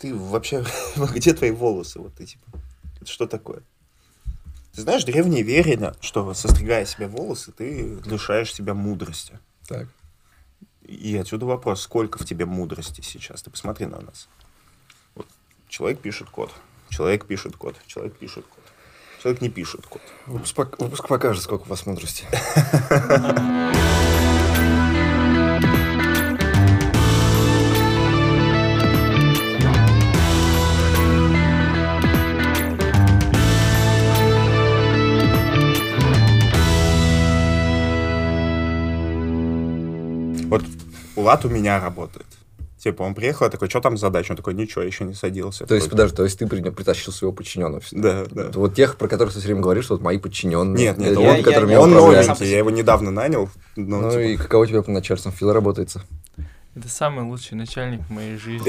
ты вообще... Где твои волосы? Вот ты, типа... Это что такое? Ты знаешь, древние верили, что, состригая себе волосы, ты лишаешь себя мудрости. Так. И отсюда вопрос, сколько в тебе мудрости сейчас? Ты посмотри на нас. Вот. Человек пишет код. Человек пишет код. Человек пишет код. Человек не пишет код. Выпуск покажет, сколько у вас мудрости. Вот Улад у меня работает. Типа, он приехал, я такой, что там задача? Он такой, ничего, еще не садился. То есть, подожди, то есть ты притащил своего подчиненного? Да, да. Вот тех, про которых ты все время говоришь, что вот мои подчиненные. Нет, он, которым я он управляю. новенький, я его недавно нанял. Ну типа... и каково у тебя по начальствам Фил работается? Это самый лучший начальник в моей жизни.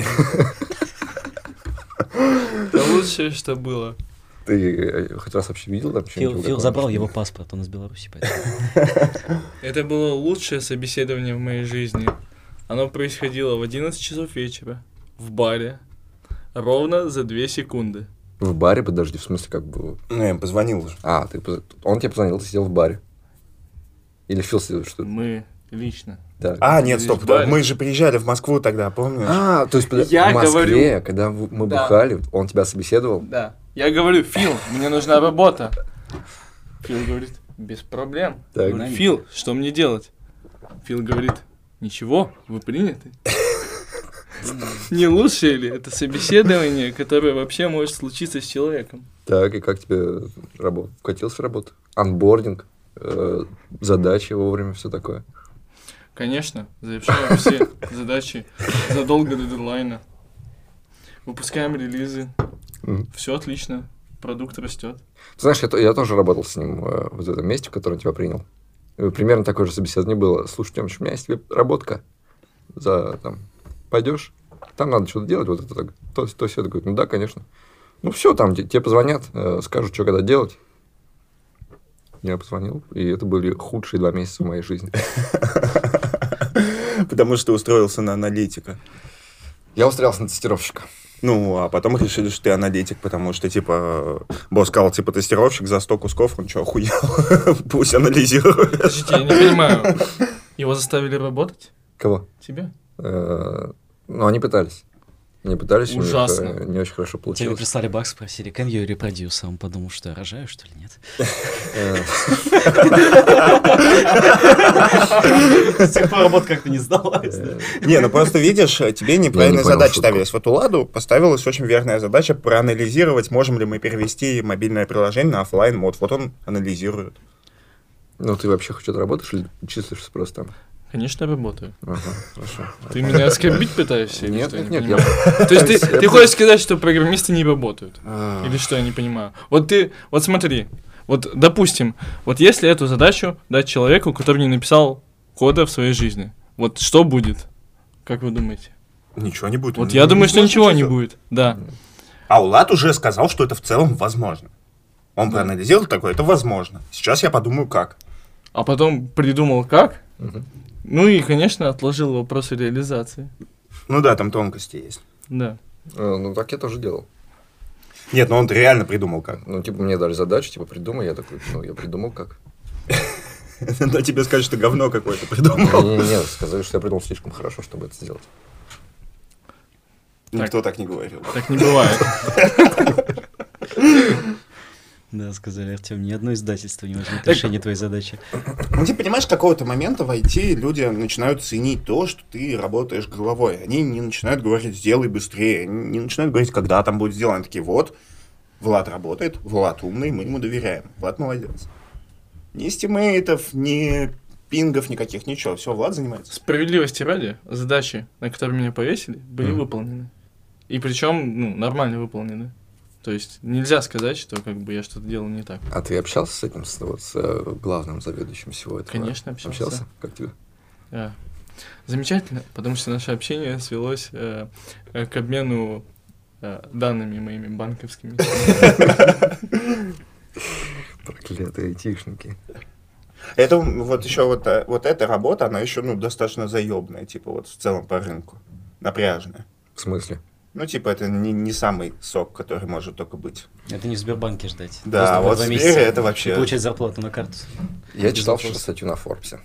Это лучшее, что было. Ты хоть раз вообще видел там что-нибудь? Фил забрал его паспорт, он из Беларуси, поэтому. Это было лучшее собеседование в моей жизни. Оно происходило в 11 часов вечера, в баре, ровно за 2 секунды. В баре? Подожди, в смысле, как бы... Ну, я им позвонил уже. А, он тебе позвонил, ты сидел в баре. Или Фил сидел, что ли? Мы лично. Да. А, нет, Здесь стоп, в баре. мы же приезжали в Москву тогда, помнишь? А, то есть Я в Москве, говорю- когда мы Да. бухали, он тебя собеседовал? Да. Я говорю, Фил, мне нужна работа. Фил говорит, без проблем. Так. Я говорю, Фил, что мне делать? Фил говорит, ничего, вы приняты. Не лучше ли это собеседование, которое вообще может случиться с человеком? Так, и как тебе вкатился в работу? Анбординг, задачи вовремя, все такое. Конечно, завершаем все задачи задолго до дедлайна. Выпускаем релизы. Мгм. Все отлично, продукт растет. Ты знаешь, я тоже работал с ним в этом месте, в котором тебя принял. И примерно такое же собеседование было. Слушай, Тёмыч, у меня есть тебе работка. Пойдешь, там надо что-то делать, вот это так, то все. Такой, ну да, конечно. Ну все, там тебе позвонят, скажут, что когда делать. Я позвонил, и это были худшие 2 месяца в моей жизни. Потому что ты устроился на аналитика. Я устроился на тестировщика. Ну, а потом решили, что ты аналитик, потому что, типа, босс сказал, типа, тестировщик за 100 кусков, он что, охуел? Пусть анализирует. Подождите, я не понимаю. Его заставили работать? Кого? Тебя? Ну, они пытались. Они пытались, у них Ужасно. не очень хорошо Тебе получилось. прислали баг, спросили, can you reproduce? А он подумал, что я рожаю, что ли, нет? С тех пор работа как-то не сдалась. Не, ну просто видишь, тебе неправильные понял задачи шутку. ставились. Вот Уладу поставилась очень верная задача проанализировать, можем ли мы перевести мобильное приложение на оффлайн мод. Вот он анализирует. Ну, ты вообще хоть что-то работаешь или числишься просто там? Конечно, работаю. Ага, хорошо. Ты меня оскорбить пытаешься? или Нет, что, я нет, не нет, понимаю? То есть ты хочешь сказать, что программисты не работают? Или что, я не понимаю? Вот смотри, вот допустим, вот если эту задачу дать человеку, который не написал кода в своей жизни, вот что будет? Как вы думаете? Ничего не будет. Вот я думаю, что ничего не будет, да. А Улад уже сказал, что это в целом возможно. Он проанализировал такое, это возможно. Сейчас я подумаю, как. А потом придумал как, Мгм. ну и, конечно, отложил вопросы реализации, Ну да, там тонкости есть. да. Ну, так я тоже делал. Нет, ну он реально придумал как. Ну, типа, мне дали задачу, типа, придумай. Я такой, ну, я придумал как. Но тебе скажут, что говно какое-то придумал. Не, сказали, что я придумал слишком хорошо, чтобы это сделать. Никто так не говорил. Так не бывает. Да, сказали, Артем, ни одно издательство не возьмет решение твоей задачи. Ну, ты понимаешь, с какого-то момента в IT люди начинают ценить то, что ты работаешь головой. Они не начинают говорить, сделай быстрее. Они не начинают говорить, когда там будет сделано. Они такие, вот, Влад работает, Влад умный, мы ему доверяем. Влад молодец. Ни стимейтов, ни пингов никаких, ничего. Все, Влад занимается. Справедливости ради, задачи, на которые меня повесили, были выполнены. И причем, ну, нормально выполнены. То есть нельзя сказать, что как бы я что-то делал не так. А ты общался с этим, с главным заведующим всего этого? Конечно, общался. Как тебе? Да. Замечательно, потому что наше общение свелось к обмену данными моими банковскими. Проклятые айтишники. Это вот еще вот эта работа, она еще, ну, достаточно заебная, типа вот в целом по рынку. Напряжная. В смысле? Ну, типа, это не самый сок, который может только быть. Это не в Сбербанке ждать. Да, вот в Сбере это вообще... И получать зарплату на карту. Я читал вчера статью на Форбсе.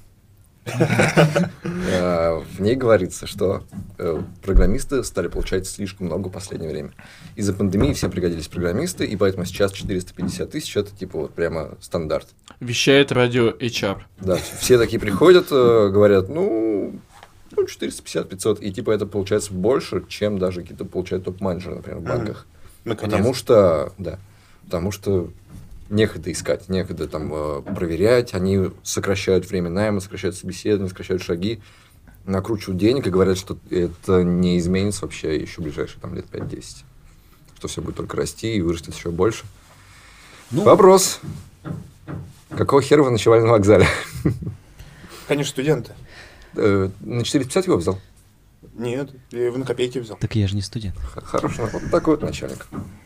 В ней говорится, что программисты стали получать слишком много в последнее время. Из-за пандемии всем пригодились программисты, и поэтому сейчас 450 тысяч — это типа вот прямо стандарт. Вещает радио HR. Да, все такие приходят, говорят, 450-500, и типа это получается больше, чем даже какие-то получают топ-менеджеры, например, в банках. Потому что некогда искать, некогда там проверять, они сокращают время найма, сокращают собеседование, сокращают шаги, накручивают денег и говорят, что это не изменится вообще еще в ближайшие там, лет 5-10. Что все будет только расти и вырастет еще больше. Вопрос. Какого хера вы ночевали на вокзале? Конечно, студенты. На 450 его взял? Нет, я его на копейки взял. Так я же не студент. Хороший, вот такой вот начальник.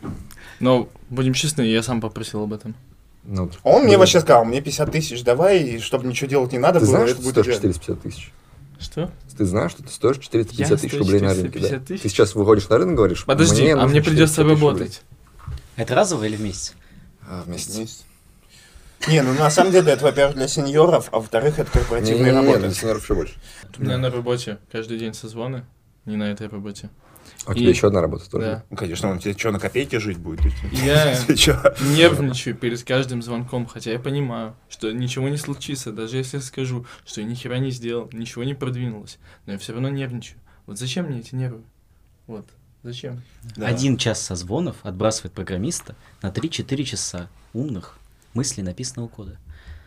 Но, будем честны, я сам попросил об этом. Он мне вообще сказал, мне 50 тысяч давай, и чтобы ничего делать не надо Ты было. знаешь, что ты стоишь 450 тысяч? Что? Ты знаешь, что ты стоишь 450 тысяч рублей на рынке? 450 Да? тысяч? Ты сейчас выходишь на рынок и говоришь, Подожди, а мне придется работать. Это разово или в месяц? Вместе. Не, на самом деле это, во-первых, для сеньоров, а во-вторых, это корпоративная работа. Для сеньоров еще больше. У меня на работе каждый день созвоны, не на этой работе. А у тебя еще одна работа тоже? Да. Ну, конечно, он тебе что, на копейке жить будет? Я нервничаю перед каждым звонком, хотя я понимаю, что ничего не случится, даже если я скажу, что я ни хера не сделал, ничего не продвинулось, но я все равно нервничаю. Вот зачем мне эти нервы? Вот, зачем? Да. 1 час созвонов отбрасывает программиста на 3-4 часа умных мыслей написанного кода.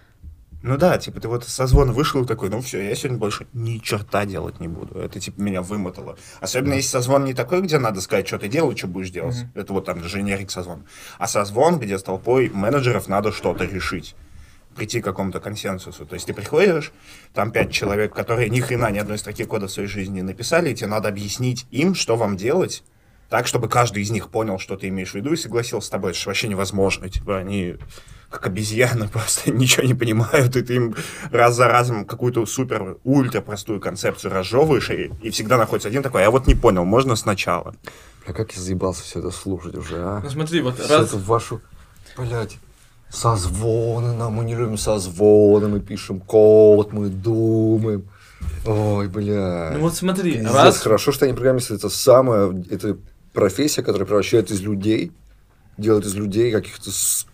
Ну да, типа ты вот со звона вышел и такой, ну все, я сегодня больше ни черта делать не буду. Это типа меня вымотало. Особенно если созвон не такой, где надо сказать, что ты делаешь, что будешь делать. Это вот там дженерик созвон. А созвон, где с толпой менеджеров надо что-то решить. Прийти к какому-то консенсусу. То есть ты приходишь, там 5 человек, которые ни хрена ни одной строки кода в своей жизни не написали, и тебе надо объяснить им, что вам делать, так, чтобы каждый из них понял, что ты имеешь в виду, и согласился с тобой. Это же вообще невозможно. Типа они как обезьяны просто ничего не понимают, и ты им раз за разом какую-то супер-ультра простую концепцию разжевываешь, и всегда находится один такой, я вот не понял, можно сначала. Бля, как я заебался все это слушать уже, а? Ну смотри, вот Всю эту вашу, блядь, созвоны, мы не любим созвоны, мы пишем код, мы думаем. Ой, бля. Ну вот смотри, Пиздец, хорошо, что они программисты, это профессия, которая превращает из людей, делает из людей каких-то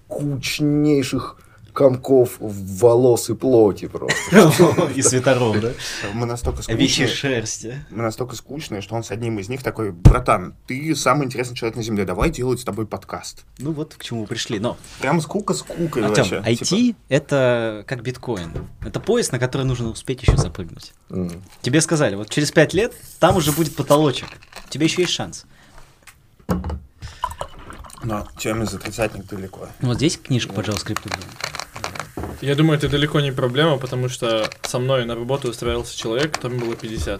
скучнейших комков волос и плоти просто. И свитеров, да? Мы настолько Овечьей скучные, шерсти. что он с одним из них такой, братан, ты самый интересный человек на земле, давай делать с тобой подкаст. Ну вот к чему мы пришли. Но, Прям скукой Артём, вообще. IT Типа, это как биткоин. Это поезд, на который нужно успеть еще запрыгнуть. Тебе сказали, вот через 5 лет там уже будет потолочек. У тебя еще есть шанс. но теме за тридцатник далеко. Ну вот здесь книжка по JavaScript. Я думаю, это далеко не проблема, потому что со мной на работу устраивался человек, которому было 50.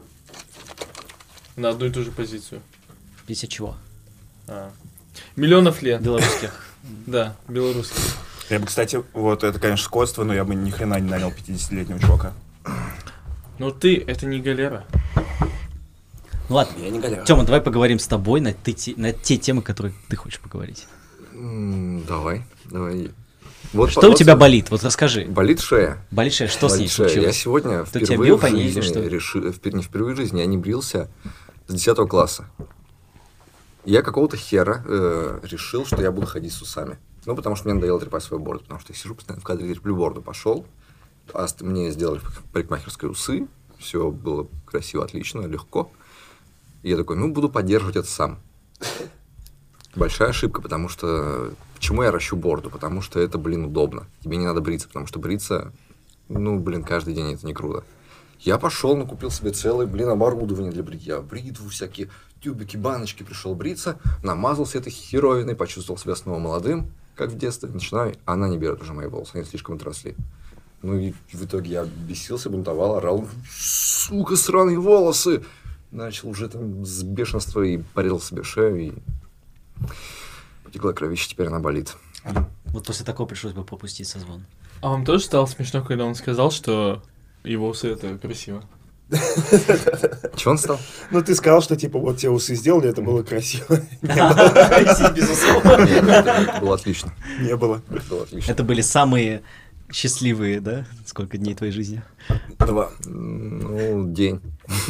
На одну и ту же позицию. 50 чего? Миллионов лет. Белорусских. Да, белорусских. Я бы, кстати, вот это, конечно, скотство, но я бы ни хрена не нанял 50-летнего чувака. Но ты, это не галера. Ну ладно, Я не галера. Тёма, давай поговорим с тобой на те темы, которые ты хочешь поговорить. Давай. Что у тебя болит? Вот расскажи. Болит шея. Болит шея, что с ней Болит шея. Я случилось? сегодня Ты тебя впервые бил в по ней или жизни что? не впервые в жизни, я не брился с 10 класса. Я какого-то хера решил, что я буду ходить с усами. Ну, потому что мне надоело трепать свою бороду, потому что я сижу постоянно в кадре, треплю бороду, пошел. Мне сделали в парикмахерской усы, все было красиво, отлично, легко. И я такой, буду поддерживать это сам. Большая ошибка, потому что... Почему я ращу бороду? Потому что это, удобно. Тебе не надо бриться, потому что бриться, каждый день это не круто. Я пошел, накупил себе целое, оборудование для бритья. Бритву, всякие тюбики, баночки, пришел бриться, намазался этой херовиной, почувствовал себя снова молодым, как в детстве. Начинаю, она не берет уже мои волосы, они слишком отросли. И в итоге я бесился, бунтовал, орал, сука, сраные волосы! Начал уже там с бешенства и порезал себе шею, и потекла кровища, теперь она болит. Вот после такого пришлось бы пропустить созвон. А вам тоже стало смешно, когда он сказал, что его усы это красиво? Чего он стал? Ну, ты сказал, что, типа, вот тебе усы сделали, это было красиво. Безусловно. Нет, это было отлично. Не было. Это было отлично. Это были самые счастливые, да? Сколько дней твоей жизни? 2. Ну, день.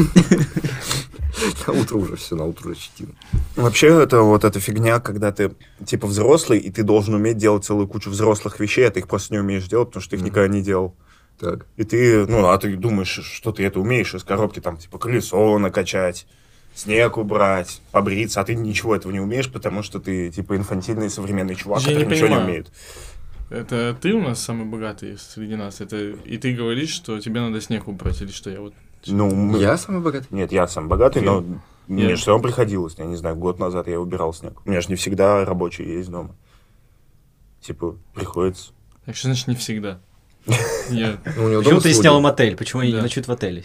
На утро уже все, на утро уже щетина. Вообще, это вот эта фигня, когда ты, типа, взрослый, и ты должен уметь делать целую кучу взрослых вещей, а ты их просто не умеешь делать, потому что ты их никогда не делал. Так. И ты, ну, а ты думаешь, что ты это умеешь из коробки, там, типа, колесо накачать, снег убрать, побриться, а ты ничего этого не умеешь, потому что ты, типа, инфантильный современный чувак, Я не который ничего не понимаю. умеет. Это ты у нас самый богатый среди нас? Это и ты говоришь, что тебе надо снег убрать, или что? Я вот... Ну, Я самый богатый? Нет, я сам богатый, но мне Я- же все равно приходилось. Я не знаю, год назад я убирал снег. У меня же не всегда рабочий есть дома. Типа, приходится. Так что значит не всегда? Я... Ну, у него Почему дома ты слуги. снял мотель? Почему они не Да. ночуют в отеле?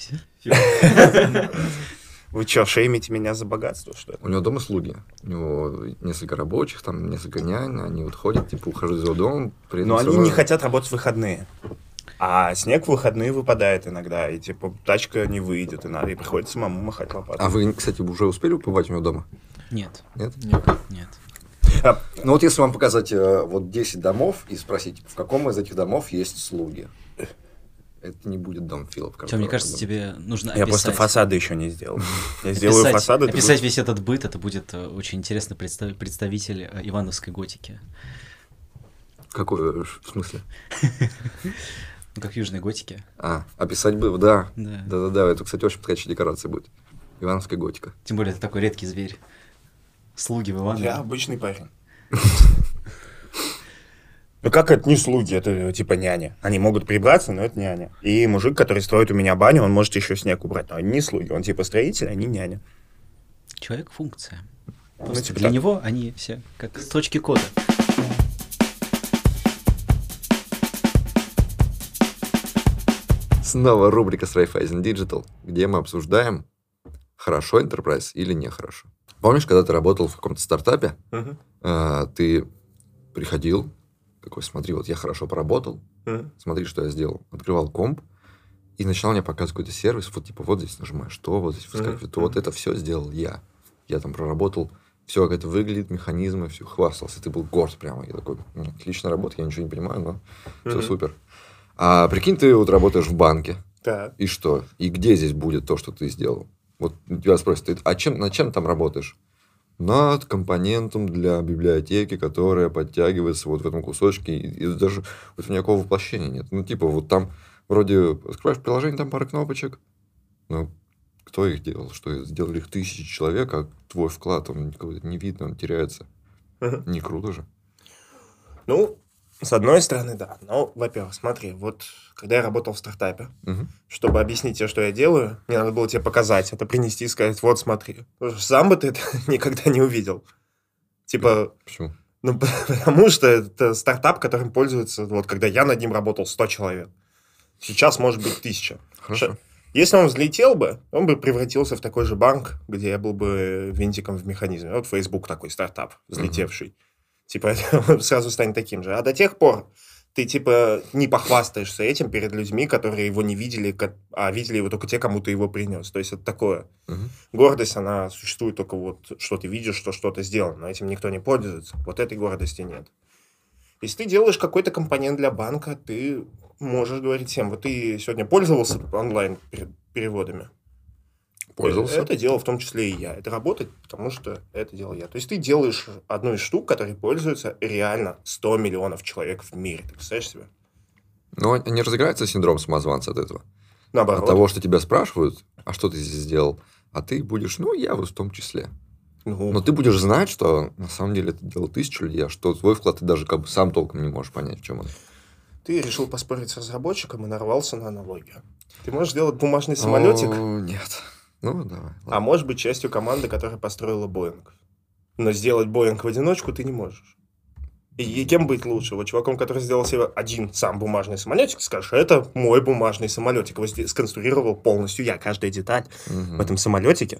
Вы что, шеймите меня за богатство, что ли? У него дома слуги. У него несколько рабочих, там несколько нянь, они вот ходят, типа, ухожу за его домом. При этом Но всё они равно- не хотят работать в выходные. А снег в выходные выпадает иногда, и типа тачка не выйдет, и надо, и приходится самому махать лопатой. А вы, кстати, уже успели побывать у него дома? Нет, Нет? Нет. нет. Ну вот если вам показать вот 10 домов и спросить, в каком из этих домов есть слуги, это не будет дом Филов. Тем, мне кажется, тебе нужно Я просто описать. фасады еще не сделал. Я сделаю Описать- фасады. ты описать будешь- весь этот быт, это будет очень интересный представитель ивановской готики. Какой, в смысле? Ну, как в южной готике. Описать бы, да. Да. Да-да-да, это, кстати, очень подходящая декорация будет. Ивановская готика. Тем более, это такой редкий зверь. Слуги в Иванове. Я обычный парень. Ну как это не слуги, это типа няня. Они могут прибраться, но это няня. И мужик, который строит у меня баню, он может еще снег убрать. Но они не слуги, он типа строитель, они няня. Человек-функция. Ну, Просто типа для так. него они все как точки кода. Снова рубрика с Raiffeisen Digital, где мы обсуждаем, хорошо Enterprise или нехорошо. Помнишь, когда ты работал в каком-то стартапе, ты приходил, такой, смотри, вот я хорошо поработал, смотри, что я сделал. Открывал комп и начинал мне показывать какой-то сервис, вот типа вот здесь нажимаешь, то вот здесь выскакивает, то вот это все сделал я. Я там проработал, все, как это выглядит, механизмы, все, хвастался, ты был горд прямо. Я такой, отличная работа, я ничего не понимаю, но все супер. А прикинь, ты вот работаешь в банке, Так. и что? И где здесь будет то, что ты сделал? Вот тебя спросят, ты над чем там работаешь? Над компонентом для библиотеки, которая подтягивается вот в этом кусочке. И даже вот никакого воплощения нет. Ну, типа, вот там вроде открываешь приложение, там пара кнопочек. Ну, кто их делал? Что сделали их 1000 человек, а твой вклад, он никого не видно, он теряется. Не круто же. Ну, с одной стороны, да. Но, во-первых, смотри, вот когда я работал в стартапе, чтобы объяснить тебе, что я делаю, мне надо было тебе показать, это принести и сказать, вот смотри. Потому что сам бы ты это никогда не увидел. Типа, Почему? ну, потому что это стартап, которым пользуется, вот когда я над ним работал, 100 человек. Сейчас может быть 1000. Хорошо. Если он взлетел бы, он бы превратился в такой же банк, где я был бы винтиком в механизме. Вот Facebook такой стартап, взлетевший. Типа, он сразу станет таким же. А до тех пор ты, типа, не похвастаешься этим перед людьми, которые его не видели, а видели его только те, кому ты его принес. То есть, это такое. Гордость, она существует только вот, что ты видишь, что что-то сделано. Но этим никто не пользуется. Вот этой гордости нет. Если ты делаешь какой-то компонент для банка, ты можешь говорить всем, вот ты сегодня пользовался онлайн-переводами? Пользовался. Это делал в том числе и я. Это работает, потому что это делал я. То есть ты делаешь одну из штук, которой пользуются реально 100 миллионов человек в мире. Ты представляешь себе? Но не разыграется синдром самозванца от этого? Наоборот. От того, что тебя спрашивают, а что ты здесь сделал? А ты будешь, я вот в том числе. Ну, Но ты будешь знать, что на самом деле это делал 1000 людей, а что твой вклад ты даже как бы сам толком не можешь понять, в чем он. ты решил поспорить с разработчиком и нарвался на аналогию. Ты можешь сделать бумажный самолетик, Нет. Ну, давай. а можешь быть частью команды, которая построила Боинг. Но сделать Боинг в одиночку ты не можешь. И кем быть лучше? Вот чуваком, который сделал себе один сам бумажный самолетик, скажешь, это мой бумажный самолетик. Его сконструировал полностью я, каждая деталь в этом самолетике.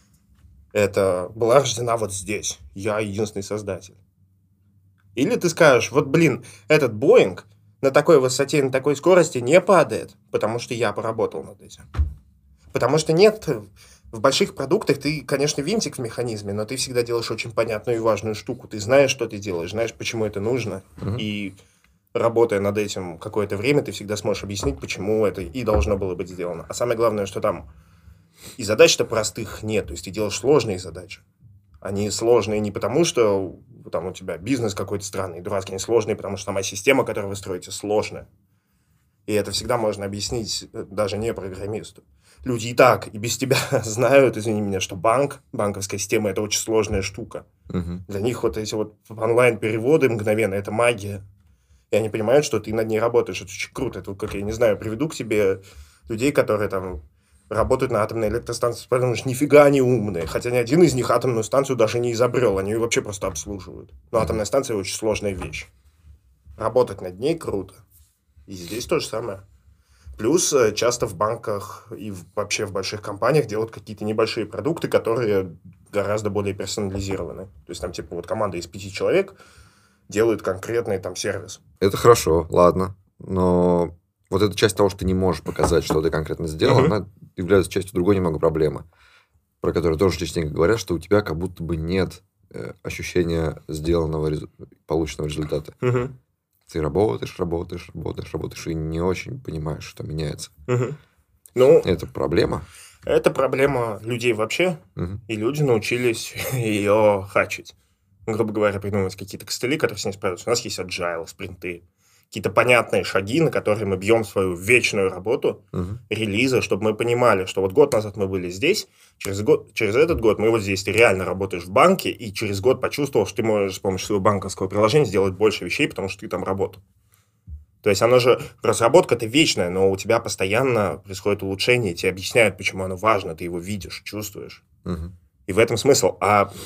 Это была рождена вот здесь. Я единственный создатель. Или ты скажешь, вот, этот Боинг на такой высоте и на такой скорости не падает, потому что я поработал над этим. Потому что нет... В больших продуктах ты, конечно, винтик в механизме, но ты всегда делаешь очень понятную и важную штуку. Ты знаешь, что ты делаешь, знаешь, почему это нужно. И работая над этим какое-то время, ты всегда сможешь объяснить, почему это и должно было быть сделано. А самое главное, что там и задач-то простых нет. То есть ты делаешь сложные задачи. Они сложные не потому, что там у тебя бизнес какой-то странный, дурацкий, они сложные, потому что сама система, которую вы строите, сложная. И это всегда можно объяснить даже не программисту. Люди и так, и без тебя знают, извини меня, что банковская система – это очень сложная штука. Для них вот эти вот онлайн-переводы мгновенно – это магия. И они понимают, что ты над ней работаешь. Это очень круто. Это, как я не знаю, приведу к тебе людей, которые там работают на атомной электростанции, потому что нифига они умные. Хотя ни один из них атомную станцию даже не изобрел. Они ее вообще просто обслуживают. Но атомная станция – очень сложная вещь. Работать над ней круто. И здесь то же самое. Плюс часто в банках и вообще в больших компаниях делают какие-то небольшие продукты, которые гораздо более персонализированы. То есть там типа вот команда из 5 человек делает конкретный там сервис. Это хорошо, ладно. Но вот эта часть того, что ты не можешь показать, что ты конкретно сделал, она является частью другой немного проблемы, про которую тоже частенько говорят, что у тебя как будто бы нет ощущения сделанного, полученного результата. Ты работаешь, и не очень понимаешь, что меняется. Ну, это проблема. Это проблема людей вообще, и люди научились ее хачить. Грубо говоря, придумывать какие-то костыли, которые с ней справятся. У нас есть agile, спринты, какие-то понятные шаги, на которые мы бьем свою вечную работу, релизы, чтобы мы понимали, что вот год назад мы были здесь, через этот год мы вот здесь, ты реально работаешь в банке, и через год почувствовал, что ты можешь с помощью своего банковского приложения сделать больше вещей, потому что ты там работал. То есть оно же, разработка-то вечная, но у тебя постоянно происходит улучшение, тебе объясняют, почему оно важно, ты его видишь, чувствуешь. И в этом смысл.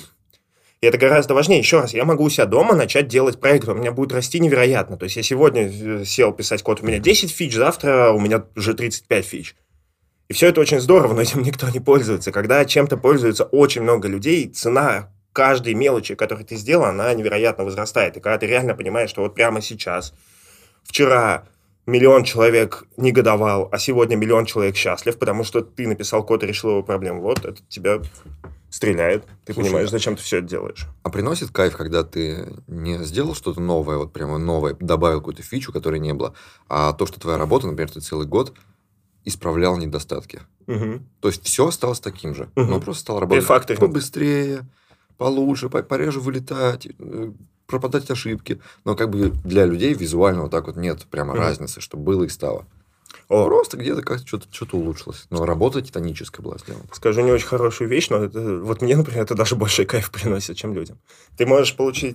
И это гораздо важнее. Еще раз, я могу у себя дома начать делать проект, у меня будет расти невероятно. То есть я сегодня сел писать код, у меня 10 фич, завтра у меня уже 35 фич. И все это очень здорово, но этим никто не пользуется. Когда чем-то пользуется очень много людей, цена каждой мелочи, которую ты сделал, она невероятно возрастает. И когда ты реально понимаешь, что вот прямо сейчас, вчера 1 000 000 человек негодовал, а сегодня 1 000 000 человек счастлив, потому что ты написал код и решил его проблему. Вот это тебя стреляет. Ты понимаешь, зачем ты все это делаешь. А приносит кайф, когда ты не сделал что-то новое, вот прямо новое, добавил какую-то фичу, которой не было, а то, что твоя работа, например, ты целый год исправлял недостатки. То есть все осталось таким же, но просто стал работать побыстрее, получше, пореже вылетать, пропадать ошибки. Но как бы для людей визуально вот так вот нет прямо разницы, что было и стало. Просто где-то как-то что-то улучшилось. Но работа титаническая была сделана. Скажу не очень хорошую вещь, но это, вот мне, например, это даже больше кайф приносит, чем людям. Ты можешь получить,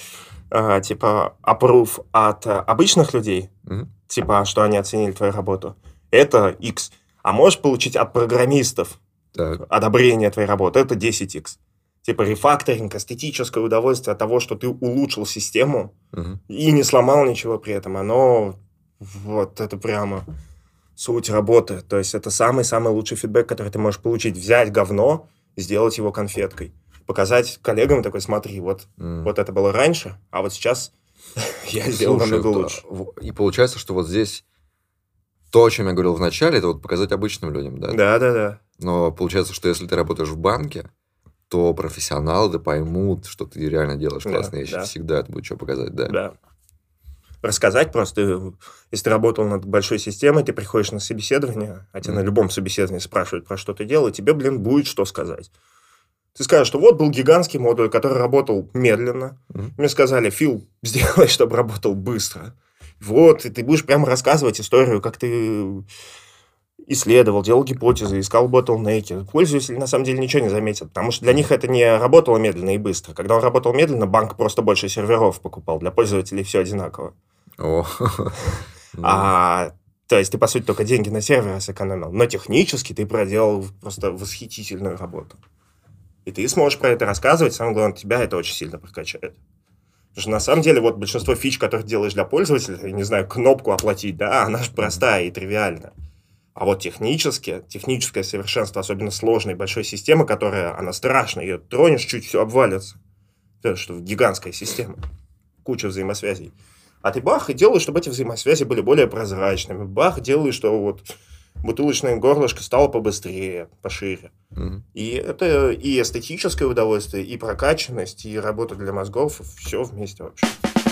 типа, approve от обычных людей, типа, что они оценили твою работу. Это X. А можешь получить от программистов одобрение твоей работы. Это 10X. Типа, рефакторинг, эстетическое удовольствие от того, что ты улучшил систему и не сломал ничего при этом. Оно, вот, это прямо... суть работы. То есть это самый-самый лучший фидбэк, который ты можешь получить. Взять говно, сделать его конфеткой. Показать коллегам такой, смотри, вот это было раньше, а вот сейчас я сделал намного лучше. И получается, что вот здесь то, о чем я говорил в начале, это вот показать обычным людям, да? Да. Но получается, что если ты работаешь в банке, то профессионалы поймут, что ты реально делаешь классные вещи. Всегда это будет что показать, да? Да. Рассказать просто, если ты работал над большой системой, ты приходишь на собеседование, а тебя на любом собеседовании спрашивают, про что ты делал, и тебе, будет что сказать. Ты скажешь, что вот был гигантский модуль, который работал медленно. Мне сказали, Фил, сделай, чтобы работал быстро. Вот, и ты будешь прямо рассказывать историю, как ты исследовал, делал гипотезы, искал ботлнеки. Пользователи на самом деле ничего не заметят, потому что для них это не работало медленно и быстро. Когда он работал медленно, банк просто больше серверов покупал. Для пользователей все одинаково. То есть ты, по сути, только деньги на серверы сэкономил. Но технически ты проделал просто восхитительную работу. И ты сможешь про это рассказывать. Самое главное, тебя это очень сильно прокачает. Потому что на самом деле вот большинство фич, которые ты делаешь для пользователя, я не знаю, кнопку оплатить, да, она же простая и тривиальная. А вот техническое совершенство, особенно сложной большой системы, которая, она страшная, ее тронешь, чуть все обвалится. Это что, гигантская система, куча взаимосвязей. А ты бах, и делаешь, чтобы эти взаимосвязи были более прозрачными. Бах, делаешь, что вот бутылочное горлышко стало побыстрее, пошире. И это и эстетическое удовольствие, и прокачанность, и работа для мозгов, все вместе вообще.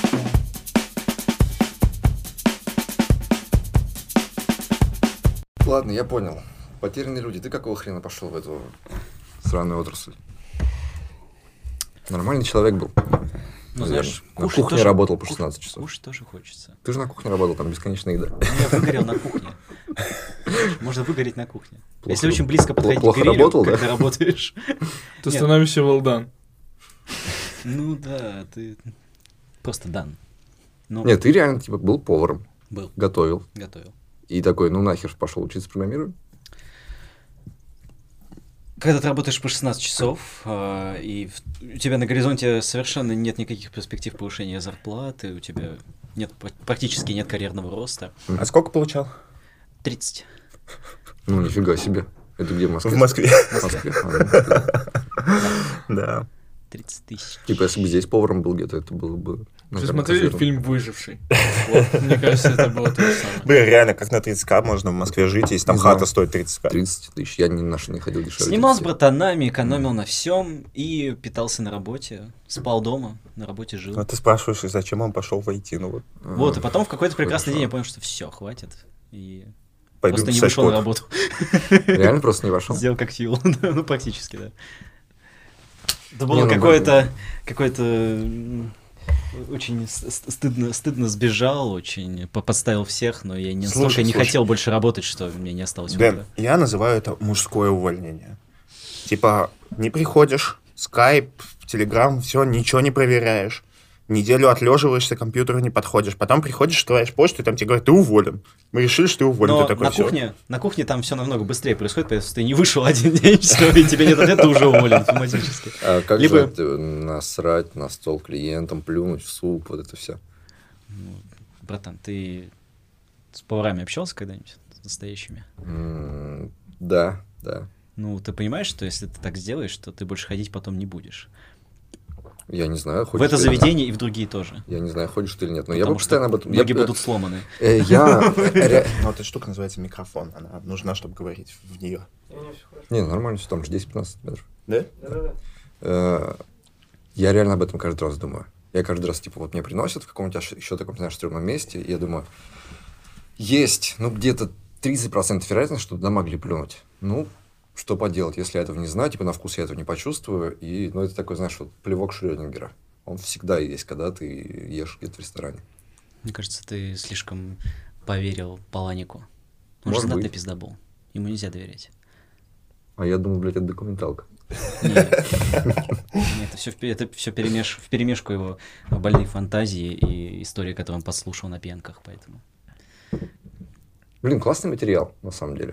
Ладно, я понял. Потерянные люди. Ты какого хрена пошел в эту сраную отрасль? Нормальный человек был. Ну, знаешь, на кухне тоже, работал по 16 часов. Кушать тоже хочется. Ты же на кухне работал, там бесконечная еда. Я выгорел на кухне. Можно выгореть на кухне. Если очень близко подходить к грилю, работал, когда работаешь... Ты становишься Волдан. Ну да, ты просто дан. Нет, ты реально типа был поваром. Был. Готовил. Готовил. И такой, ну нахер пошел учиться программированию? Когда ты работаешь по 16 часов, и у тебя на горизонте совершенно нет никаких перспектив повышения зарплаты, у тебя практически нет карьерного роста. А сколько получал? 30. Ну, нифига себе. Это где, в Москве? В Москве. В Москве. Да. 30 тысяч. Типа, если бы здесь поваром был где-то, это было бы... Вы смотрели фильм «Выживший»? Вот, мне кажется, это было то же самое. Блин, реально, как на 30к можно в Москве жить, если там Не хата знаю. стоит 30к. 30 тысяч. Я ни на что не ходил дешевле. Снимал с братанами, экономил на всем и питался на работе. Спал дома, на работе жил. А ты спрашиваешь, зачем он пошел в IT? Ну вот. Вот, и потом в какой-то прекрасный день я понял, что все, хватит. И Пойду просто не писать вышел на код. работу. Реально просто не вошел? Сделал как Фил. Ну, практически, да. Это было Не, ну, какое-то очень стыдно сбежал, очень подставил всех, но я настолько не хотел больше работать, что мне не осталось Дэн, выбора. я называю это мужское увольнение. Типа, не приходишь, скайп, телеграм, все, ничего не проверяешь. Неделю отлеживаешься, к компьютеру не подходишь. Потом приходишь, открываешь почту, и там тебе говорят, ты уволен. Мы решили, что ты уволен. Но Ты такой, на кухне там все намного быстрее происходит, потому что ты не вышел один день, все, и тебе нет ответа, ты уже уволен автоматически. А как Либо- же насрать на стол клиентам, плюнуть в суп, вот это все? Братан, ты с поварами общался когда-нибудь? С настоящими? Да. Ну, ты понимаешь, что если ты так сделаешь, то ты больше ходить потом не будешь. Я не знаю, В это заведение и в другие тоже. Я не знаю, ходишь ты или нет, но я бы Потому что постоянно об этом... ноги будут сломаны. Ну, эта штука называется микрофон. Она нужна, чтобы говорить в нее. Не, нормально все, там же 10-15 метров. Да? Я реально об этом каждый раз думаю. Я каждый раз, типа, вот мне приносят в каком-нибудь еще таком, знаешь, стрёмном месте, и я думаю, есть, ну, где-то 30% вероятность, что туда могли плюнуть. Ну, что поделать, если я этого не знаю, типа, на вкус я этого не почувствую, и, ну, это такой, знаешь, вот плевок Шрёдингера. Он всегда есть, когда ты ешь где-то в ресторане. Мне кажется, ты слишком поверил Паланику. Он же Может знатный быть. пиздобол. Ему нельзя доверять. А я думал, блядь, это документалка. Нет, это все вперемешку его больные фантазии и истории, которые он послушал на пьянках, поэтому... Блин, классный материал, на самом деле.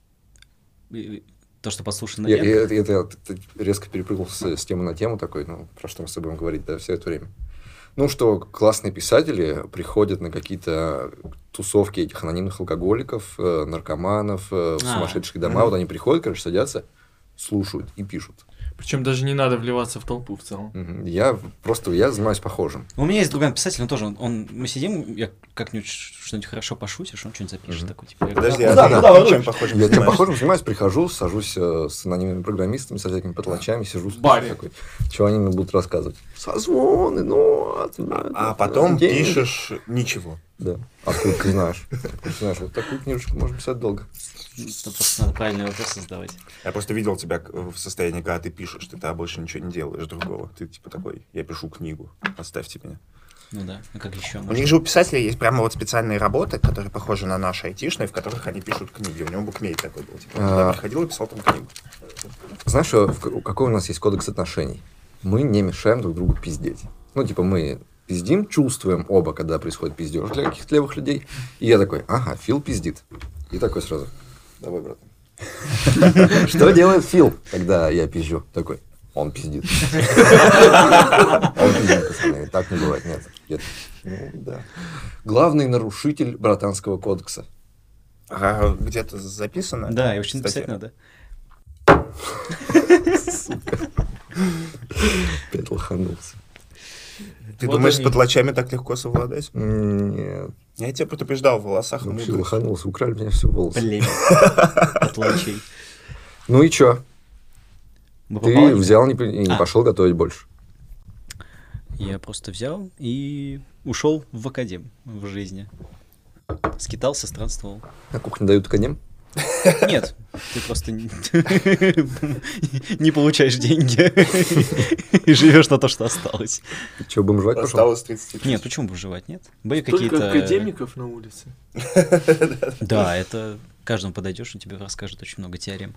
То, что послушал на Я пьянках... резко перепрыгнул с темы на тему такой, ну, про что мы с тобой будем говорить, да, все это время. Ну, что классные писатели приходят на какие-то тусовки этих анонимных алкоголиков, наркоманов, в сумасшедшие дома. Вот они приходят, короче, садятся, слушают и пишут. Причем даже не надо вливаться в толпу в целом. Я занимаюсь похожим. У меня есть другой писатель, он тоже, мы сидим, я как-нибудь что-нибудь хорошо пошутишь, он что-нибудь запишет такой, типа... Подожди, «Ну а да, ты ну да, чем похожим Я тем занимаешься? похожим занимаюсь, прихожу, сажусь с анонимными программистами, со всякими потлачами, сижу, слушаю Баре. такой, что они мне будут рассказывать. Созвоны, ну... А потом деньги. пишешь ничего. Да. Откуда ты знаешь? Вот такую книжечку можно писать долго. Тут просто надо правильные вопросы задавать. Я просто видел тебя в состоянии, когда ты пишешь, ты больше ничего не делаешь другого. Ты типа такой, я пишу книгу, оставьте меня. Ну да, а как еще? У них же у писателей есть прямо вот специальные работы, которые похожи на наши айтишные, в которых они пишут книги. У него букмейт такой был. Типа, он туда приходил и писал там книгу. Знаешь, какой у нас есть кодекс отношений? Мы не мешаем друг другу пиздеть. Ну, типа, мы пиздим, чувствуем оба, когда происходит пиздеж для каких-то левых людей. И я такой, ага, Фил пиздит. И такой сразу, давай, братан. Что делает Фил, когда я пизжу? Такой, он пиздит. Он пиздит, пацаны. Так не бывает, нет. Ну, да. Главный нарушитель братанского кодекса. А где-то записано? Да, и очень Статья? написать надо. Опять лоханулся. Ты Вот думаешь, с они. потлачами так легко совладать? Нет. Я тебя предупреждал, в волосах Вообще мудрость. лоханулся, украли у меня все волосы. Племя потлачей. Ну и чё? Мы Ты попали? взял и не А. пошел готовить больше. Я просто взял и ушел в академ в жизни. Скитался, странствовал. На кухне дают академ? Нет, ты просто не получаешь деньги и живешь на то, что осталось. Ты чё, бомжевать пошел? Осталось 30 тысяч. Нет, почему выживать, нет? Были Только какие-то... академиков на улице. Да, это каждому подойдешь, он тебе расскажет очень много теорем.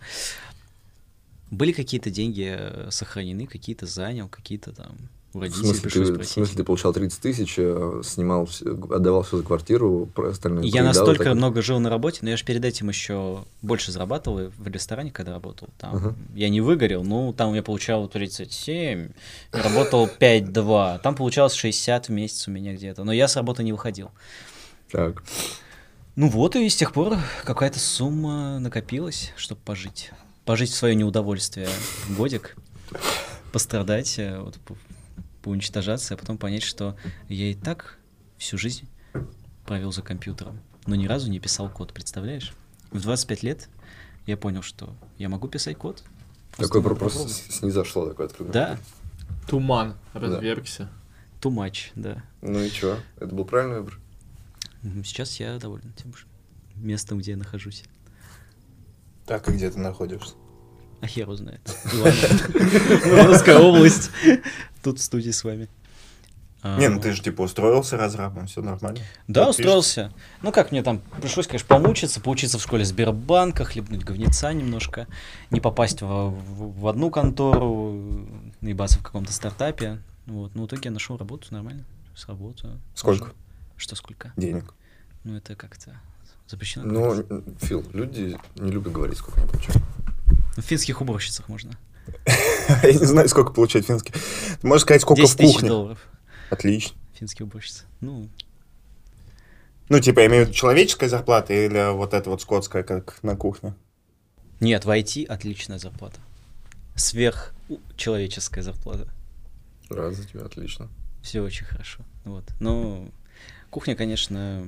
Были какие-то деньги сохранены, какие-то занял, какие-то там у В родителей пришлось смысле, просить. ты получал 30 тысяч, снимал, отдавал все за квартиру, про остальное Я поедал и настолько так много жил на работе, но я же перед этим еще больше зарабатывал в ресторане, когда работал. Там Ага. я не выгорел, ну, там я получал 37, работал 5-2, там получалось 60 в месяц у меня где-то, но я с работы не выходил. Так. Ну вот, и с тех пор какая-то сумма накопилась, чтобы пожить. Пожить в свое неудовольствие годик, пострадать, вот, поуничтожаться, а потом понять, что я и так всю жизнь провел за компьютером, но ни разу не писал код, представляешь? В 25 лет я понял, что я могу писать код. Такое надо просто попробовать. снизошло, такое открытое. Да, Туман развергся. too much, да. Ну и чё? Это был правильный выбор? Сейчас я доволен тем же местом, где я нахожусь. Так, и где ты находишься? А хер его знает. Ивановская область. Тут в студии с вами. Не, ну ты же типа устроился разрабом, все нормально. Да, Вот устроился. Ну как, мне там пришлось, конечно, помучиться, поучиться в школе Сбербанка, хлебнуть говнеца немножко, не попасть в одну контору, наебаться в каком-то стартапе. Вот. Но в итоге я нашел работу, нормально, сработаю. Сколько? Можно. Что сколько? Денег. Ну это как-то запрещено. Ну, Фил, люди не любят говорить, сколько они получают. В финских уборщицах можно. Я не знаю, сколько получает финский. Ты можешь сказать, сколько 10 в тысяч кухне? долларов. Отлично. Финские уборщицы. Ну, Ну, типа, я имею в виду человеческая зарплата или вот эта вот скотская, как на кухне? нет, в IT отличная зарплата. Сверхчеловеческая зарплата. Рад за тебя, отлично. Все очень хорошо. Вот. Но кухня, конечно,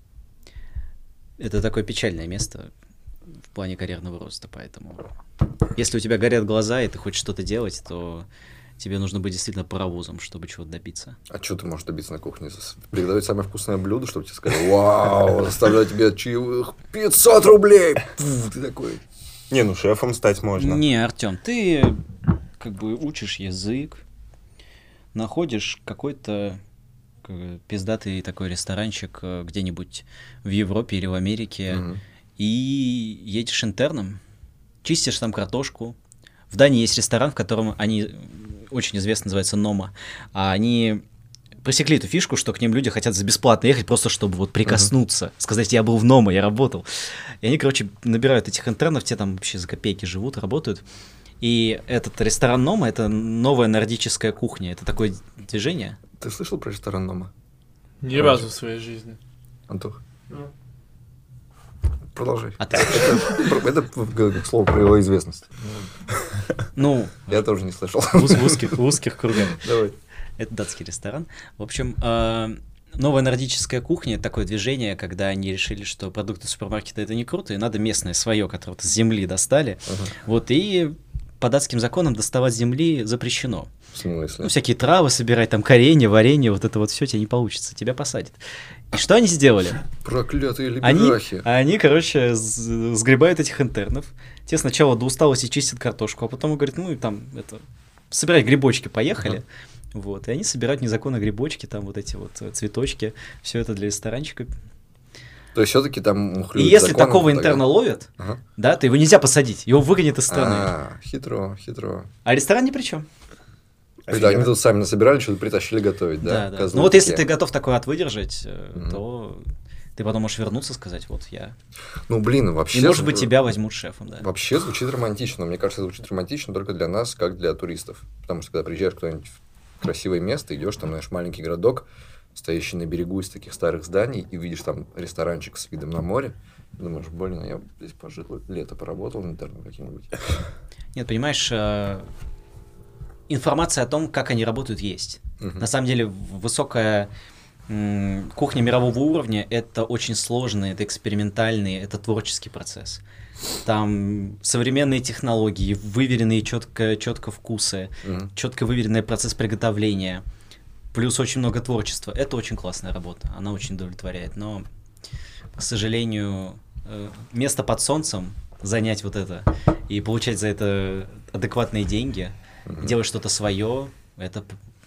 это такое печальное место в плане карьерного роста, поэтому если у тебя горят глаза и ты хочешь что-то делать, то тебе нужно быть действительно паровозом, чтобы чего-то добиться. А что ты можешь добиться на кухне? Приготовить самое вкусное блюдо, чтобы тебе сказали: вау, заставляю тебе чаевых 500 рублей! Пф, ты такой. Не, ну шефом стать можно. Не, Артем, ты как бы учишь язык, находишь какой-то пиздатый такой ресторанчик где-нибудь в Европе или в Америке, Мгм. и едешь интерном, чистишь там картошку. В Дании есть ресторан, в котором они, очень известно, называется Нома, а они пресекли эту фишку, что к ним люди хотят за бесплатно ехать, просто чтобы вот прикоснуться, сказать: я был в Нома, я работал. И они, короче, набирают этих интернов, те там вообще за копейки живут, работают. И этот ресторан Нома — это новая нордическая кухня, это такое движение. Ты слышал про ресторан Нома, Ни разу в своей жизни. Антох? Ну. Продолжай. А ты, Это к слову про его известность. ну, Я тоже не слышал. в узких кругах. Давай. Это датский ресторан. В общем, новая нордическая кухня — это такое движение, когда они решили, что продукты супермаркета — это не круто, и надо местное свое, которое вот с земли достали. Ага. Вот, и по датским законам доставать с земли запрещено. В смысле? Ну, всякие травы собирать, там, коренья, варенье, вот это вот все тебе не получится, тебя посадят. И что они сделали? Проклятые Они, либерахи. короче, сгребают этих интернов. Те сначала до усталости чистят картошку, а потом говорят: ну, и там, это, собирать грибочки, поехали. Вот, и они собирают незаконно грибочки, там вот эти вот цветочки, все это для ресторанчика. То есть все-таки там И мухлюют если законом, такого тогда- интерна ловят, Ага. да, то его нельзя посадить, его выгонят из страны. Хитро. А ресторан ни при чем. Это они тут сами насобирали, что-то притащили готовить, Да, да? да. Козлы Ну вот если такие. ты готов такой ад выдержать, Мгм. то ты потом можешь вернуться и сказать: вот я. Ну, блин, вообще... И, может быть, тебя возьмут шефом, да. Вообще звучит романтично. Мне кажется, звучит романтично только для нас, как для туристов. Потому что, когда приезжаешь куда-нибудь в красивое место, идешь там, знаешь, маленький городок, стоящий на берегу из таких старых зданий, и видишь там ресторанчик с видом на море, думаешь: блин, я здесь пожил, лето поработал интерном каким-нибудь. Нет, понимаешь, информация о том, как они работают, есть. На самом деле, высокая кухня мирового уровня — это очень сложный, это экспериментальный, это творческий процесс. Там современные технологии, выверенные четко вкусы, четко выверенный процесс приготовления, плюс очень много творчества. Это очень классная работа, она очень удовлетворяет. Но, к сожалению, место под солнцем, занять вот это и получать за это адекватные деньги, делать что-то свое, это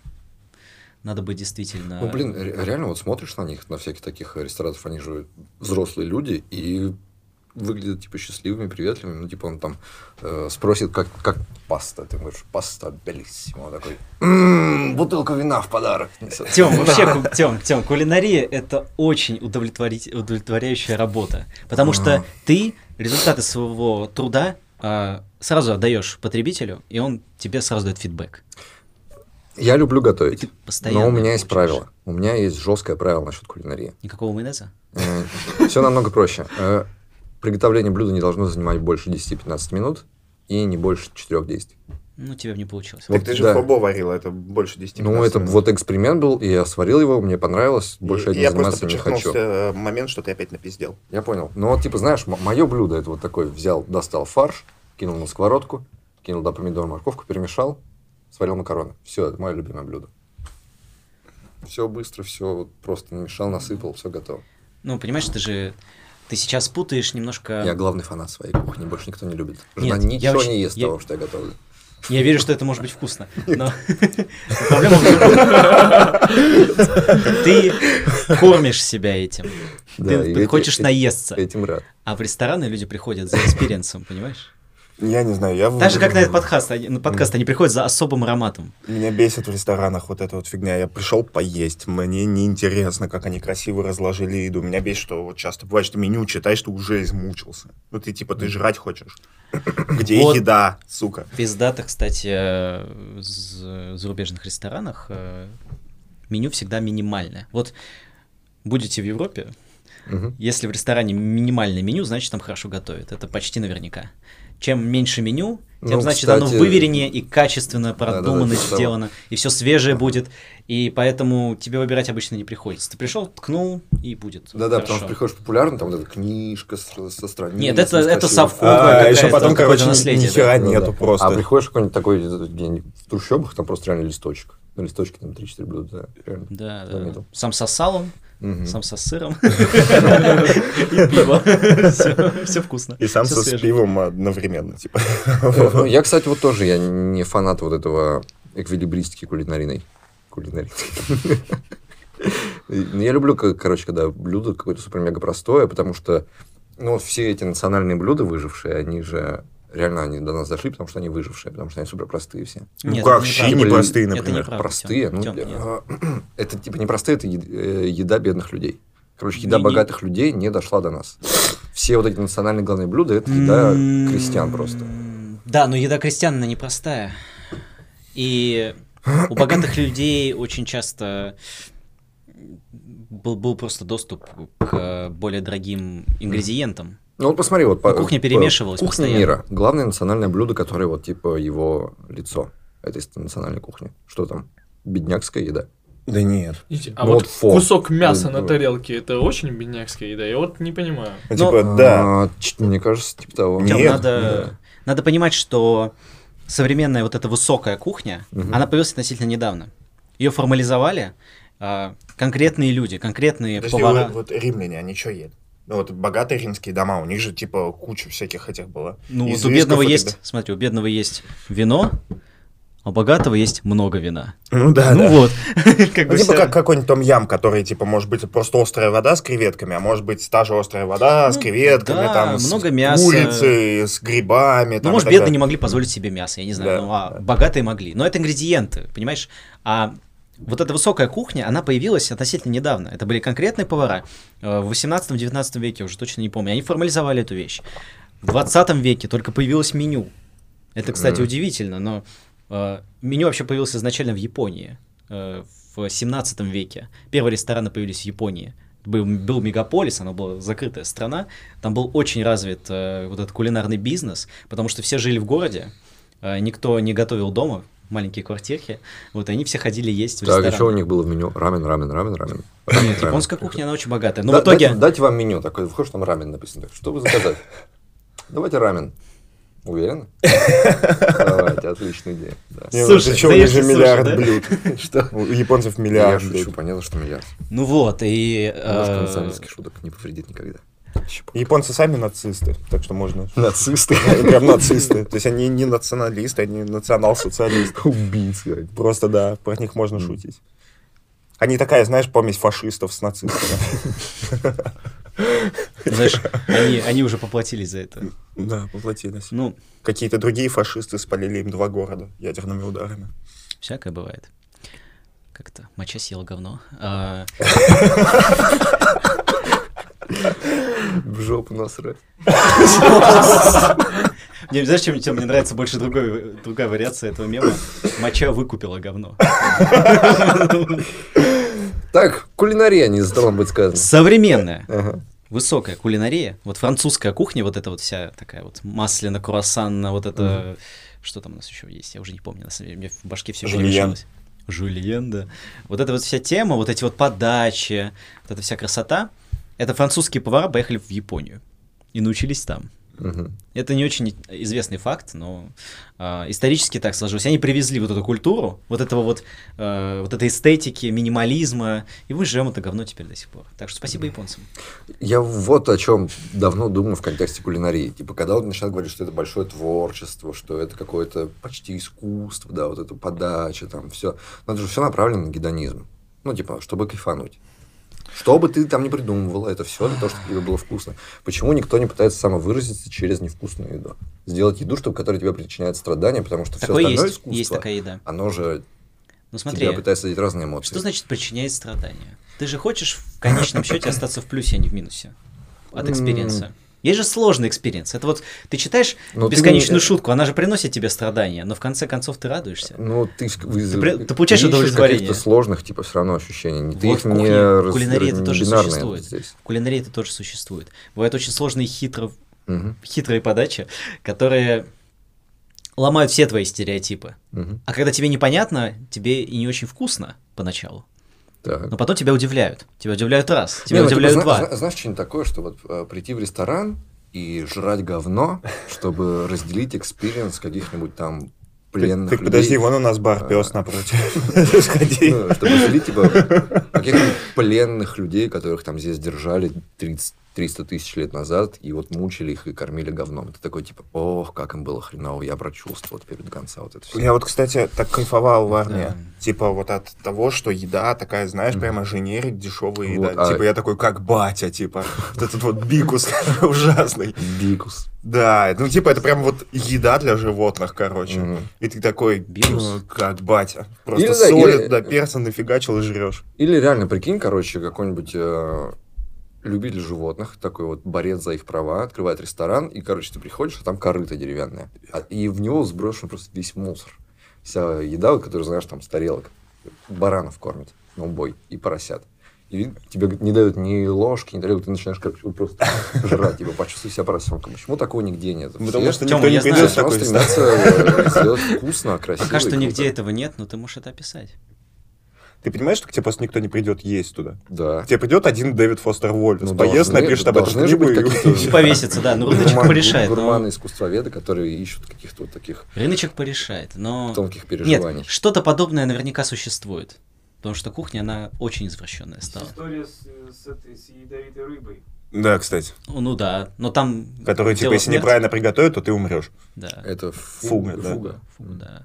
надо быть действительно... Ну, блин, реально вот смотришь на них, на всяких таких ресторанов, они же взрослые люди, и выглядят, типа, счастливыми, приветливыми. Ну, типа, он там спросит, как паста. Ты говоришь, паста белиссимо. Он такой, бутылка вина в подарок. Тём, вообще, Тём, кулинария — это очень удовлетворяющая работа. Потому что ты результаты своего труда сразу отдаешь потребителю, и он тебе сразу дает фидбэк. Я люблю готовить, но у меня есть получаешь. правило. У меня есть жесткое правило насчет кулинарии. Никакого майонеза? Все намного проще. Приготовление блюда не должно занимать больше 10-15 минут и не больше 4-10. Ну, тебе бы не получилось. Так ты же фобо варил, это больше 10 минут. Ну, это вот эксперимент был, и я сварил его, мне понравилось, больше этим заниматься не хочу. Я просто момент, что ты опять напиздел. Я понял. Ну, вот, типа, знаешь, мое блюдо, это вот такой, взял, достал фарш, кинул на сковородку, кинул туда помидор, морковку, перемешал, сварил макароны. Все, это мое любимое блюдо. Все быстро, все вот просто намешал, насыпал, все готово. Ну, понимаешь, ты сейчас путаешь немножко... Я главный фанат своей кухни, больше никто не любит. Жена Нет, ничего не ест того, что я готовлю. Я верю, что это может быть вкусно, но проблема в другом. Ты кормишь себя этим. Ты хочешь наесться. Этим рад. А в рестораны люди приходят за экспириенсом, понимаешь? Я не знаю, Так же, как на этот подкаст. На подкаст они приходят за особым ароматом. Меня бесит в ресторанах вот эта вот фигня. Я пришел поесть, мне неинтересно, как они красиво разложили еду. Меня бесит, что вот часто бывает, что меню читаешь, ты уже измучился. Ну ты типа, ты жрать хочешь. Где Вот. еда, сука? В пиздатых, кстати, зарубежных ресторанах меню всегда минимальное. Вот будете в Европе, если в ресторане минимальное меню, значит, там хорошо готовят. Это почти наверняка. Чем меньше меню, тем, Ну, значит, кстати, оно вывереннее и качественно продумано, да, сделано, и все свежее будет, и поэтому тебе выбирать обычно не приходится. Ты пришел, ткнул, и будет. Да-да, потому хорошо. что приходишь популярно, там вот эта книжка со страницей. Нет, это красивой. совковая какая-то, еще потом, какое-то короче, наследие. нихера да. нету Да. просто. А приходишь какой-нибудь такой где-нибудь в трущобах, там просто реально листочек. На листочке там 3-4 блюда, да, реально. Да, Заметил. Сам со салом, Мгм. сам со сыром и пиво. Все вкусно. И сам всё со свежее. пивом одновременно, типа. Ну, я, кстати, вот тоже, я не фанат вот этого эквилибристики кулинарийной. Я люблю, короче, когда блюдо какое-то супер-мега простое, потому что, ну, все эти национальные блюда выжившие, они же, реально, они до нас дошли, потому что они выжившие, потому что они супер простые все. Ну Нет, как, это щи неправда. непростые, Это например. неправда, Простые, Тём. ну, Тём, нет. это типа не простые, это еда бедных людей. Короче, еда Не- богатых людей не дошла до нас. Все вот эти национальные главные блюда, это еда крестьян просто. Да, но еда крестьян, она непростая. И у богатых людей очень часто был просто доступ к более дорогим ингредиентам. Ну вот посмотри, вот Кухня перемешивалась кухня постоянно. мира. Главное национальное блюдо, которое вот типа его лицо этой национальной кухни. Что там? Беднякская еда. Да нет. А Ну вот вот фо. кусок мяса Ну, на тарелке — это очень беднякская еда. Я вот не понимаю. Ну, типа, да. Мне кажется, типа того. Нет. Тём, надо понимать, что современная вот эта высокая кухня, она появилась относительно недавно. Ее формализовали конкретные люди, конкретные Подожди, повара. вот римляне, они что едят? Ну, вот богатые римские дома, у них же, типа, куча всяких этих было. Ну, вот у Изысков бедного и так есть, далее. смотри, у бедного есть вино, а у богатого есть много вина. Ну, да, Ну да. вот, как Ну, бы типа всё. как какой-нибудь том-ям, который, типа, может быть просто острая вода с креветками, а может быть та же острая вода с Ну, креветками, да, там, много с мяса. курицей, с грибами. Ну, там, может, и так бедные далее. не могли позволить себе мясо, я не знаю, Да, ну, а да. богатые могли. Но это ингредиенты, понимаешь? А вот эта высокая кухня, она появилась относительно недавно. Это были конкретные повара. В 18-19 веке, уже точно не помню, они формализовали эту вещь. В 20 веке только появилось меню. Это, кстати, удивительно, но меню вообще появилось изначально в Японии. В 17 веке. Первые рестораны появились в Японии. Был мегаполис, она была закрытая страна, там был очень развит вот этот кулинарный бизнес, потому что все жили в городе, никто не готовил дома, маленькие квартирки, вот, и они все ходили есть в Так, ресторан. еще у них было в меню рамен. Нет, японская кухня, она очень богатая. Но в итоге... Дайте вам меню такое, входишь, там рамен написано. Что вы заказать? Давайте рамен. Уверен? Давайте, отличная идея. Слушай, причем у них же суши, миллиард да? блюд. Что? У японцев Я миллиард шучу, блюд. понятно, что миллиард. Ну вот, и... Немножко националистских шуток не повредит никогда. Японцы сами нацисты, так что можно... Нацисты. Прям нацисты. То есть они не националисты, они национал-социалисты. Убийцы. Просто, да, про них можно шутить. Они такая, знаешь, помесь фашистов с нацистами. Знаешь, они уже поплатились за это. Да, поплатились. Ну, Какие-то другие фашисты спалили им 2 города ядерными ударами. всякое бывает. Как-то моча съела говно. В жопу насрать. Не, знаешь, чем мне нравится больше другая вариация этого мема? Моча выкупила говно. Так, кулинария не за столом будет сказано. Современная, Ага. высокая кулинария. Вот французская кухня, вот эта вот вся такая вот масляно-круассанно, вот это... Что там у нас еще есть? Я уже не помню, на самом деле, мне в башке все Жульен. перемешалось. Жульен, да. Вот эта вот вся тема, вот эти вот подачи, вот эта вся красота. Это французские повара поехали в Японию и научились там. Мгм. Это не очень известный факт, но исторически так сложилось. Они привезли вот эту культуру, вот этого вот, вот этой эстетики, минимализма, и мы живем это говно теперь до сих пор. Так что спасибо японцам. Я вот о чем давно думаю в контексте кулинарии. Типа, когда вот начинают говорить, что это большое творчество, что это какое-то почти искусство, да, вот эта подача, там все. Но это же все направлено на гедонизм. Ну, типа, чтобы кайфануть. Что бы ты там ни придумывала, это все для того, чтобы тебе было вкусно. Почему никто не пытается самовыразиться через невкусную еду? Сделать еду, чтобы которая тебе причиняет страдания, потому что все Такое остальное искусство, есть такая еда. оно же Ну смотри, тебя пытается задеть разные эмоции. что значит причиняет страдания? Ты же хочешь в конечном счете остаться в плюсе, а не в минусе от экспириенса. Есть же сложный экспириенс. Это вот ты читаешь Но ты бесконечную не- шутку, она же приносит тебе страдания, но в конце концов ты радуешься. Ну, ты получаешь ищешь удовлетворение. каких-то сложных, типа, все равно ощущений. Ты Вот их в не кухне, в кулинарии не это тоже бинарные существует. здесь. В кулинарии это тоже существует. Бывают очень сложные Мгм, хитрые подачи, которые ломают все твои стереотипы. мгм. А когда тебе непонятно, тебе и не очень вкусно поначалу, Так. но потом тебя удивляют. Тебя удивляют раз, тебя Не, ну, типа, удивляют два. знаешь, что-нибудь такое, что вот прийти в ресторан и жрать говно, чтобы разделить экспириенс каких-нибудь там пленных Так людей. подожди, вон у нас бар пес напротив. Сходи. Ну, чтобы разделить, типа, каких-нибудь пленных людей, которых там здесь держали 300 тысяч лет назад, и вот мучили их и кормили говном. Это такой, типа, ох, как им было хреново, я прочувствовал теперь до конца вот это все. Я вот, кстати, так кайфовал в армии. Да. Типа вот от того, что еда такая, знаешь, прямо женерит дешевая Вот, еда. Типа я такой, как батя, типа. Вот этот вот бикус ужасный. Бикус. Да, ну типа это прям вот еда для животных, короче. Мгм. И ты такой, Бикус? как батя. Просто Или да, соль, или- да, перца нафигачил и жрешь. Или реально, прикинь, короче, какой-нибудь любитель животных, такой вот борец за их права, открывает ресторан, и, короче, ты приходишь, а там корыто деревянное. И в него сброшен просто весь мусор. Вся еда, вот, которую, знаешь, там с тарелок. Баранов кормят на убой и поросят. И тебе не дают ни ложки, ни тарелки, ты начинаешь как вот просто жрать, типа, почувствуй себя поросенком. Почему такого нигде нет? Потому Все что Тёма, никто не я знаю, придет в все равно такой ресторан. стремятся сделать вкусно, красиво. Пока и что круто. нигде этого нет, но ты можешь это описать. Ты понимаешь, что к тебе просто никто не придет есть туда? Да. К тебе придет один Дэвид Фостер Уоллес, Ну, поест, должны- напишет об этом должны же быть книгу. какие-то- Повесится, да, ну рыночек порешает. Гурманы, но- искусствоведы, которые ищут каких-то вот таких Рыночек порешает, но... тонких переживаний. Нет, что-то подобное наверняка существует. Потому что кухня, она очень извращенная стала. История с ядовитой рыбой. Да, кстати. Ну да, но там... Который, типа, дело если смерти. неправильно приготовят, то ты умрешь. Да, Это Фуга, да. фуга. фу, да.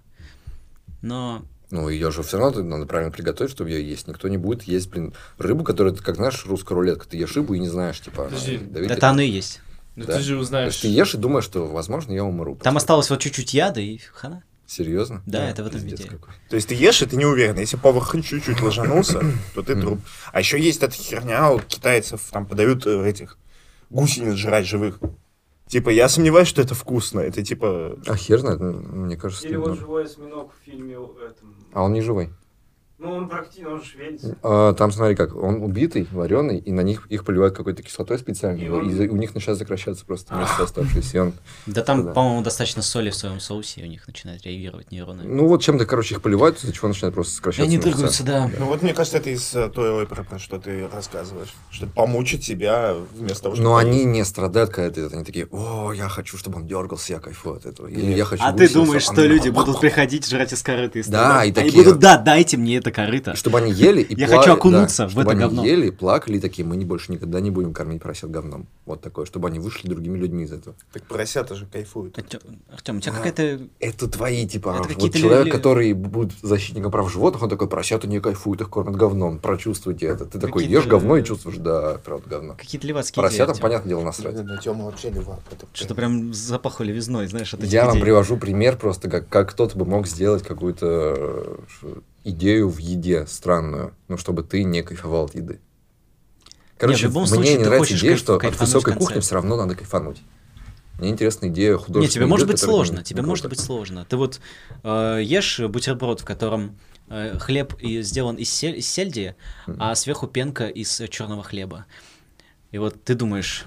Но Ну, ее же все равно надо правильно приготовить, чтобы ее есть. Никто не будет есть, рыбу, которая, как знаешь, русская рулетка. Ты ешь рыбу и не знаешь, типа, она Подожди, ядовитая. это оно и есть. Ну Да. ты же То узнаешь. есть ты ешь и думаешь, что, возможно, я умру. Там осталось вот чуть-чуть яда и хана. Серьезно? Да, это в этом пиздец виде. какой. То есть ты ешь, и ты не уверен. Если повар хоть чуть-чуть ложанулся, то ты труп. А еще есть эта херня, у китайцев там подают этих гусениц жрать живых. Типа, я сомневаюсь, что это вкусно. Это типа... А хер знает, мне кажется, Или что вот это- живой осьминог в фильме этом. А он не живой. Ну, он практически, он же шведец. Там, смотри, как, он убитый, вареный, и на них их поливают какой-то кислотой специальной, И он- и у них начинает сокращаться просто мясо оставшееся, и он... Да там, Да. по-моему, достаточно соли в своем соусе, и у них начинают реагировать нейроны. Ну, вот чем-то, короче, их поливают, из-за чего начинает просто И сокращаться они мясо. дрыгаются, да. Ну вот мне кажется, это из той оперы, про что ты рассказываешь. Что помучить себя вместо того, чтобы... Но поесть. они не страдают, когда это, они такие, о, я хочу, чтобы он дергался, я кайфую от этого. Или я хочу А ты высосаться, думаешь, а что он- люди будут приходить жрать из корыта и Да, страдать? и Они такие- будут, да, дайте мне это корыто. И чтобы они ели и Я пла- хочу окунуться да, в чтобы это они говно. ели, плакали и такие, мы больше никогда не будем кормить поросят говном. Вот такое, чтобы они вышли другими людьми из этого. Так поросята же кайфуют. Артем, у тебя какая-то... Это твои, типа, Это вот какие-то человек, люди- который будет защитником прав животных, он такой, поросята не кайфуют, их кормят говном, прочувствуйте это. Ты такой, Какие-то- ешь говно и чувствуешь, да, правда, говно. Какие-то левацкие идеи, Поросятам, Артём. понятное дело, насрать. Да, Тёма вообще левак. Что-то прям запахло левизной, знаешь, от этих Я вам идей. привожу пример просто, как кто-то бы мог сделать какую-то идею в еде странную, ну, чтобы ты не кайфовал от еды. Короче, в любом мне случае не ты нравится хочешь идея, что от кайфануть высокой в конце. кухни все равно надо кайфануть. Мне интересна идея художественной Нет, тебе может еды, быть которая сложно, не тебе круто. может быть сложно. Ты вот ешь бутерброд, в котором хлеб сделан из сельди, а сверху пенка из черного хлеба. И вот ты думаешь,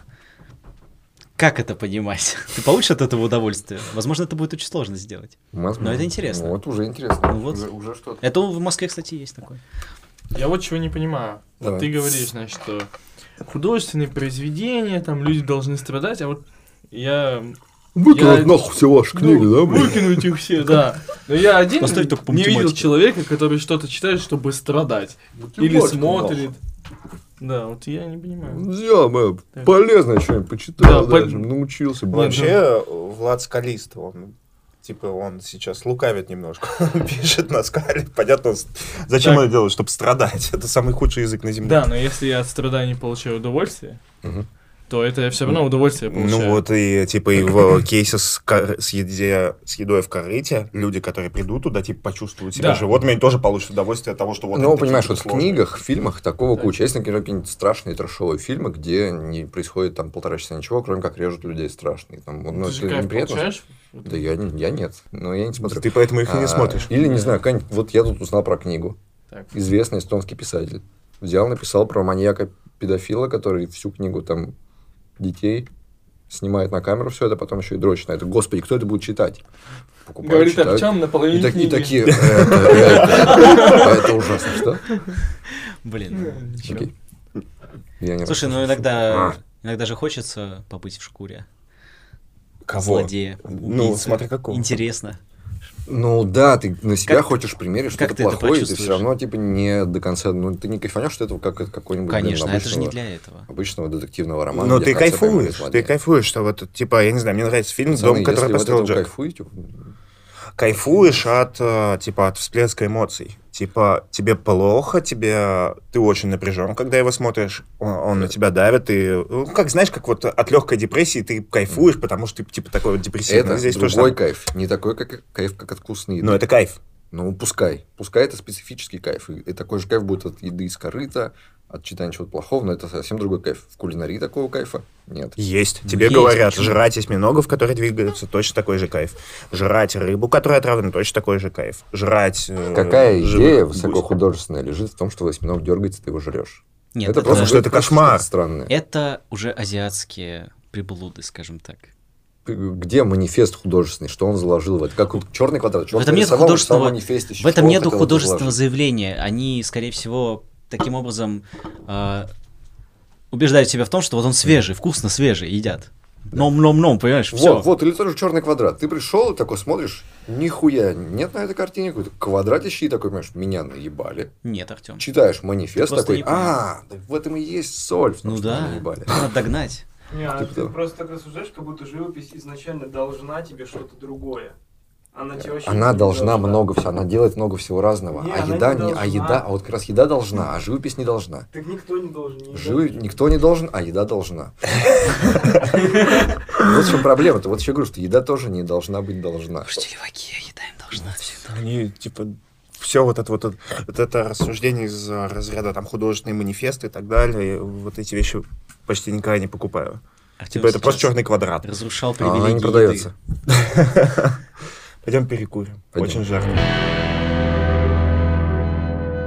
как это понимать? Ты получишь от этого удовольствие? Возможно, это будет очень сложно сделать. Возможно. Но это интересно. Вот уже интересно. Ну вот. Уже что-то. Это в Москве, кстати, есть такое. Я вот чего не понимаю. Давай. Вот ты говоришь, значит, что художественные произведения, там люди должны страдать, а вот я... Выкинуть Я- нахуй все ваши книги, Ну, да, блин? выкинуть их все, да. Но я один Поставить только по не видел математике. человека, который что-то читает, чтобы страдать. Или Математику смотрит. Да, вот я не понимаю. Я, Так. полезное что-нибудь почитал, Да, даже, научился. блин. Вообще, Влад Скалист, он сейчас лукавит немножко. Он пишет на скале. Понятно, зачем Так. это делать, чтобы страдать. Это самый худший язык на земле. Да, но если я от страдания получаю удовольствие, Мгм. то это я все равно удовольствие получаю. Ну вот и типа и в кейсе с едой в корыте, люди, которые придут туда, типа почувствуют себя Да. животными, они тоже получат удовольствие от того, что вот Ну, это понимаешь, такие вот в сложные. книгах, в фильмах такого Так. куча. Есть, например, какие-нибудь страшные трэшовые фильмы, где не происходит там 1,5 часа ничего, кроме как режут людей страшные. Там, ну, Ты же это кайф неприятно. получаешь? Да я нет. Но я не смотрю. Ты поэтому их и не А, смотришь. Или, не знаю, какая-нибудь... Вот я тут узнал про книгу. Так. Известный эстонский писатель. Взял, написал про маньяка-педофила, который всю книгу там детей снимает на камеру все это, потом еще и дрочит на это. Господи, кто это будет читать? Покупают, Говорит читают. Артем на половине И книги. такие, это ужасно, что? Блин. Окей. Я не Слушай, ну иногда же хочется побыть в шкуре Кого? злодея, Ну, убийцы. смотри, какого. Интересно. Ну да, ты на себя Как- хочешь примерить как что-то ты это плохое, и ты почувствуешь? все равно типа не до конца, ну ты не кайфанешь от этого, как от какой-нибудь блин, Конечно, это же не обычного- для этого. обычного детективного романа. Но где ты в конце поймали кайфуешь, злодея. что вот, типа, я не знаю, мне нравится фильм Пацаны, «Дом, который если вы от построил этого Джек». кайфуете, Кайфуешь от всплеска эмоций. Типа, тебе плохо, ты очень напряжен, когда его смотришь, он на тебя давит, и, ну, как, знаешь, как вот от легкой депрессии ты кайфуешь, потому что ты, типа, такой вот депрессивный. это Здесь то же другой самое. кайф, не такой кайф, как от вкусной еды. Но это кайф. Ну, пускай это специфический кайф. И такой же кайф будет от еды из корыта, от читания чего-то плохого, но это совсем другой кайф. В кулинарии такого кайфа нет. Есть. Ну, Тебе есть, говорят, почему? жрать осьминогов, которые двигаются, точно такой же кайф. Жрать рыбу, которая отравлена, точно такой же кайф. Жрать Какая живых идея гусей. высокохудожественная лежит в том, что осьминог дергается, ты его жрешь? Нет, это просто что это кошмар. что-то странное. это уже азиатские приблуды, скажем так. Где манифест художественный, что он заложил в это? Как черный квадрат. В этом нет художественного, манифесте, в этом что он нету хотел художественного заложить. заявления. Они, скорее всего, таким образом убеждают себя в том, что вот он свежий, вкусно свежий, едят. Ном-ном-ном, понимаешь, все. Вот, или тоже черный квадрат. Ты пришел и такой смотришь, нихуя нет на этой картине какой-то квадратище, и такой, понимаешь, меня наебали. Нет, Артем. Читаешь манифест Ты просто такой, не понял. да в этом и есть соль, в том, Ну что меня да, наебали. надо догнать. Не, а Типа ты того. просто так рассуждаешь, как будто живопись изначально должна тебе что-то другое. Она тебе вообще Она не должна много всего, она делает много всего разного. Не, А она еда не не, должна. а вот как раз еда должна, а живопись не должна. Так никто не должен. Никто не должен, а еда должна. Вот в чем проблема-то. Вот еще говорю, что еда тоже не должна быть должна. Слушайте, леваки, еда им должна всегда. Они, типа, все вот это рассуждение из разряда там художественные манифесты и так далее, и вот эти вещи почти никогда не покупаю. Артём Типа, это просто сейчас черный квадрат. разрушал А она не привилегии продается. еды. Пойдем перекурим. Пойдем. Очень жарко.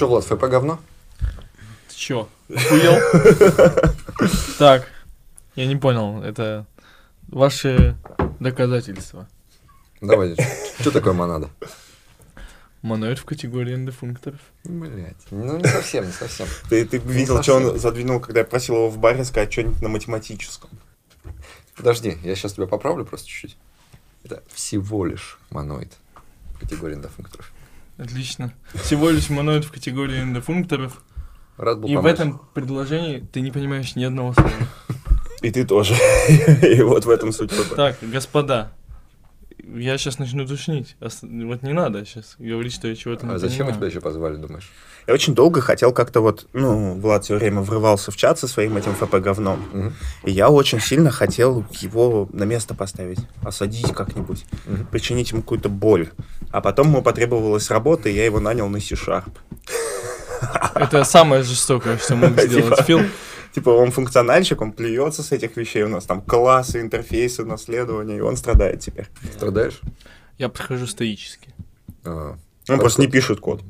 что, Влад, ФП говно? Ты чё, охуел? Так, я не понял, это ваши доказательства. Давайте, что такое монада? Моноид в категории эндофункторов. Блять, ну не совсем, не совсем. Ты видел, что он задвинул, когда я просил его в баре сказать что-нибудь на математическом. Подожди, я сейчас тебя поправлю просто чуть-чуть. Это всего лишь моноид в категории эндофункторов. Отлично. Всего лишь моноид в категории эндофункторов. Рад был И в помочь. этом предложении ты не понимаешь ни одного слова. И ты тоже. И вот в этом суть ФП. Так, господа, я сейчас начну душнить. Вот не надо сейчас говорить, что я чего-то не А зачем мы тебя понимаю. еще позвали, думаешь? Я очень долго хотел как-то вот, Влад все время врывался в чат со своим этим ФП говном. Мгм. И я очень сильно хотел его на место поставить, осадить как-нибудь, причинить ему какую-то боль. А потом ему потребовалась работа, и я его нанял на C-Sharp. Это самое жестокое, что мог сделать Типа. Фил. Типа он функциональщик, он плюется с этих вещей, у нас там классы, интерфейсы, наследования, и он страдает теперь. Страдаешь? Я подхожу стоически. А, Он просто не пишет код.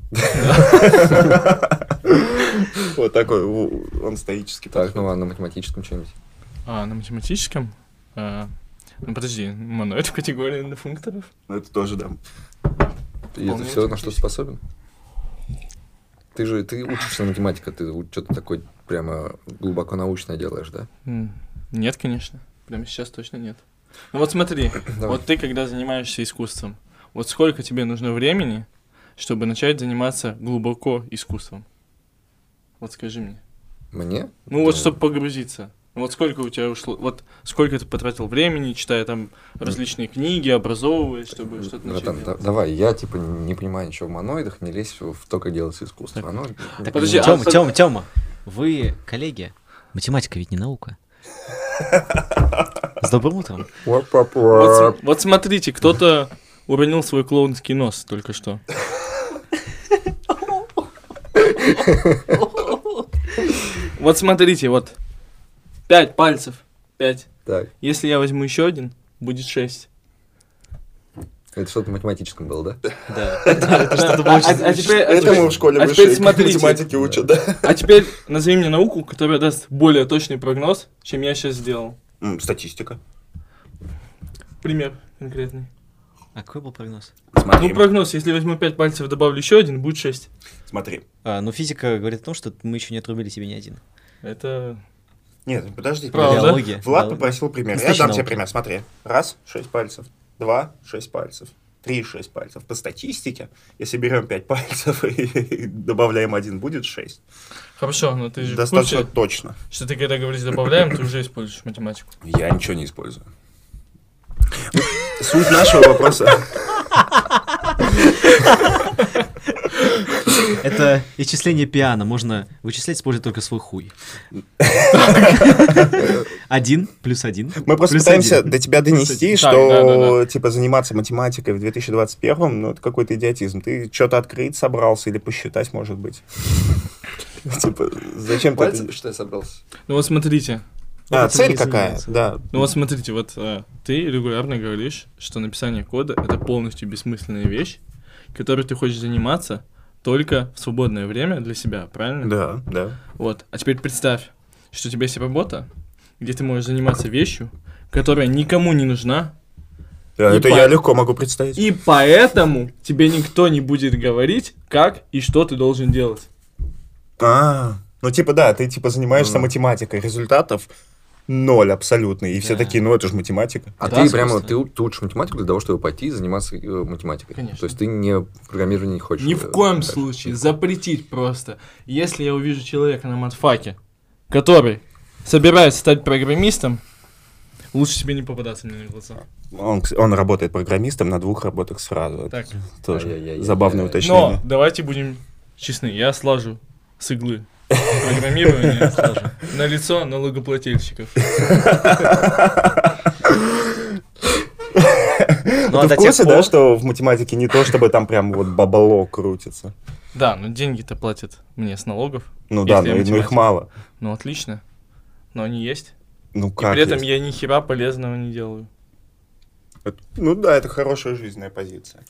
Вот такой он стоический. так, ну а на математическом что-нибудь? А на математическом? Ну подожди, моноид в категории эндофункторов? Ну это тоже, да. И это все на что способен? Ты учишься на математике, ты что-то такое прямо глубоко научное делаешь, да? Нет, конечно. Прямо сейчас точно нет. Ну вот смотри, Давай. вот ты когда занимаешься искусством, вот сколько тебе нужно времени, чтобы начать заниматься глубоко искусством? Вот скажи мне. Мне? Ну вот, Да. чтобы погрузиться. Ну вот сколько у тебя ушло, вот сколько ты потратил времени, читая там различные книги, образовываясь, чтобы что-то начать Братан, делать? давай, я типа не понимаю ничего в моноидах, не лезь в то, как делается искусство. Оно... Так, Подожди, а Тёма, под- Тёма, Тёма, вы коллеги. Математика ведь не наука. С добрым утром. Вот смотрите, кто-то уронил свой клоунский нос только что. Вот смотрите, вот 5 пальцев, 5. Так, Если я возьму еще один, будет 6. это что-то в математическом было, да? Да. Этому в школе а теперь высшей смотрите. математики учат, да? А теперь назови мне науку, которая даст более точный прогноз, чем я сейчас сделал. Статистика. Пример конкретный. А какой был прогноз? Смотри, Ну, прогноз, если возьму 5 пальцев, добавлю еще один, будет 6. смотри. Ну, физика говорит о том, что мы еще не отрубили себе ни один. Это... Нет, подожди. Правда? подожди. Биология. Влад Биология. попросил пример. Я Настоящая дам тебе наука. пример. Смотри. Раз, 6 пальцев. 2, 6 пальцев. 3, 6 пальцев. По статистике, если берем 5 пальцев и добавляем 1, будет 6. Хорошо, но ты же в Достаточно курсе, точно. что ты когда говоришь добавляем, ты уже используешь математику. Я ничего не использую. Суть нашего вопроса. Это исчисление пиано. Можно вычислять, используя только свой хуй. 1 плюс 1. Мы просто плюс пытаемся 1. до тебя донести, Так, что да. типа заниматься математикой в 2021, ну это какой-то идиотизм. Ты что-то открыть собрался или посчитать, может быть. Типа, зачем ты Пальцем это... что я собрался? Ну вот смотрите, Цель не какая? заниматься. Да. ну вот смотрите, вот ты регулярно говоришь, что написание кода — это полностью бессмысленная вещь, которой ты хочешь заниматься только в свободное время для себя, правильно? Да, да. Вот, а теперь представь, что у тебя есть работа, где ты можешь заниматься вещью, которая никому не нужна, Это по- я легко могу представить. и поэтому тебе никто не будет говорить, как и что ты должен делать. Ну типа да, ты типа занимаешься математикой, результатов 0 абсолютно, и все Да. такие, ну это же математика. А Да, ты прямо, собственно. ты учишь математику для того, чтобы пойти и заниматься математикой. Конечно. То есть ты не в программировании не хочешь. Ни в коем дальше. случае. Запретить просто. Если я увижу человека на матфаке, который собирается стать программистом, лучше себе не попадаться мне на глаза. Он работает программистом на 2 работах сразу. Это Так. тоже Ай-яй-яй-яй-яй. забавное Но уточнение. давайте будем честны. Я слажу с иглы программирование на лицо налогоплательщиков. Ну, а Ты до в курсе, тех да, пор- что в математике не то, чтобы там прям вот бабло крутится? Да, но деньги-то платят мне с налогов. Ну Если да, я но их математик. мало. Ну, отлично. Но они есть. Ну И как при этом есть? я ни хера полезного не делаю. Ну да, это хорошая жизненная позиция.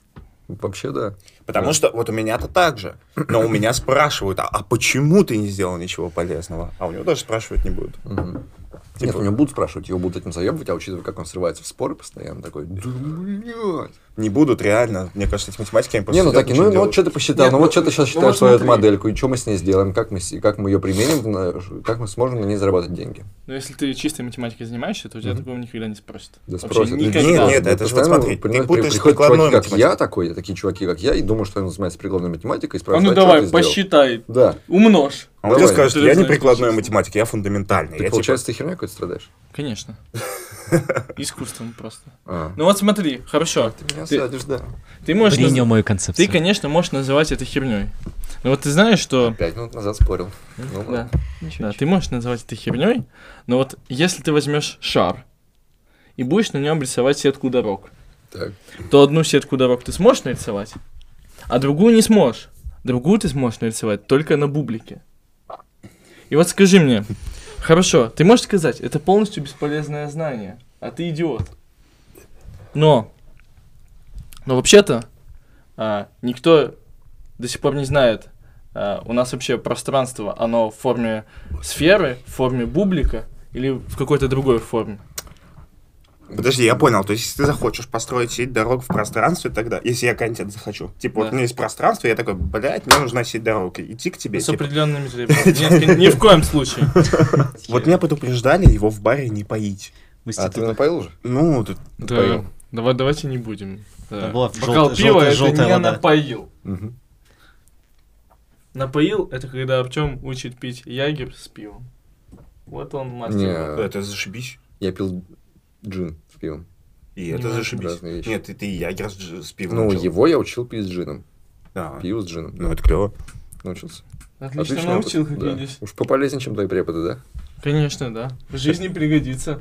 Вообще, да. Потому что вот у меня-то так же. Но у меня спрашивают, а почему ты не сделал ничего полезного? А у него даже спрашивать не будут. Нет, у него будут спрашивать, его будут этим заебывать, а учитывая, как он срывается в споры постоянно, такой, да, блядь. Не будут, реально. Мне кажется, эти математики, они просто Не, ну сидят, так, ничего не ну вот делают. что ты посчитал, Нет, ну вот что ты сейчас ну считаешь вот свою эту смотри. модельку, и что мы с ней сделаем, как мы ее применим, как мы сможем на ней заработать деньги. Но если ты чистой математикой занимаешься, то у тебя такого никогда не спросят. Да Вообще спросят. никогда. Нет, это же вот смотри, ты путаешь приходят прикладную чуваки, как математику. такие чуваки, как я, и думают, что он занимается прикладной математикой, и А спрашивают, ну а что давай, ты сделал? посчитай. Да. Умножь. А он тебе Давай. скажет, Ты я не знаешь, прикладной честно. математик, я фундаментальный. Ты, Я получается, ты херня какой-то страдаешь? Конечно. Искусством просто. А. Ну вот смотри, хорошо. Ты меня Ты- садишь, да. Ты можешь... Принял мою Ты, концепцию. конечно, можешь называть это херней. Но вот ты знаешь, что... 5 минут назад спорил. Ну, Да. ладно. Да, ты можешь называть это херней, но вот если ты возьмешь шар и будешь на нем рисовать сетку дорог, Так. то одну сетку дорог ты сможешь нарисовать, а другую не сможешь. Другую ты сможешь нарисовать только на бублике. И вот скажи мне, хорошо, ты можешь сказать, это полностью бесполезное знание, а ты идиот. Но вообще-то никто до сих пор не знает, у нас вообще пространство, оно в форме сферы, в форме бублика или в какой-то другой форме. Подожди, я понял. То есть, если ты захочешь построить сеть дорог в пространстве, тогда, если я контент захочу, типа, вот Да. у меня есть пространство, я такой, блядь, мне нужна сеть дорог, идти к тебе. С типа. определенными требованиями. Нет, ни в коем случае. Вот меня предупреждали его в баре не поить. А ты напоил уже? Ну, тут Да, Понял. давайте не будем. Да. Там была Бокал желтая- пива это желтая не вода. напоил. Мгм. Напоил это когда Артем учит пить ягер с пивом. Вот он мастер. Не, это зашибись. я пил джин с пивом. И это важно. зашибись. Разные вещи. Нет, ты ягер с пивом Ну, учил. его я учил пить с джином. Да. Пиво с джином. Ну, это клево. Научился. Отлично Отличный научил, опыт, как да. видишь. Уж пополезнее, чем твои преподы, да? Конечно, да. В жизни пригодится.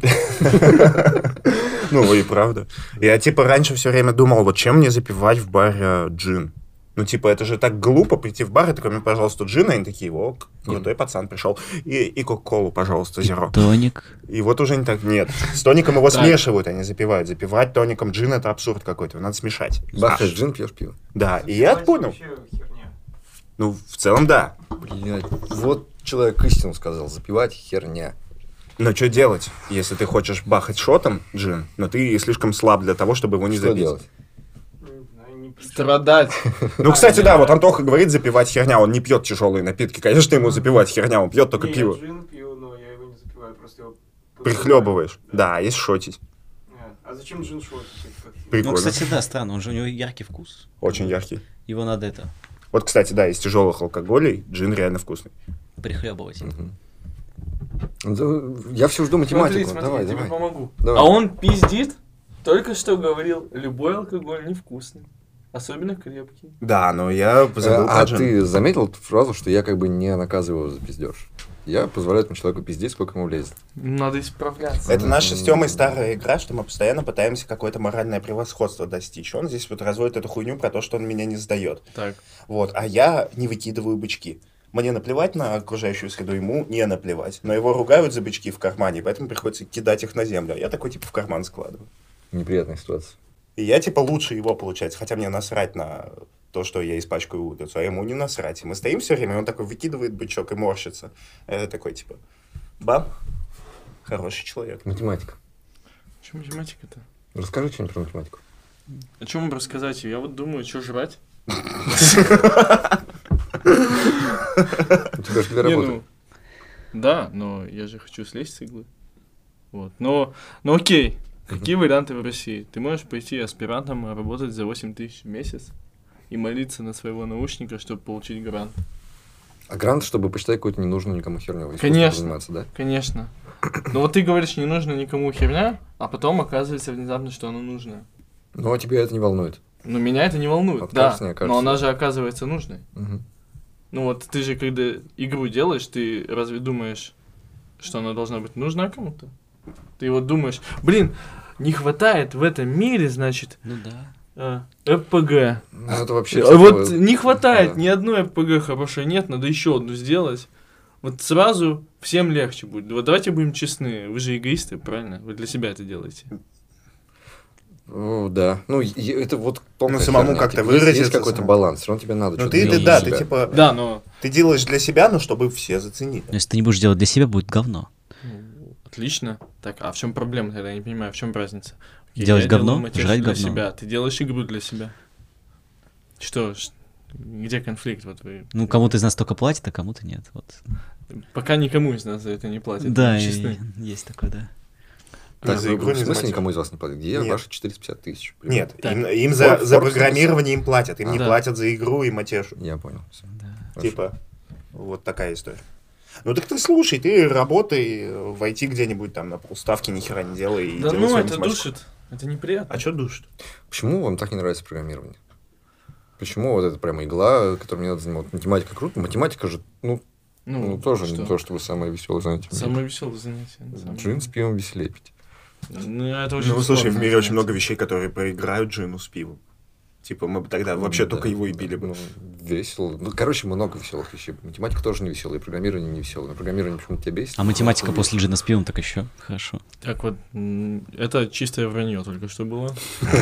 Ну, и правда. Я, типа, раньше все время думал, вот чем мне запивать в баре джин? Ну, типа, это же так глупо прийти в бар и такой, мне, пожалуйста, джин, и они такие, о, крутой пацан пришел. И кока-колу, пожалуйста, зеро. Тоник. И вот уже не так, нет. С тоником его Так. смешивают, они запивают. Запивать тоником джин — это абсурд какой-то, надо смешать. Бахаешь джин, пьешь пиво. Да, и я Давайте понял. вообще херня. Ну, в целом, да. Блять, вот человек истину сказал, запивать херня. Но что делать, если ты хочешь бахать шотом джин, но ты слишком слаб для того, чтобы его не Что запить? делать? Не знаю, не пить. Страдать. Ну, кстати, да, вот Антоха говорит запивать херня, он не пьет тяжелые напитки. Конечно, ему запивать херня, он пьет только Не, пиво. я джин пью, но я его не запиваю, просто его... Прихлебываешь. Да, есть шотить. А зачем джин шотить? Прикольно. Ну, кстати, да, странно, он же у него яркий вкус. Очень яркий. Его надо это Вот, кстати, да, из тяжелых алкоголей джин реально вкусный. прихлебывать. Да, я все жду математику. Смотри, Давай, тебе давай. помогу. Давай. А он пиздит, только что говорил, любой алкоголь невкусный. Особенно крепкий. Да, но я забыл А про джин. ты заметил эту фразу, что я как бы не наказываю его за пиздеж? Я позволяю этому человеку пиздеть, сколько ему влезет. Надо исправляться. Это наша с Тёмой старая игра, что мы постоянно пытаемся какое-то моральное превосходство достичь. Он здесь вот разводит эту хуйню про то, что он меня не сдает. Так. Вот, а я не выкидываю бычки. Мне наплевать на окружающую среду, ему не наплевать. Но его ругают за бычки в кармане, поэтому приходится кидать их на землю. Я такой, типа, в карман складываю. Неприятная ситуация. И я, типа, лучше его, получается. Хотя мне насрать на то, что я испачкаю улицу, а ему не насрать. И мы стоим все время, и он такой выкидывает бычок и морщится. А я такой, типа, бам, хороший человек. Математика. Что математика-то? Расскажи что-нибудь про математику. О чем вам рассказать? Я вот думаю, что жрать. У тебя же для Не, работы. ну, да, но я же хочу слезть с иглы. Вот. Но окей. Какие варианты в России? Ты можешь пойти аспирантом работать за 8 тысяч в месяц и молиться на своего наушника, чтобы получить грант. А грант, чтобы посчитать какую-то ненужную никому херню. искусством Конечно. заниматься, да? Конечно. Но вот ты говоришь, не нужно никому херня, а потом оказывается внезапно, что оно нужно. Но тебя это не волнует. Но меня это не волнует, Вот да. кажется, мне Но кажется. она же оказывается нужной. Мгм. Ну вот ты же, когда игру делаешь, ты разве думаешь, что она должна быть нужна кому-то? Ты вот думаешь, блин, не хватает в этом мире, значит, Ну да. РПГ. Ну, это вообще... А вот такое- не хватает, Да. ни одной РПГ хорошей нет, надо еще одну сделать. Вот сразу всем легче будет. Вот давайте будем честны, вы же эгоисты, правильно? Вы для себя это делаете. Да. Ну, это вот тонкая Ну, самому херня. как-то Типа, выразиться есть какой-то самому. баланс, все равно тебе надо Ну, что-то ты, делать да, для ты себя. типа, Да, но... ты делаешь для себя, но чтобы все заценили. Но если ты не будешь делать для себя, будет говно. Ну, отлично. Так, а в чем проблема тогда? Я не понимаю, в чем разница? Окей, Делать я говно, делаю матеш жрать для говно. себя, ты делаешь игру для себя. Что, где конфликт? Вот вы... Ну, кому-то из нас только платит, а кому-то нет. Вот. Пока никому из нас за это не платят. Да, будем честны. есть такое, да. Так, за ну, игру в не смысле заплатишь. никому из вас не платят? Где Нет. ваши 450 тысяч? Нет, Так. им за Форкс программирование им платят, им не Да. платят за игру и матешу. Я понял. Всё. Хорошо. Типа, вот такая история. Ну так ты слушай, ты работай в IT где-нибудь там на полставки, ни хера не делай. И Да делай ну, свою это математику. душит. Это неприятно. А что душит? Почему вам так не нравится программирование? Почему вот это прямо игла, которой мне надо заниматься? Математика круто. Математика же, тоже что? не то, чтобы самое веселое занятие. в мире. Самое веселое занятие. на самом деле. Джин с пивом веселее пить. Ну, это очень Ну, слушай, в сложное мире очень занятие. много вещей, которые проиграют джину с пивом. Типа, мы бы тогда вообще Да, только его и били бы. ну, весело. Ну, короче, много веселых вещей. Математика тоже не веселая, и программирование не веселое. Но программирование почему-то тебя бесит. А математика после джина с пивом так еще хорошо. Так вот, это чистое вранье только что было.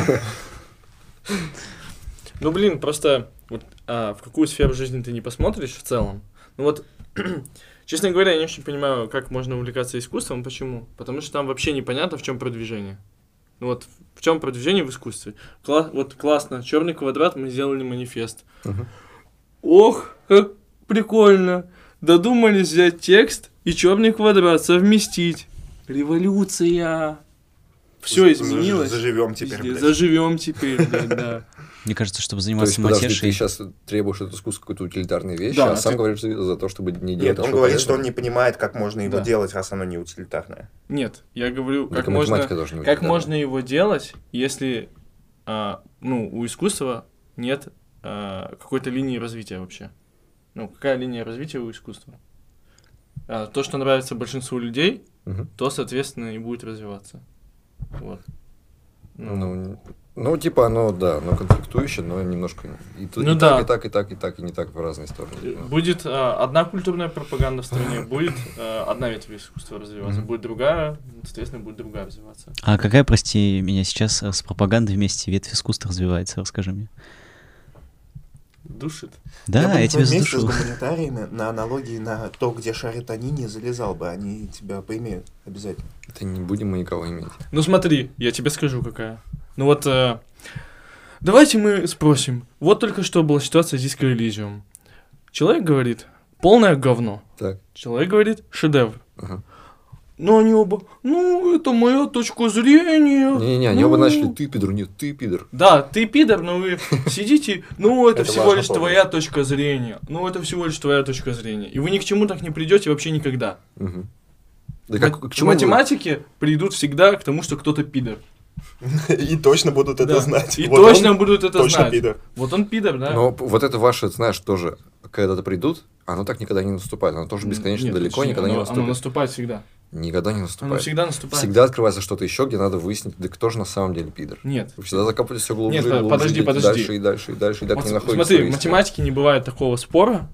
Ну, блин, просто вот, в какую сферу жизни ты не посмотришь в целом. Ну вот, честно говоря, я не очень понимаю, как можно увлекаться искусством. Почему? Потому что там вообще непонятно, в чем продвижение. Ну вот, в чем продвижение в искусстве. Вот классно, черный квадрат, мы сделали манифест. Мгм. Ох, как прикольно. Додумались взять текст и черный квадрат совместить. Революция. Все изменилось. Заживем теперь, Везде. блядь. Заживем теперь, блядь, да. Мне кажется, чтобы То есть, заниматься подожди, ты матешей... сейчас требуешь от искусства какой-то утилитарной вещи, Да, а сам ты- говоришь за то, чтобы не делать Нет, он ничего говорит, что он полезного? не понимает, как можно его Да. делать, раз оно не утилитарное. Нет, я говорю, Ну, как так можно, математика тоже не как утилитарная. можно его делать, если у искусства нет какой-то линии развития вообще. Ну, какая линия развития у искусства? То, что нравится большинству людей, Мгм. то, соответственно, и будет развиваться. Вот. Ну, типа, оно, да, оно конфликтующее, но немножко и, Ну и да. так, и так, и так, и так, и не так в разные стороны. Ну, Будет одна культурная пропаганда в стране, будет одна ветвь искусства развиваться, Мгм. будет другая, соответственно, будет другая развиваться. А какая, прости меня, сейчас с пропагандой вместе ветвь искусства развивается? Расскажи мне. Душит. Да, бы я тебя вместе с задушу. гуманитариями на аналогии на то, где шарит они, не залезал бы. Они тебя поимеют обязательно. это не будем мы никого иметь. Ну смотри, я тебе скажу, какая. Ну вот, давайте мы спросим. Вот только что была ситуация с Disco Elysium. Человек говорит, полное говно. Так, Человек говорит, шедевр. ага. Но они оба, это моя точка зрения. Не-не-не, они ну». оба начали, ты пидор, нет, ты пидор. Да, ты пидор, но вы сидите, это Это всего важно лишь помнить. твоя точка зрения. Это всего лишь твоя точка зрения. И вы ни к чему так не придете вообще никогда. Мгм. Да В к чему вы- математике придут всегда к тому, что кто-то пидор. И точно будут это Да. знать. И Вот точно он будут это точно знать. пидор. Вот он пидор, да? Но вот это ваше, знаешь, тоже, когда-то придут, оно так никогда не наступает. Оно тоже бесконечно Нет, далеко, подожди, никогда не оно наступит. наступает всегда. Никогда не Оно наступает. всегда наступает. Всегда открывается что-то еще, где надо выяснить, да кто же на самом деле пидор. Нет. Вы всегда закапываетесь все глубже Нет, и глубже, подожди, идете подожди. дальше и дальше и дальше, и так Вот не находите смотри, своей в истины. математике не бывает такого спора,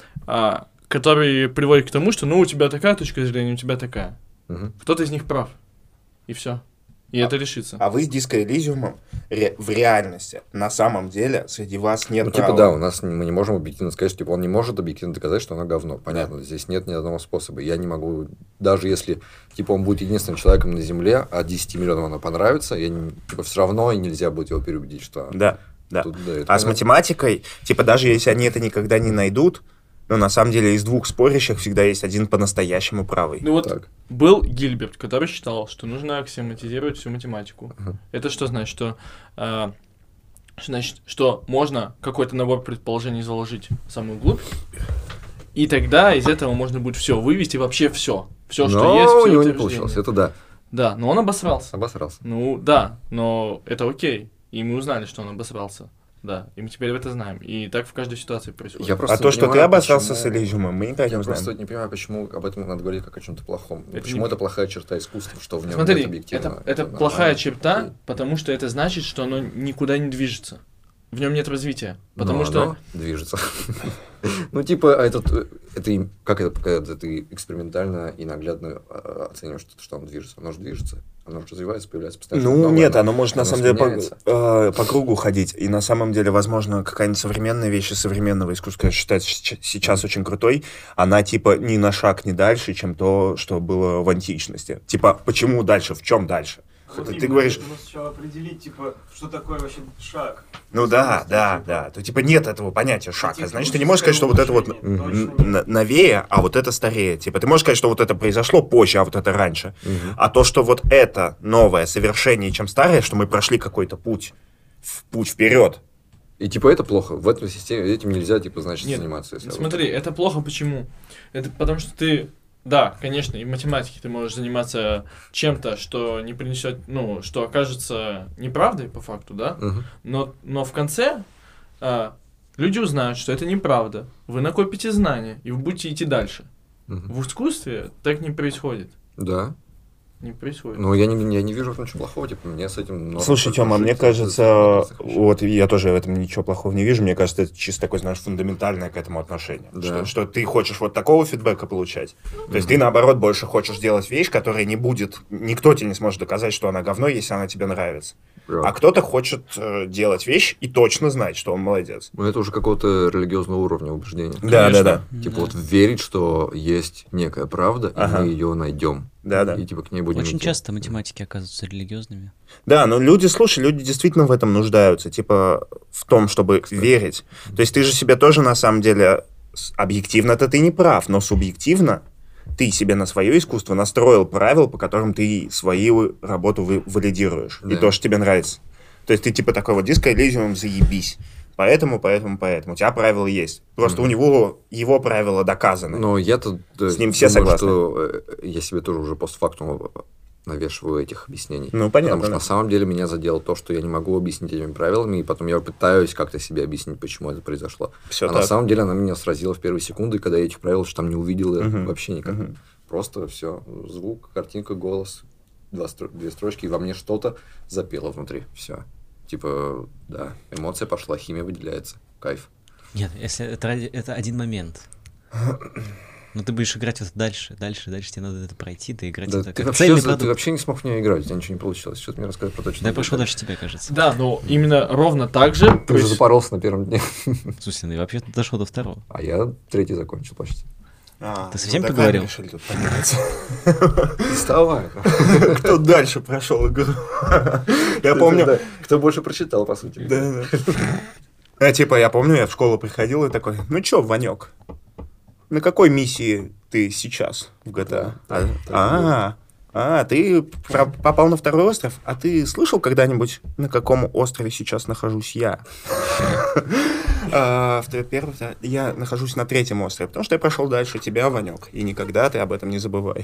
который приводит к тому, что у тебя такая точка зрения, у тебя такая. Мгм. Кто-то из них прав. И все. И это решится. А вы с Disco Elysium в реальности, на самом деле, среди вас нет Ну, типа, права. да, мы не можем объективно сказать, что типа, он не может объективно доказать, что оно говно. Понятно, здесь нет ни одного способа. Я не могу, даже если типа он будет единственным человеком на Земле, а 10 миллионам оно понравится, все равно и нельзя будет его переубедить, что... Да, да. Тут, да, это А с понятно. математикой, типа, даже если они это никогда не найдут, но на самом деле из двух спорящих всегда есть один по-настоящему правый. Ну вот Так. был Гильберт, который считал, что нужно аксиоматизировать всю математику. Ага. Это что значит? Что можно какой-то набор предположений заложить в самую глубь, и тогда из этого можно будет все вывести, вообще все. Все, что Но есть, у все него не получилось, это да, Да, но он обосрался. обосрался. Ну да, но это окей. И мы узнали, что он обосрался. Да, и мы теперь это знаем. И так в каждой ситуации происходит. Я просто А то, не что ты понимаю, обоссался почему- с Elysium, мы никак Я не просто знаем. не понимаю, почему об этом надо говорить как о чем-то плохом. Это Почему не- это плохая черта искусства, что в нем Смотри, нет объективного. это нормально. плохая черта, Окей. потому что это значит, что оно никуда не движется. в нем нет развития. Потому Но что... оно движется. Ну, типа, это как это, когда ты экспериментально и наглядно оцениваешь, что оно движется? Оно же движется. Оно же развивается, появляется постоянно. Ну, новое, нет, оно может на самом деле сменяется. по кругу ходить. И на самом деле, возможно, какая-нибудь современная вещь из современного искусства, считается сейчас очень крутой, она типа ни на шаг не дальше, чем то, что было в античности. Типа, почему дальше? В чем дальше? Вот Ты именно, говоришь... нужно сначала определить, типа, что такое вообще шаг. Ну да. То типа нет этого понятия шага. Типа, Значит, ты не можешь сказать, что вот это вот новее, а вот это старее. Типа, ты можешь сказать, что вот это произошло позже, а вот это раньше. А то, что вот это новое совершеннее, чем старое, что мы прошли какой-то путь вперед. И типа это плохо. В этой системе этим нельзя, типа, значит, Нет, заниматься. Если смотри, это плохо почему? Это потому что ты... Да, конечно, и в математике ты можешь заниматься чем-то, что не принесет, ну, что окажется неправдой по факту, да? Мгм. Но в конце люди узнают, что это неправда. Вы накопите знания, и вы будете идти дальше. Мгм. В искусстве так не происходит. Да. Не происходит. Но я не вижу в этом ничего плохого, типа, мне с этим... норм Слушай, Тёма, жить, мне это кажется, если хочешь. вот я тоже в этом ничего плохого не вижу. Мне кажется, это чисто такое, знаешь, фундаментальное к этому отношение. Да. Что ты хочешь вот такого фидбэка получать. То есть ты, наоборот, больше хочешь делать вещь, которая не будет... Никто тебе не сможет доказать, что она говно, если она тебе нравится. Да. А кто-то хочет делать вещь и точно знать, что он молодец. Ну, это уже какого-то религиозного уровня убеждения. Да. Типа вот верить, что есть некая правда, и Ага. мы ее найдем. Да. И типа к ней будем Очень идти. часто математики оказываются религиозными. Да, но люди действительно в этом нуждаются, типа в том, чтобы верить. То есть ты же себе тоже на самом деле объективно-то ты не прав, но субъективно ты себе на свое искусство настроил правила, по которым ты свою работу валидируешь. И Да. то, что тебе нравится. То есть ты типа такой вот Disco Elysium, заебись. Поэтому. У тебя правила есть. Просто у него его правила доказаны. Но я-то С ним все думаю, согласны. что я себе тоже уже постфактум навешиваю этих объяснений. Ну, понятно, Потому что да. на самом деле меня задело то, что я не могу объяснить этими правилами, и потом я пытаюсь как-то себе объяснить, почему это произошло. Всё а так. на самом деле она меня сразила в первые секунды, когда я этих правил что там не увидел вообще никак. Мгм. Просто все, звук, картинка, голос, две строчки, и во мне что-то запело внутри. Все. Типа, да, эмоция пошла, химия выделяется. Кайф. Нет, если это один момент. Но ты будешь играть вот дальше, тебе надо это пройти, доиграть Да, это ты, как цельный вообще, ты продукт. вообще не смог в нее играть, у тебя ничего не получилось. Что ты мне рассказываешь про то, что Да я ты пошел играешь? дальше тебя, кажется. Да, но именно ровно так же... Ты уже запоролся на первом дне. В смысле, ну я вообще дошел до второго. А я третий закончил почти. Ты совсем так поговорил? решили тут поменяться. Вставай. Кто дальше прошел игру? Я помню... Кто больше прочитал, по сути. Да. Я помню, я в школу приходил и такой, ну чё, Ванек, на какой миссии ты сейчас в GTA? Ты попал на второй остров, а ты слышал когда-нибудь, на каком острове сейчас нахожусь я? Я нахожусь на третьем острове, потому что я прошел дальше тебя, Ванек, и никогда ты об этом не забывай.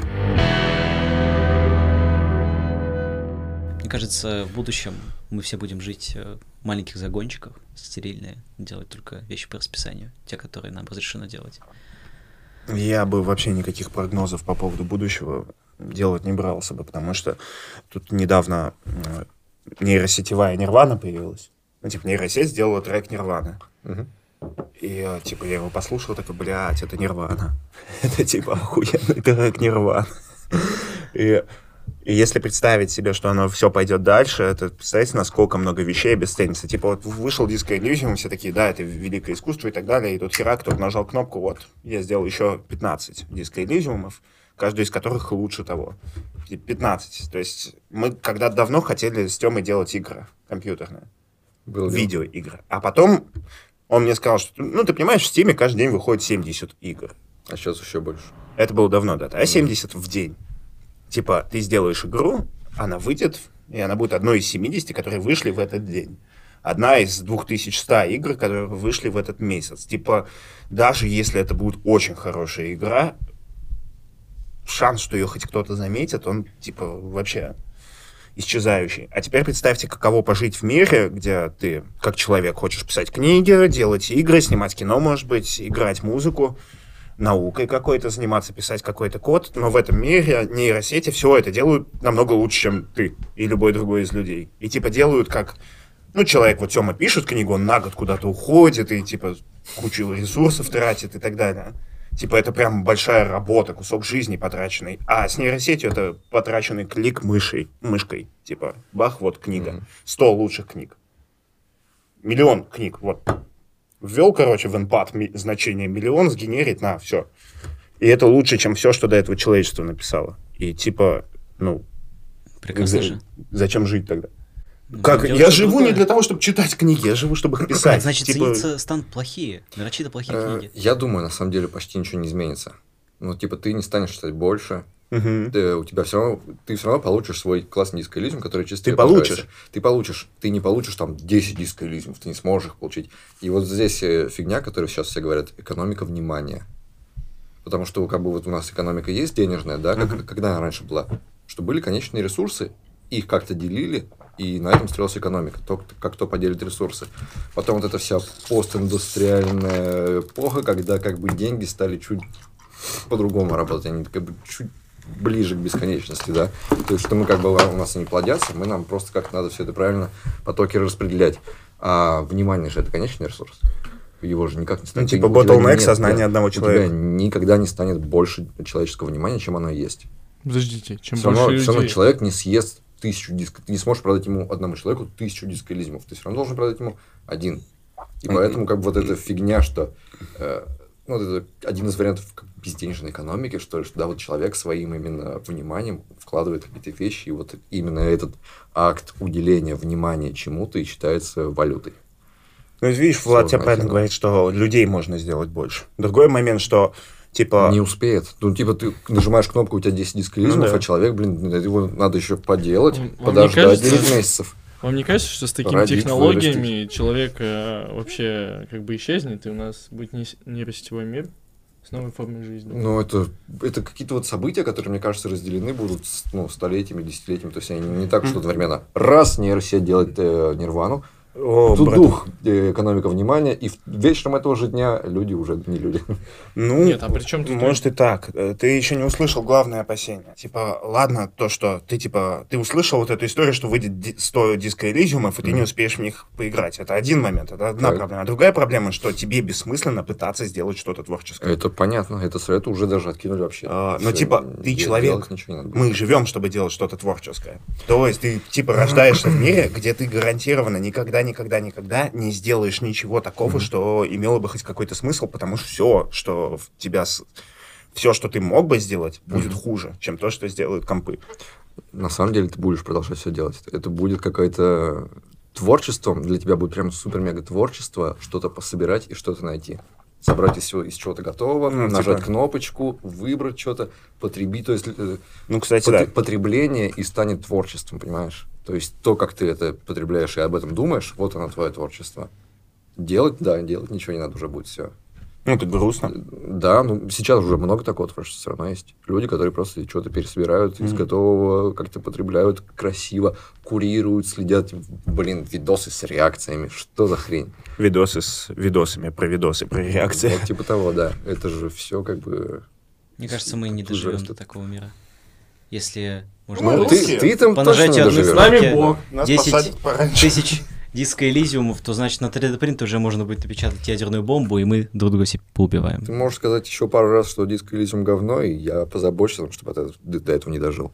Мне кажется, в будущем мы все будем жить в маленьких загончиках, стерильные, делать только вещи по расписанию, те, которые нам разрешено делать. Я бы вообще никаких прогнозов по поводу будущего делать не брался бы, потому что тут недавно нейросетевая Нирвана появилась. Нейросеть сделала трек Нирваны. И, я его послушал, такой, блядь, это Нирвана. Это, охуенный трек Нирваны. И если представить себе, что оно все пойдет дальше, это, представьте, насколько много вещей обесценится. Вышел Disco Elysium, все такие, да, это великое искусство и так далее, и тут херак, кто-то нажал кнопку, вот, я сделал еще 15 Disco Elysium'ов, каждый из которых лучше того. 15. То есть мы когда-то давно хотели с Тёмой делать игры компьютерные, видеоигры. А потом он мне сказал, что, ты понимаешь, в Steam каждый день выходит 70 игр. А сейчас еще больше. Это было давно, да. А 70 в день. Ты сделаешь игру, она выйдет, и она будет одной из 70, которые вышли в этот день. Одна из 2100 игр, которые вышли в этот месяц. Даже если это будет очень хорошая игра, шанс, что ее хоть кто-то заметит, он, вообще исчезающий. А теперь представьте, каково пожить в мире, где ты, как человек, хочешь писать книги, делать игры, снимать кино, может быть, играть музыку, наукой какой-то заниматься, писать какой-то код, но в этом мире нейросети все это делают намного лучше, чем ты и любой другой из людей. И делают как Ну, человек, вот Тёма пишет книгу, он на год куда-то уходит и, типа, кучу ресурсов тратит и так далее. Типа, это прям большая работа, кусок жизни потраченный. А с нейросетью это потраченный клик мышкой. Типа, бах, вот книга. 100 лучших книг. 1 000 000 книг, вот. Ввел, короче, в NPAD значение 1 000 000, сгенерит, на, все. И это лучше, чем все, что до этого человечество написало. И типа, ну... Прекрасно же. Зачем жить тогда? Ну, Как? Я живу не для того, чтобы читать книги, я живу, чтобы их писать. Значит, типа... цениться станут плохие, нарочито плохие книги. Я думаю, на самом деле, почти ничего не изменится. Ну, типа, ты не станешь читать больше. У тебя ты все равно получишь свой классный дискоэлизм, который чисто ты получишь. Ты не получишь там 10 дискоэлизмов, ты не сможешь их получить. И вот здесь фигня, которую сейчас все говорят, экономика внимания. Потому что как бы вот у нас экономика есть денежная, да, когда она раньше была, что были конечные ресурсы, их как-то делили, и на этом строилась экономика, как кто поделит ресурсы. Потом вот эта вся постиндустриальная эпоха, когда как бы деньги стали чуть по-другому работать, они как бы чуть ближе к бесконечности, да. То есть, что мы как бы у нас они плодятся, нам просто как-то надо все это правильно потоки распределять. А внимание же это конечный ресурс. Его же никак не станет. Ну, типа bottleneck сознания одного человека. У тебя никогда не станет больше человеческого внимания, чем оно есть. Подождите, чем все больше равно, людей... Все равно человек не съест 1000 дисков. Ты не сможешь продать ему одному человеку 1000 дискоэлизмов. Ты все равно должен продать ему один. И поэтому как бы вот эта фигня, что... ну, это один из вариантов безденежной экономики, что ли, что да, вот человек своим именно вниманием вкладывает какие-то вещи, и вот именно этот акт уделения внимания чему-то и считается валютой. Ну, видишь, Влад тебе правильно говорит, что людей можно сделать больше. Другой момент, что, типа... Не успеет. Ну, типа, ты нажимаешь кнопку, у тебя 10 дискоэлизмов, а человек, его надо еще поделать, подождать 9 месяцев. Вам не кажется, что с такими технологиями человек вообще как бы исчезнет, и у нас будет нейросетевой мир с новой формой жизни? Ну, это какие-то вот события, которые, мне кажется, разделены будут столетиями, десятилетиями. То есть, они не так, что одновременно раз нейросеть делает нирвану, тут дух, экономика внимания, и вечером этого же дня люди уже не люди. Ну, нет, а при чем тут... Может и так. Ты еще не услышал главное опасение. Типа, ладно, то, что ты услышал вот эту историю, что выйдет 100 дискоэлизиумов, и ты не успеешь в них поиграть. Это один момент, это одна проблема. А другая проблема, что тебе бессмысленно пытаться сделать что-то творческое. Это понятно, это уже даже откинули вообще. Ну, типа, ты человек, мы живем, чтобы делать что-то творческое. То есть, ты, типа, рождаешься в мире, где ты гарантированно никогда не сделаешь ничего такого, что имело бы хоть какой-то смысл, потому что все, что ты мог бы сделать, будет хуже, чем то, что сделают компы. На самом деле ты будешь продолжать все делать. Это будет какое-то творчество, для тебя будет прям супер-мега творчество, что-то пособирать и что-то найти. Собрать из чего-то готового, нажать кнопочку, выбрать что-то, потребить. То есть, кстати, потребление и станет творчеством, понимаешь? То есть, то, как ты это потребляешь и об этом думаешь, вот оно твое творчество. Делать ничего не надо уже будет, все. Ну, это грустно. Да, сейчас уже много такого творчества все равно есть. Люди, которые просто что-то пересобирают из готового, как-то потребляют красиво, курируют, следят, видосы с реакциями. Что за хрень? Видосы с видосами про видосы, про реакции. Вот типа того, да. Это же все как бы... Мне кажется, мы не доживем до такого мира. Если можно ты там по точно не нажатию доживешь. 10 тысяч диско-элизиумов, то значит на 3D-принте уже можно будет напечатать ядерную бомбу, и мы друг друга себе поубиваем. Ты можешь сказать еще пару раз, что диско-элизиум говно, и я позабочусь, чтобы до этого не дожил.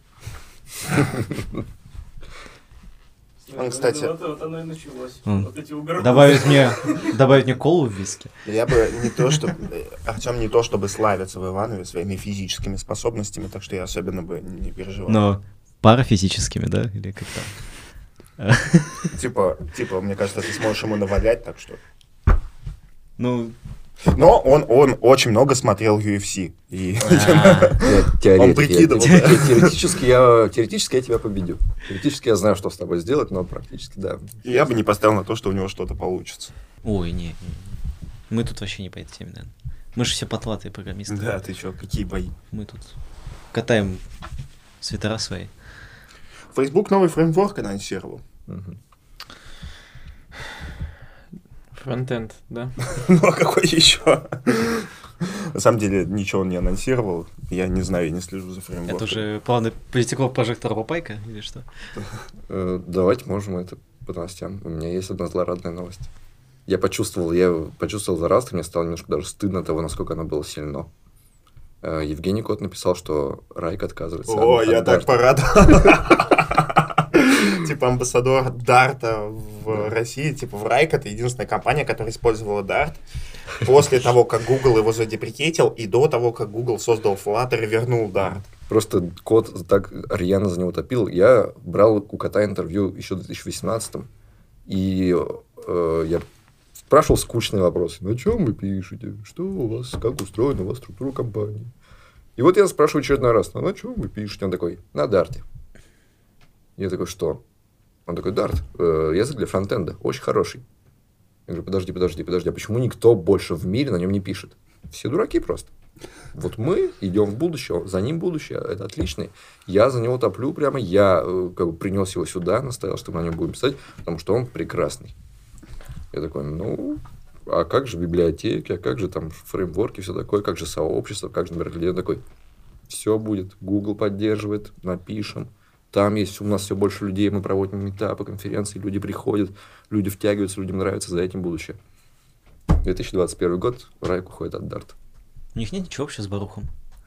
Кстати, вот оно и началось. Вот эти Добавить мне колу в виски. Я бы Артем не то чтобы славится в Иванове своими физическими способностями, так что я особенно бы не переживал. Но парафизическими, да? Или как там? Типа, мне кажется, ты сможешь ему навалять, так что... Ну... Но он очень много смотрел UFC. И он прикидывал. Теоретически я тебя победю. Теоретически я знаю, что с тобой сделать, но практически, да. Я бы не поставил на то, что у него что-то получится. Ой, не. Мы тут вообще не по этой теме, наверное. Мы же все потлатые программисты. Да, ты чё, какие бои? Мы тут катаем свитера свои. Facebook новый фреймворк анонсировал. Фронтенд, да? Ну, а какой еще? На самом деле, ничего он не анонсировал. Я не знаю, я не слежу за фреймворком. Это уже плавно перетекло в прожектор Папайка или что? Давайте можем это по новостям. У меня есть одна злорадная новость. Я почувствовал за раз, и мне стало немножко даже стыдно того, насколько оно было сильно. Евгений Кот написал, что Райк отказывается О, от я так Дарта. порадовал. Типа амбассадор Дарта в России, типа в Райк, это единственная компания, которая использовала Дарт после того, как Google его задеприкетил, и до того, как Google создал Flutter и вернул Дарт. Просто Кот так рьяно за него топил. Я брал у Кота интервью еще в 2018-м, и я спрашивал скучные вопросы. На чем вы пишете? Что у вас? Как устроена у вас структура компании? И вот я спрашиваю очередной раз, на чем вы пишете? Он такой, на Дарте. Я такой, что? Он такой, Дарт, язык для фронтенда, очень хороший. Я говорю, подожди, а почему никто больше в мире на нем не пишет? Все дураки просто. Вот мы идем в будущее, за ним будущее, это отличный. Я за него топлю прямо, я как бы принес его сюда, настоял, что мы на нем будем писать, потому что он прекрасный. Я такой, а как же библиотеки, а как же там фреймворки, все такое, как же сообщество, как же набирать людей? Он такой, все будет, Google поддерживает, напишем. Там есть у нас все больше людей, мы проводим митапы, конференции, люди приходят, люди втягиваются, людям нравится, за этим будущее. 2021 год, Райк уходит от Дарта. У них нет ничего общего с Барухом.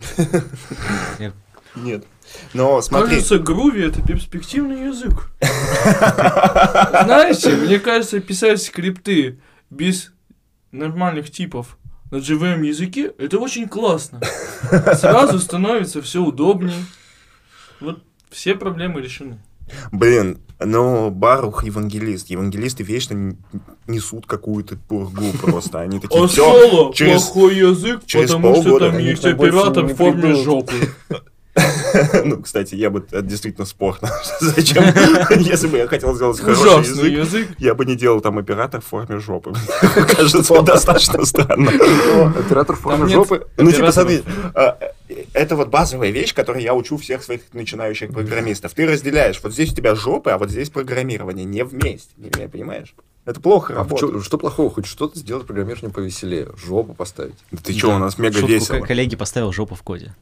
Нет. Но смотри. Кажется, Groovy — это перспективный язык. Знаете, мне кажется, писать скрипты без нормальных типов на JVM языке — это очень классно. Сразу становится все удобнее. Вот все проблемы решены. Блин, но Барух евангелист. Евангелисты вечно несут какую-то пургу просто. Они такие, А все, соло плохой язык, потому что там есть оператор в форме жопы. Ну, кстати, я бы... Это действительно спорно. Зачем? Если бы я хотел сделать хороший Ужасный язык. я бы не делал там оператор в форме жопы. Кажется, достаточно странно. Оператор в форме нет жопы. Ну, типа, операторов. смотри, это вот базовая вещь, которую я учу всех своих начинающих программистов. Ты разделяешь, вот здесь у тебя жопы, а вот здесь программирование, не вместе. Не понимаешь? Это плохо работает. Что плохого? Хоть что-то сделать программированием повеселее. Жопу поставить. Да ты что, у нас мега Шутку весело. коллеги поставил жопу в коде.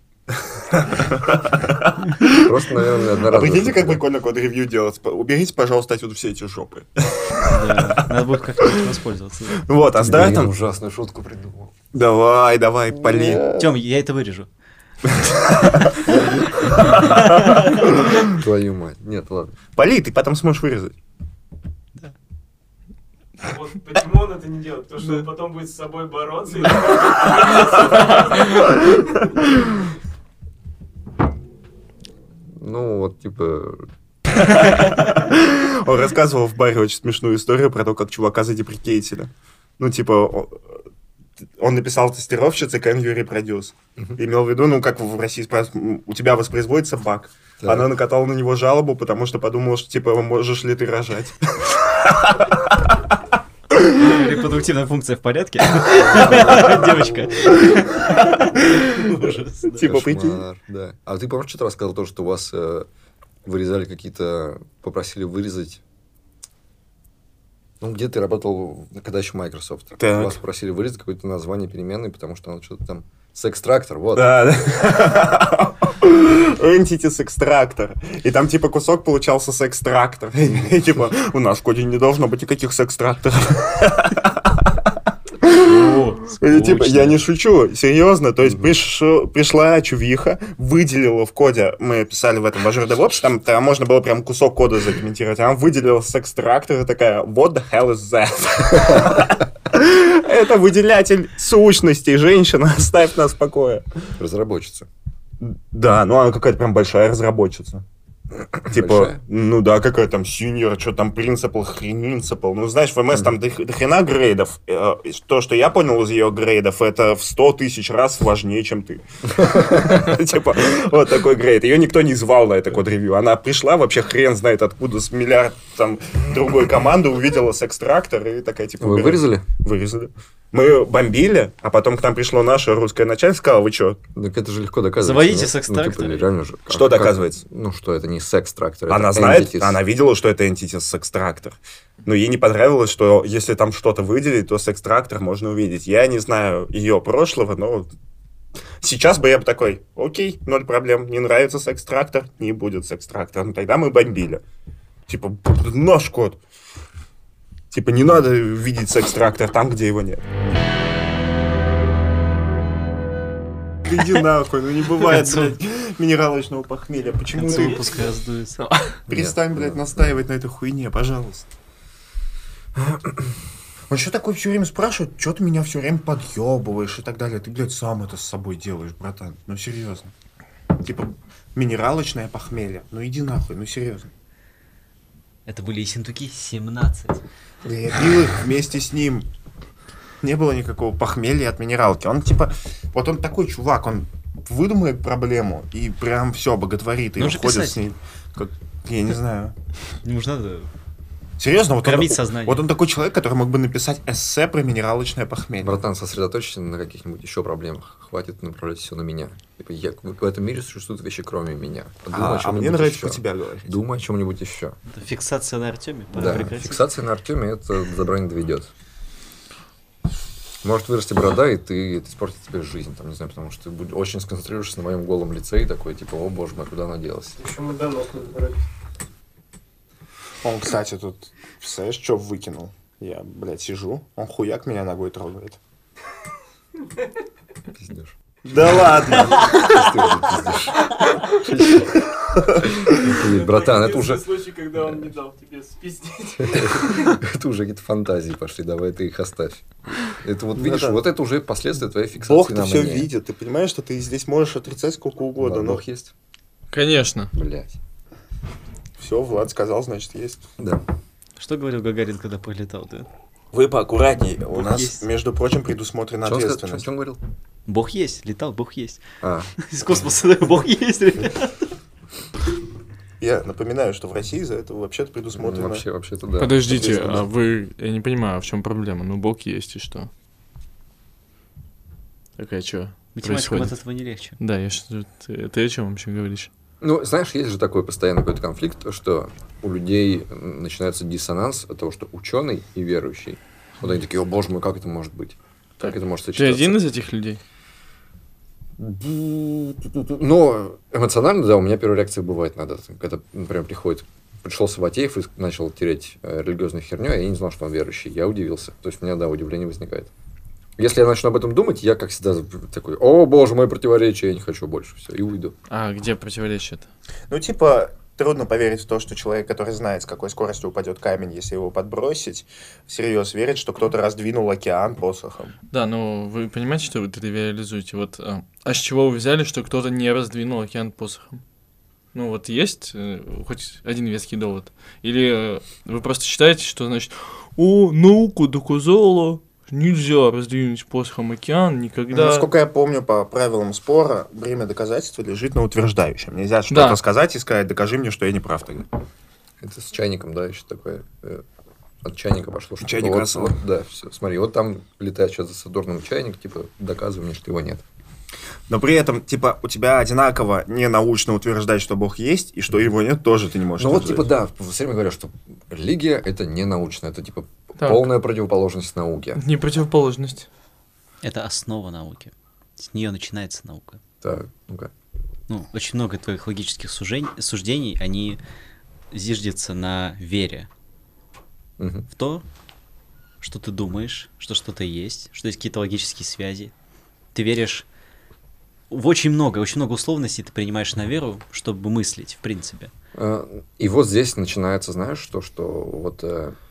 Просто, наверное, одноразово. А прикиньте, как прикольно код-ревью делать. Уберите, пожалуйста, отсюда все эти жопы. Да, надо будет как-то воспользоваться. Вот, а с Дартом... Ужасную шутку придумал. Давай, пали. Тём, я это вырежу. Твою мать. Нет, ладно. Пали, ты потом сможешь вырезать. Вот почему он это не делает? Потому что он потом будет с собой бороться. И... Ну, вот, типа... Он рассказывал в баре очень смешную историю про то, как чувака задеприкейтили. Ну, типа, он написал тестировщице can you reproduce. Имел в виду, ну, как в России спрашивают, у тебя воспроизводится баг. Да. Она накатала на него жалобу, потому что подумала, что, типа, можешь ли ты рожать. Репродуктивная функция в порядке? Девочка. Ужас. Типа, прикинь. Кошмар, да. А ты помнишь, что-то рассказал, то, что у вас вырезали какие-то... Попросили вырезать... Ну, где ты работал, когда еще Microsoft? Так. Вас попросили вырезать какое-то название переменной, потому что оно что-то там... Секс-трактор, вот. Да. Entities экстрактор. И там типа кусок получался секс-трактор. И типа, у нас в коде не должно быть никаких секс-тракторов. И, типа, я не шучу, серьезно. То есть пришла чувиха, выделила в коде, мы писали в этом в Azure DevOps, там можно было прям кусок кода закомментировать. Она выделила секс-трактор и такая, what the hell is that? Это выделятель сущностей, женщина, оставь нас в покое. Разработчица. Да, ну она какая-то прям большая разработчица. Типа, Большая? ну да, какая там senior, что там принципал, хренинципал. Ну, знаешь, в МС там до хрена грейдов. То, что я понял из ее грейдов, это в 100 тысяч раз важнее, чем ты. Типа, вот такой грейд. Ее никто не звал на это код-ревью. Она пришла, вообще хрен знает откуда, с миллиард там другой команды, увидела секс-трактор и такая, типа... Вы вырезали? Вырезали. Мы бомбили, а потом к нам пришло наше русское начальство, сказало, вы что? Так это же легко доказывается. Заводите нет? секс-трактор. Ну, типа, реально же. Что доказывается? Ну, что это не секс-трактор, это Она знает, entities. она видела, что это Entities секс-трактор. Но ей не понравилось, что если там что-то выделить, то секс-трактор можно увидеть. Я не знаю ее прошлого, но сейчас бы я бы такой, окей, 0 проблем, не нравится секс-трактор, не будет секс-трактор. Ну тогда мы бомбили. Типа, наш кот. Типа, не надо видеть секс-трактор там, где его нет. Иди нахуй, ну не бывает, блядь, минералочного похмелья. Почему Концу ты... выпуска раздуется. Перестань, блядь, настаивать на этой хуйне, пожалуйста. Он еще такой все время спрашивает, что ты меня все время подъебываешь и так далее. Ты, блядь, сам это с собой делаешь, братан. Ну, серьезно. Типа, минералочное похмелье. Ну, иди нахуй, ну, серьезно. Это были Ессентуки 17. Да я пил их вместе с ним. Не было никакого похмелья от минералки. Он, типа, вот он такой чувак, он выдумает проблему и прям все боготворит. И Нужно ходит писать. с ней. Как, я не знаю. Нужно надо Серьезно, вот кормить сознание. вот он такой человек, который мог бы написать эссе про минералочное похмелье. Братан, сосредоточься на каких-нибудь еще проблемах. Хватит направлять все на меня. Типа, в этом мире существуют вещи, кроме меня. Думай о А чем-нибудь мне нравится еще. про тебя говорить. Думай о чем-нибудь еще. Это фиксация на Артеме. Пора Да, прекратить. фиксация на Артеме это до добра не доведет. Может вырасти борода, и это испортит тебе жизнь, там, не знаю, потому что ты очень сконцентрируешься на моем голом лице и такой, типа, о боже мой, куда она делась? Еще мы донос не добрались. Он, кстати, тут, представляешь, что выкинул? Я, блядь, сижу, он хуяк меня ногой трогает. Пиздешь. Да ладно! Братан, это уже случай, когда он не дал тебе спиздить. это уже какие-то фантазии пошли, давай ты их оставь. Это вот видишь, да. вот это уже последствия твоей фиксации Бог-то на все мне. видит, ты понимаешь, что ты здесь можешь отрицать сколько угодно, Да, но Бог есть? Конечно. Блять. все, Влад сказал, значит, есть. Да. Что говорил Гагарин, когда полетал, да? Вы поаккуратней, у Бог нас, есть. между прочим, предусмотрена Что он сказал? ответственность. Что он говорил? Бог есть, летал, Бог есть. А, Из космоса, да, Бог есть, ребят. Я напоминаю, что в России за это вообще-то предусмотрено. вообще-то да. Подождите, Соответственно, а вы... Я не понимаю, а в чем проблема? Ну, Бог есть и что? Такая что Математикам происходит? от этого не легче. Да, я что... Ты о чем вообще говоришь? Ну, знаешь, есть же такой постоянный какой-то конфликт, что у людей начинается диссонанс от того, что ученый и верующий. Вот они такие, о боже мой, как это может быть? Как это может Ты сочетаться? один из этих людей? Но эмоционально, да, у меня первая реакция бывает на это. Когда, например, пришел Саватеев и начал тереть религиозную херню, а я не знал, что он верующий. Я удивился. То есть у меня, да, удивление возникает. Если я начну об этом думать, я, как всегда, такой, о боже мой, противоречие, я не хочу больше, все, и уйду. А где противоречие-то? Ну, типа, трудно поверить в то, что человек, который знает, с какой скоростью упадет камень, если его подбросить, всерьез верит, что кто-то раздвинул океан посохом. Да, ну вы понимаете, что вы тривиализуете? Вот, а с чего вы взяли, что кто-то не раздвинул океан посохом? Ну вот есть хоть один веский довод? Или вы просто считаете, что значит, наука доказала, нельзя раздвинуть посохом океан никогда. Насколько я помню, по правилам спора, бремя доказательства лежит на утверждающем. Нельзя что-то сказать и сказать, докажи мне, что я не прав тогда. Это с чайником, да, еще такое. От чайника пошло. Что Чайник рассол. да, все. Смотри, вот там летает сейчас за Сатурном чайник, типа, доказывай мне, что его нет. Но при этом, типа, у тебя одинаково не научно утверждать, что Бог есть, и что его нет, тоже ты не можешь Ну вот, типа, утверждать. да, все время говорят, что религия — это не научно, это, типа, Так. полная противоположность науке. Не противоположность. Это основа науки. С нее начинается наука. Так, ну-ка. Ну, очень много твоих логических суждений, они зиждятся на вере. Мгм. В то, что ты думаешь, что что-то есть, что есть какие-то логические связи. Ты веришь в очень много условностей ты принимаешь на веру, чтобы мыслить, в принципе. И вот здесь начинается, знаешь, что вот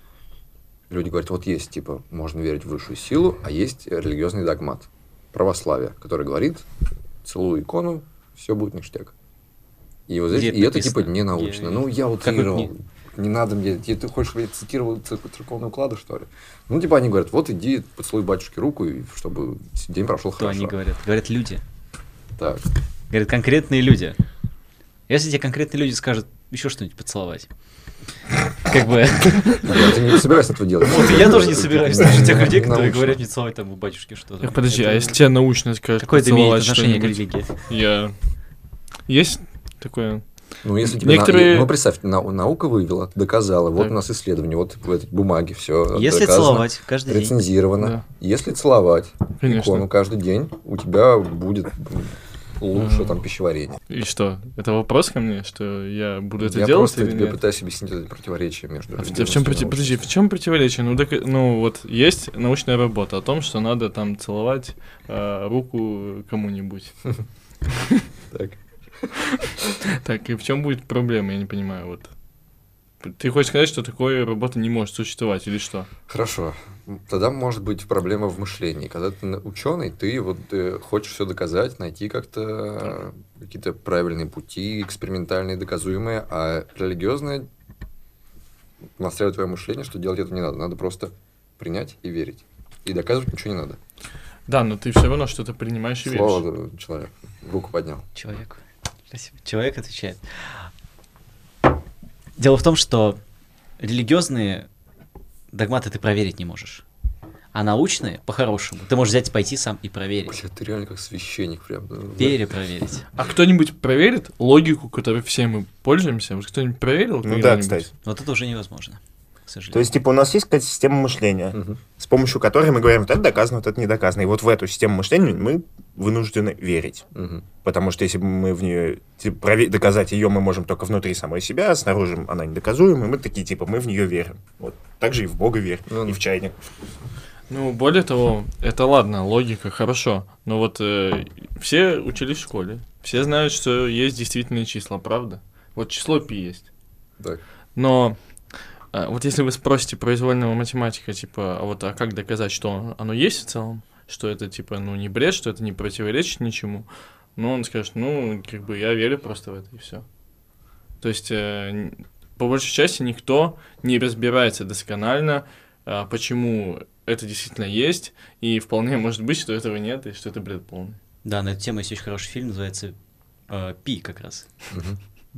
люди говорят, вот есть, типа, можно верить в высшую силу, а есть религиозный догмат, православие, который говорит, целуй икону, все будет ништяк. И вот здесь, Где и это, написано? типа, не научно. Я- Ну, я Как утрировал. вот Не надо мне, ты хочешь цитировать церковные уклады, что ли? Ну, типа, они говорят, вот иди, поцелуй батюшке руку, и чтобы день прошел Кто хорошо. они говорят? Говорят люди. Так. Говорят конкретные люди. Если тебе конкретные люди скажут еще что-нибудь поцеловать, как бы... Я не собираюсь этого делать. Вот и я тоже не собираюсь слушать тех людей, которые Научно. говорят мне целовать там у батюшки что-то. Так, подожди, Это- а если тебе научно скажут Какое это имеет поцеловать отношение к что-нибудь? религии? Я... Есть такое? Ну, если тебе Некоторые- ну, представь, наука выявила, доказала, вот Так. у нас исследование, вот в этой бумаге все Если целовать каждый день. рецензировано. Да. Если целовать Конечно. икону каждый день, у тебя будет лучше там пищеварение. И что? Это вопрос ко мне, что я буду это Я делать просто или тебе нет? пытаюсь объяснить это противоречие между В чем подожди, в чем противоречие? Ну вот есть научная работа о том, что надо там целовать руку кому-нибудь. Так. Так, и в чем будет проблема, я не понимаю, вот. Ты хочешь сказать, что такой работы не может существовать, или что? Хорошо. Тогда может быть проблема в мышлении. Когда ты ученый, ты вот хочешь все доказать, найти как-то какие-то правильные пути, экспериментальные, доказуемые, а религиозное настраивает твое мышление, что делать это не надо. Надо просто принять и верить. И доказывать ничего не надо. Да, но ты все равно что-то принимаешь и веришь. Слово человек. Руку поднял. Человек. Спасибо. Человек отвечает. Дело в том, что религиозные догматы ты проверить не можешь. А научные, по-хорошему, ты можешь взять и пойти сам и проверить. Бля, ты реально как священник прям. Перепроверить. А кто-нибудь проверит логику, которой все мы пользуемся? Вот кто-нибудь проверил? Ну когда-нибудь? да, кстати. Вот это уже невозможно, к сожалению. То есть, типа, у нас есть какая-то система мышления, Мгм. с помощью которой мы говорим, вот это доказано, вот это не доказано. И вот в эту систему мышления мы вынуждены верить. Мгм. Потому что если бы мы в нее доказать ее мы можем только внутри самой себя, а снаружи она недоказуема, и мы такие, типа, мы в нее верим. Вот. Так же и в Бога верим, Ну, и в чайник. Ну, более того, это ладно, логика, хорошо. Но вот все учились в школе, все знают, что есть действительные числа, правда? Вот число π есть. Так. Но вот если вы спросите произвольного математика, типа, а как доказать, что оно есть в целом, что это, типа, ну, не бред, что это не противоречит ничему, ну, он скажет, ну, как бы я верю просто в это, и все. То есть, по большей части, никто не разбирается досконально, почему это действительно есть, и вполне может быть, что этого нет, и что это бред полный. Да, на эту тему есть очень хороший фильм, называется «Пи» как раз. Мгм.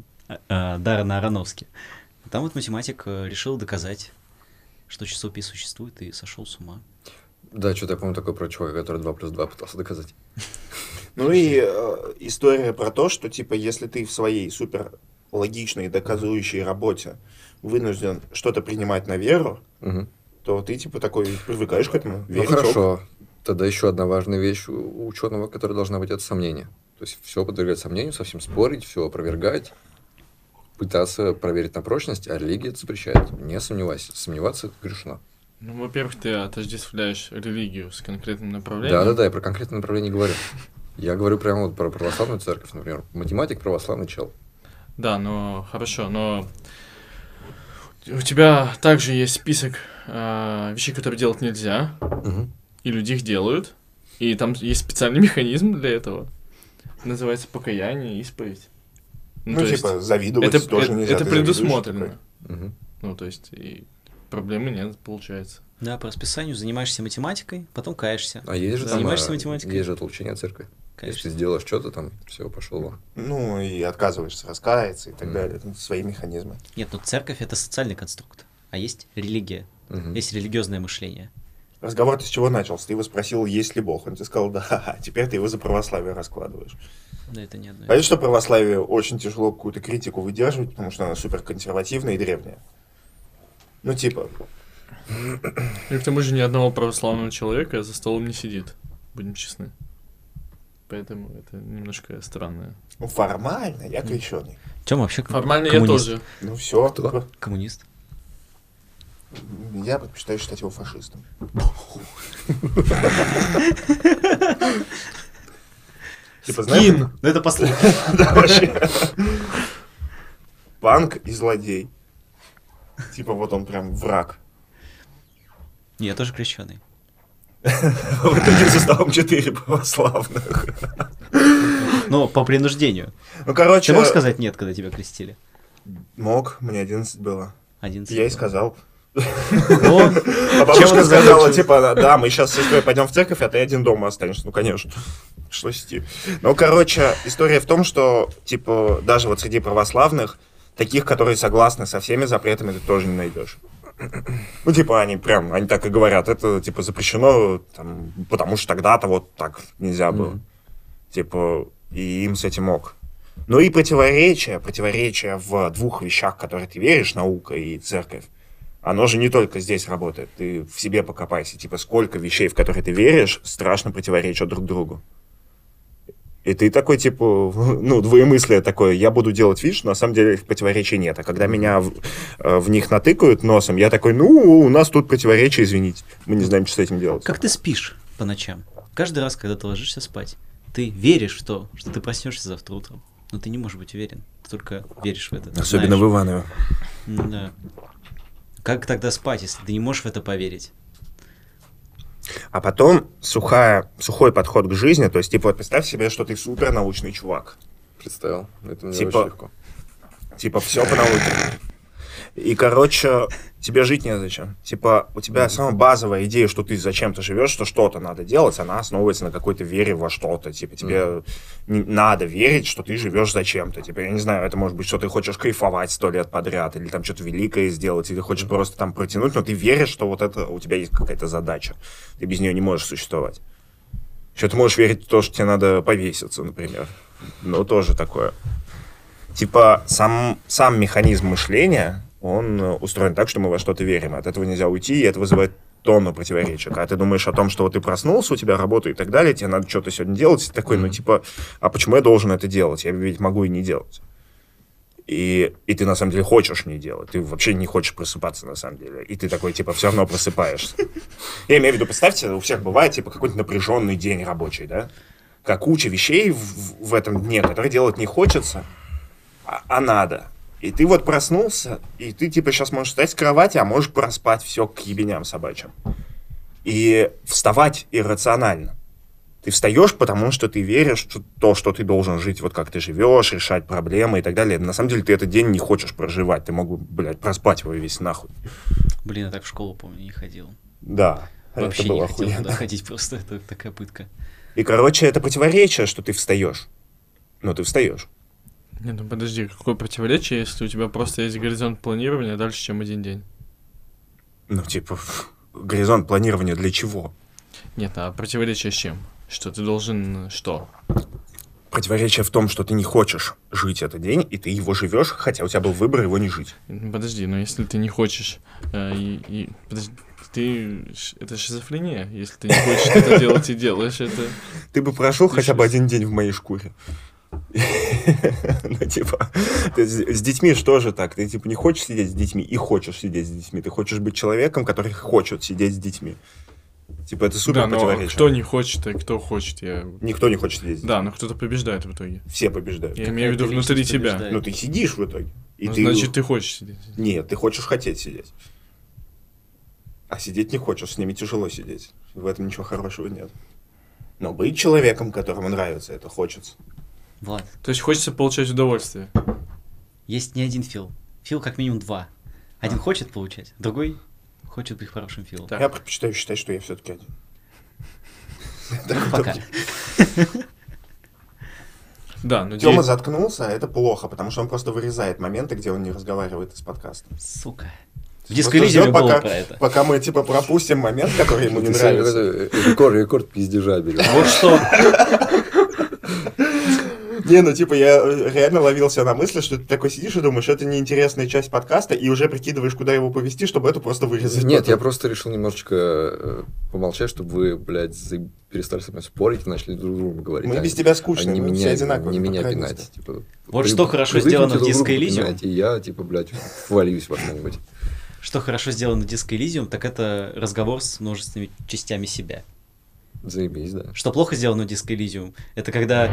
Даррена Аронофски. Там вот математик решил доказать, что число π существует, и сошел с ума. Да, что-то я помню такое про чувака, который 2 + 2 пытался доказать. Ну и история про то, что, типа, если ты в своей супер логичной, доказующей работе вынужден что-то принимать на веру, Мгм. то ты, типа, такой привыкаешь к этому. Ну верить, хорошо. Тогда еще одна важная вещь у ученого, которая должна быть, это сомнение. То есть все подвергать сомнению, со всем спорить, все опровергать, пытаться проверить на прочность, а религия это запрещает. Не сомневайся. Сомневаться это грешно. Ну, во-первых, ты отождествляешь религию с конкретным направлением. Да-да-да, я про конкретное направление говорю. Я говорю прямо вот про православную церковь, например. Математик, православный чел. Да, но хорошо, но у тебя также есть список вещей, которые делать нельзя, Мгм. и люди их делают, и там есть специальный механизм для этого. Называется покаяние, исповедь. Ну, то есть типа, завидовать это, тоже это, нельзя. это ты завидуешь предусмотрено. такой. Мгм. Ну, то есть, и проблемы нет, получается. Да, по расписанию занимаешься математикой, потом каешься. А есть же там, Занимаешься математикой? есть же отлучение от церкви. Каешься. Если ты сделаешь что-то там, все, пошел вон. Ну, и отказываешься раскаяться и так далее. Это свои механизмы. Нет, ну церковь — это социальный конструкт, а есть религия, Мгм. есть религиозное мышление. Разговор ты с чего начался? Ты его спросил, есть ли Бог? Он тебе сказал, да, теперь ты его за православие раскладываешь. Да, это не одно. Понятно, что православие очень тяжело какую-то критику выдерживать, потому что она супер консервативная и древняя. Ну, типа, И к тому же ни одного православного человека за столом не сидит, будем честны. Поэтому это немножко странное. ну, формально я крещеный. Тём вообще Формально я коммунист. тоже. Ну, все. Кто? Коммунист. Я предпочитаю считать его фашистом. Типа, знаешь, Скин! Ну это последний. да, вообще. Панк и злодей. Типа, вот он прям враг. Я тоже крещеный. В итоге составом 4 православных. Но по принуждению. Ну, короче... Ты мог сказать нет, когда тебя крестили? Мог, мне 11 было. 11. Я и сказал. О, А бабушка сказала, типа, да, мы сейчас с сестрой пойдем в церковь, а ты один дома останешься. Ну, конечно. Что сти. Ну, короче, история в том, что, типа, даже вот среди православных, таких, которые согласны со всеми запретами, ты тоже не найдешь. Ну, типа, они так и говорят, это, типа, запрещено, там, потому что тогда-то вот так нельзя было. Типа, и им с этим ок. Ну и противоречие в двух вещах, в которые ты веришь, наука и церковь, оно же не только здесь работает. Ты в себе покопайся. Типа, сколько вещей, в которые ты веришь, страшно противоречат друг другу. И ты такой, типа, двоемыслие такое, я буду делать вид, что на самом деле их противоречий нет. А когда меня в них натыкают носом, я такой, у нас тут противоречия, извините. Мы не знаем, что с этим делать. Как ты спишь по ночам? Каждый раз, когда ты ложишься спать, ты веришь в то, что ты проснешься завтра утром. Но ты не можешь быть уверен. Ты только веришь в это. Особенно в Иваново. Да. Как тогда спать, если ты не можешь в это поверить? А потом сухой подход к жизни, то есть, типа, вот представь себе, что ты супернаучный чувак. Представил. Это мне Типа- очень легко. Типа, все по науке. И, короче, тебе жить незачем. Типа, у тебя самая базовая идея, что ты зачем-то живешь, что что-то надо делать, она основывается на какой-то вере во что-то. Типа, тебе надо верить, что ты живешь зачем-то. Типа, я не знаю, это может быть, что ты хочешь кайфовать 100 лет подряд, или там что-то великое сделать, или хочешь просто там протянуть, но ты веришь, что вот это у тебя есть какая-то задача. Ты без нее не можешь существовать. Еще ты можешь верить в то, что тебе надо повеситься, например. Ну, тоже такое. Типа, сам механизм мышления, он устроен так, что мы во что-то верим. От этого нельзя уйти, и это вызывает тонну противоречий. Когда ты думаешь о том, что вот ты проснулся, у тебя работа и так далее, тебе надо что-то сегодня делать, и ты такой, а почему я должен это делать? Я ведь могу и не делать. И ты на самом деле хочешь не делать. Ты вообще не хочешь просыпаться на самом деле. И ты такой, типа, все равно просыпаешься. Я имею в виду, представьте, у всех бывает, типа, какой-то напряженный день рабочий, да? Как куча вещей в этом дне, которые делать не хочется, а надо. И ты вот проснулся, и ты, типа, сейчас можешь встать с кровати, а можешь проспать все к ебеням собачьим. И вставать иррационально. Ты встаешь, потому что ты веришь в то, что ты должен жить, вот как ты живешь, решать проблемы и так далее. На самом деле ты этот день не хочешь проживать. Ты мог бы, блядь, проспать его весь нахуй. Блин, я так в школу, помню, не ходил. Да. Вообще это было не хотел охуенно. туда ходить, просто это такая пытка. И, короче, это противоречие, что ты встаешь. Но ты встаешь. Не, ну подожди, какое противоречие, если у тебя просто есть горизонт планирования дальше, чем один день? Ну, типа, горизонт планирования для чего? Нет, а противоречие с чем? Что ты должен что? Противоречие в том, что ты не хочешь жить этот день, и ты его живешь, хотя у тебя был выбор его не жить. Подожди, но если ты не хочешь... подожди, это шизофрения, если ты не хочешь это делать и делаешь это... Ты бы прошел Ты хотя бы шиз. один день в моей шкуре. Ну, типа, с детьми что же так? Ты, типа, не хочешь сидеть с детьми и хочешь сидеть с детьми. Ты хочешь быть человеком, который хочет сидеть с детьми. Типа, это супер Да, но противоречие. кто не хочет, и кто хочет, Никто не хочет сидеть с детьми. Да, но кто-то побеждает в итоге. Все побеждают. Я имею в виду Какая-то внутри личность тебя. побеждает. Ну, ты сидишь в итоге. И Ну, ты... значит, ты хочешь сидеть. Нет, ты хочешь хотеть сидеть. А сидеть не хочешь, с ними тяжело сидеть. В этом ничего хорошего нет. Но быть человеком, которому нравится, это хочется. Влад, То есть хочется получать удовольствие. есть не один Фил. Фил как минимум 2. Один хочет получать, другой хочет быть хорошим Филом. Так. Я предпочитаю считать, что я все-таки один. Пока. Да, но Тёма заткнулся, а это плохо, потому что он просто вырезает моменты, где он не разговаривает из подкаста. Сука. В Просто дисколизиуме ждёт, было про это. Пока мы, типа, пропустим момент, который ему не Ты сегодня нравится. какой-то рекорд пиздежа берешь. Вот что. Не, ну, типа, я реально ловил себя на мысли, что ты такой сидишь и думаешь, это неинтересная часть подкаста, и уже прикидываешь, куда его повести, чтобы это просто вырезать. Нет, потом. я просто решил немножечко помолчать, чтобы вы, блядь, перестали со мной спорить и начали друг другу говорить. Мы без тебя скучные, не мы все меня, одинаковые. не по меня крайности. пинать. Типа, Вот что хорошо сделано в Disco Elysium. И я, типа, блядь, ввалюсь во что-нибудь. Что хорошо сделано в Disco Elysium, так это разговор с множественными частями себя. Заебись, да. Что плохо сделано в Disco Elysium, это когда...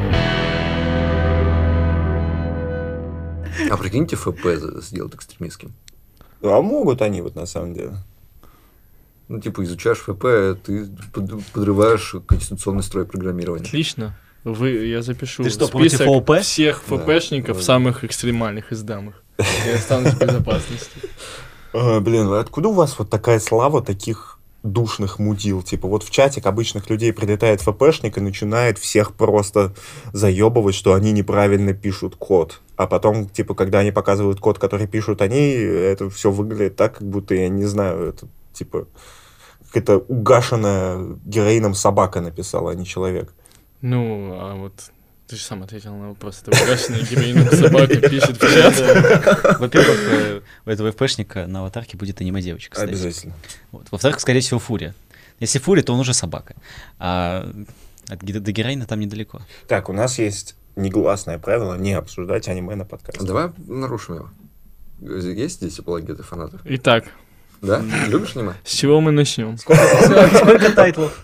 А прикиньте, ФП сделать экстремистским. А могут они вот на самом деле. Ну, типа, изучаешь ФП, ты подрываешь конституционный строй программирования. Отлично. Я запишу Ты что, список против ОП? всех Да. ФПшников, Да. самых экстремальных из дамых. И останусь в безопасности. Блин, откуда у вас вот такая слава таких душных мудил? Типа вот в чатик обычных людей прилетает ФПшник и начинает всех просто заебывать, что они неправильно пишут код. А потом, типа, когда они показывают код, который пишут они, это все выглядит так, как будто, я не знаю, это типа какая-то угашенная героином собака написала, а не человек. Ну, а вот ты же сам ответил на вопрос. Это угашенная героином собака пишет в чат. Во-первых, у этого ФПшника на аватарке будет аниме-девочка стоять. Обязательно. Вот. Во-вторых, скорее всего, Фурия. Если Фурия, то он уже собака. А До героина там недалеко. Так, у нас есть негласное правило не обсуждать аниме на подкасте. Давай нарушим его. Есть здесь апологеты фанатов? Итак, Да? Любишь аниме? с чего мы начнем? Сколько тайтлов?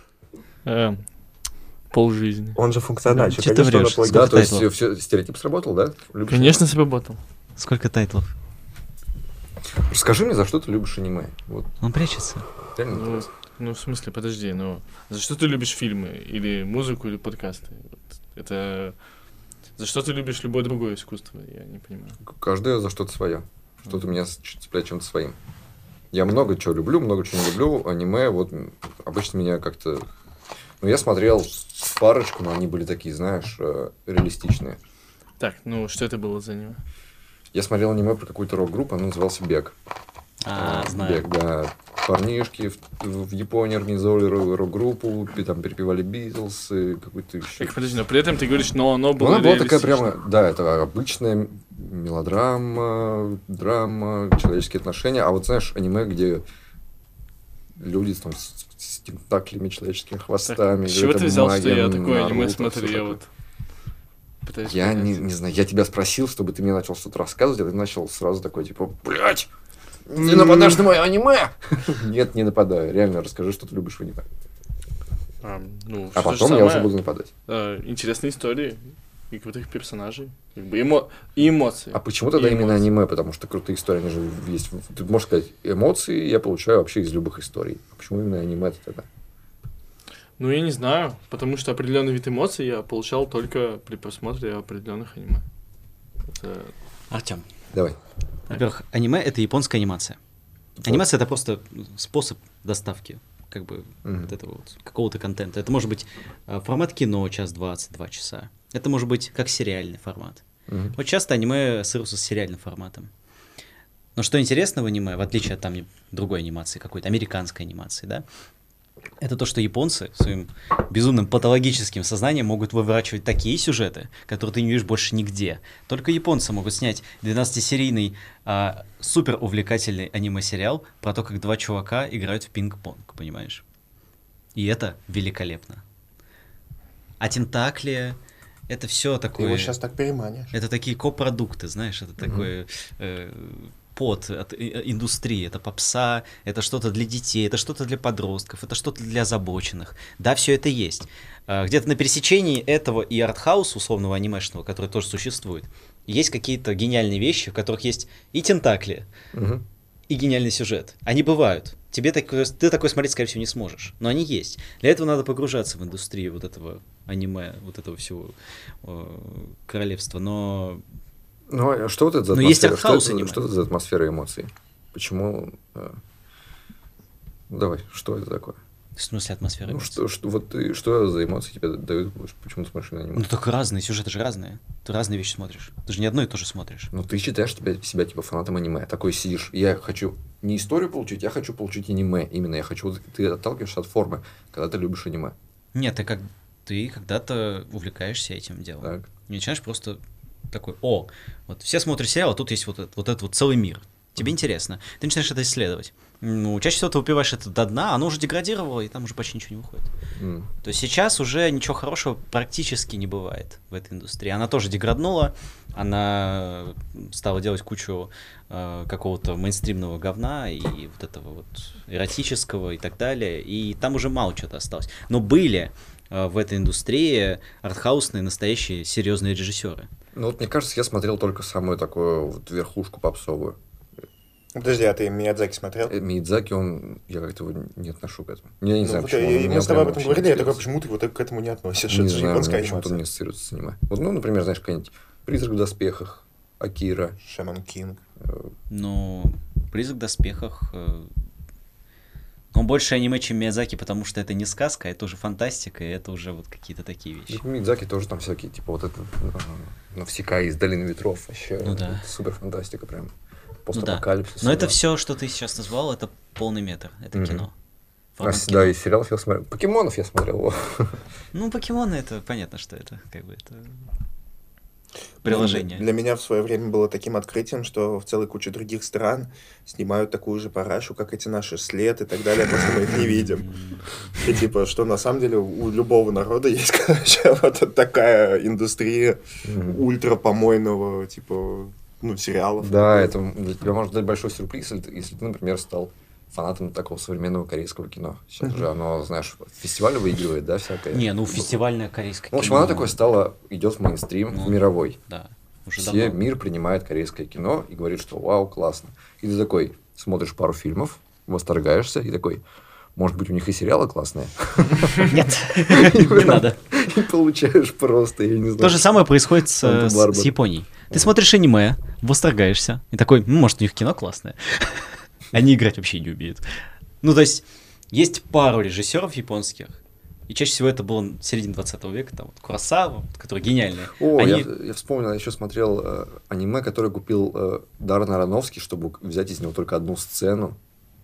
Полжизни. Он же функциональный. Чё ты конечно, он врёшь? апологет. Да, Сколько то есть тайтлов? все, стереотип сработал, да? Любишь Конечно, сработал. Сколько тайтлов? аниме? Расскажи мне, за что ты любишь аниме. Вот, Он прячется. реально Ну, интересно. ну, в смысле, подожди, за что ты любишь фильмы, или музыку, или подкасты? Вот это... За что ты любишь любое другое искусство? Я не понимаю. Каждое за что-то свое. Что-то меня цепляет чем-то своим. Я много чего люблю, много чего не люблю. Аниме, вот, обычно меня как-то... Ну, я смотрел парочку, но они были такие, знаешь, реалистичные. Так, что это было за аниме? Я смотрел аниме про какую-то рок-группу, она назывался «Бег». Знаю. «Бег», да. Парнишки в Японии организовали рок-группу, там перепевали Битлз, и какой-то еще... Так, подожди, но при этом ты говоришь, но оно Ну, было она была такая реалистично. прямо, да, это обычная мелодрама, драма, человеческие отношения. А вот знаешь, аниме, где люди там с тентаклями, человеческими хвостами. Так, с чего это ты взял, что магия, я такое аниме Наруто, смотрю? всё Я такое. вот пытаюсь Я понять. не знаю, я тебя спросил, чтобы ты мне начал что-то рассказывать, а ты начал сразу такой, типа, блядь, не нападаешь на мое аниме! Нет, не нападаю. Реально, расскажи, что ты любишь в аниме. А А что же потом я уже самое, буду нападать. интересные истории и крутых персонажей, как бы и эмоции. А почему тогда И именно эмоции. аниме? Потому что крутые истории, они же есть. Ты можешь сказать, эмоции я получаю вообще из любых историй. А почему именно аниме тогда? Я не знаю, потому что определенный вид эмоций я получал только при просмотре определенных аниме. Это... Артем, Давай. во-первых, аниме — это японская анимация. Анимация — это просто способ доставки как бы вот этого вот какого-то контента. Это может быть формат кино, час 20, 2 часа. Это может быть как сериальный формат. Вот часто аниме ассоциируется с сериальным форматом. Но что интересно в аниме, в отличие от там другой анимации, какой-то американской анимации, да, это то, что японцы своим безумным патологическим сознанием могут выворачивать такие сюжеты, которые ты не видишь больше нигде. Только японцы могут снять 12-серийный супер увлекательный аниме-сериал про то, как два чувака играют в пинг-понг, понимаешь? И это великолепно. А тентакли — это все Ты такое... его сейчас так переманишь. Это такие копродукты, знаешь, это такое... Пот от индустрии, это попса, это что-то для детей, это что-то для подростков, это что-то для озабоченных. Да, все это есть. Где-то на пересечении этого и артхауса, условного анимешного, который тоже существует, есть какие-то гениальные вещи, в которых есть и тентакли, и гениальный сюжет. Они бывают. Ты такой смотреть, скорее всего, не сможешь. Но они есть. Для этого надо погружаться в индустрию вот этого аниме, вот этого всего королевства. Но... Ну, а что вот это за Но атмосфера? есть артхаус аниме. Что это за атмосфера эмоций? Почему... Давай, что это такое? В смысле атмосфера Ну, эмоций? что за эмоции тебе дают, почему ты смотришь на аниме? Ну, только разные, сюжеты же разные. Ты разные вещи смотришь. Ты же не одно и то же смотришь. Ну, ты считаешь себя типа фанатом аниме. Такой сидишь, я хочу не историю получить, я хочу получить аниме. Именно я хочу... Ты отталкиваешься от формы, когда ты любишь аниме. Нет, ты когда-то увлекаешься этим делом. Так. И начинаешь просто такой, вот все смотрят сериал, а тут есть вот этот вот целый мир. Тебе интересно. Ты начинаешь это исследовать. Ну, чаще всего ты выпиваешь это до дна, оно уже деградировало, и там уже почти ничего не выходит. То есть сейчас уже ничего хорошего практически не бывает в этой индустрии. Она тоже деграднула, она стала делать кучу какого-то мейнстримного говна и вот этого вот эротического и так далее, и там уже мало чего-то осталось. Но были в этой индустрии артхаусные, настоящие, серьезные режиссеры. Ну, вот мне кажется, я смотрел только самую такую вот верхушку попсовую. Подожди, а ты Миядзаки смотрел? Миядзаки, я как-то его не отношу к этому. Я не знаю, Вот почему. мы с тобой об этом прям говорили, я такой, вообще почему ты вот к этому не относишь? не Это же знаю, японская почему-то он не анимация. ассоциируется с аниме. Вот, ну, например, знаешь, какой-нибудь «Призрак в доспехах», «Акира». Шаман Кинг. Но «Призрак в доспехах», он больше аниме, чем Миядзаки, потому что это не сказка, это уже фантастика, и это уже вот какие-то такие вещи. Ну, Миядзаки тоже там всякие, типа вот это «Навсекая из долины ветров». Вообще Ну да. супер фантастика прям. Ну да. Постапокалипсис. Но это все, что ты сейчас назвал, это полный метр, это кино. Формат кино. Да, и сериалов я смотрел. Покемонов я смотрел. Ну, покемоны, это понятно, что это как бы это... приложение. Для меня в свое время было таким открытием, что в целой куче других стран снимают такую же парашу, как эти наши «След» и так далее, просто мы их не видим. И типа, что на самом деле у любого народа есть, короче, вот такая индустрия ультрапомойного, типа, сериалов. Да, это для тебя может дать большой сюрприз, если ты, например, стал фанатом такого современного корейского кино. Сейчас же оно, знаешь, фестиваль выигрывает, да, всякое. Не, фестивальное корейское кино. В общем, оно такое стало, идет в мейнстрим, в мировой. Да, уже давно. Мир принимает корейское кино и говорит, что вау, классно. И ты такой смотришь пару фильмов, восторгаешься и такой, может быть, у них и сериалы классные? Нет, не надо. И получаешь просто, я не знаю. То же самое происходит с Японией. Ты смотришь аниме, восторгаешься, и такой, может, у них кино классное. Они играть вообще не умеют. То есть пару режиссеров японских, и чаще всего это было середина 20 века, там, Куросава, который гениальный. Я вспомнил, я еще смотрел аниме, которое купил Даррен Аронофски, чтобы взять из него только одну сцену.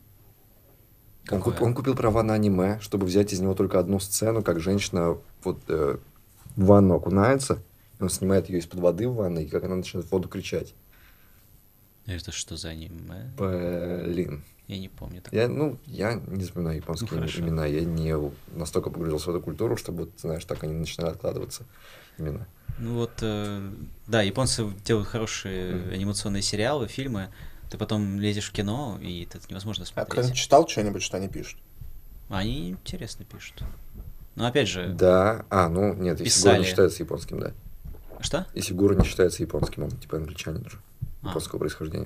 Он купил права на аниме, чтобы взять из него только одну сцену, как женщина в ванну окунается, и он снимает ее из-под воды в ванной, и как она начинает в воду кричать. Это что за аниме? Блин. Я не помню. Я не запоминаю японские имена, я не настолько погрузился в эту культуру, чтобы, знаешь, так они начинают откладываться именно. Да, японцы делают хорошие анимационные сериалы, фильмы, ты потом лезешь в кино, и это невозможно смотреть. А кто-нибудь читал что-нибудь, что они пишут? Они интересно пишут. Но опять же... Да, нет, Исигуро не считается японским, да. Что? Исигуро не считается японским, он типа англичанин же, японского происхождения.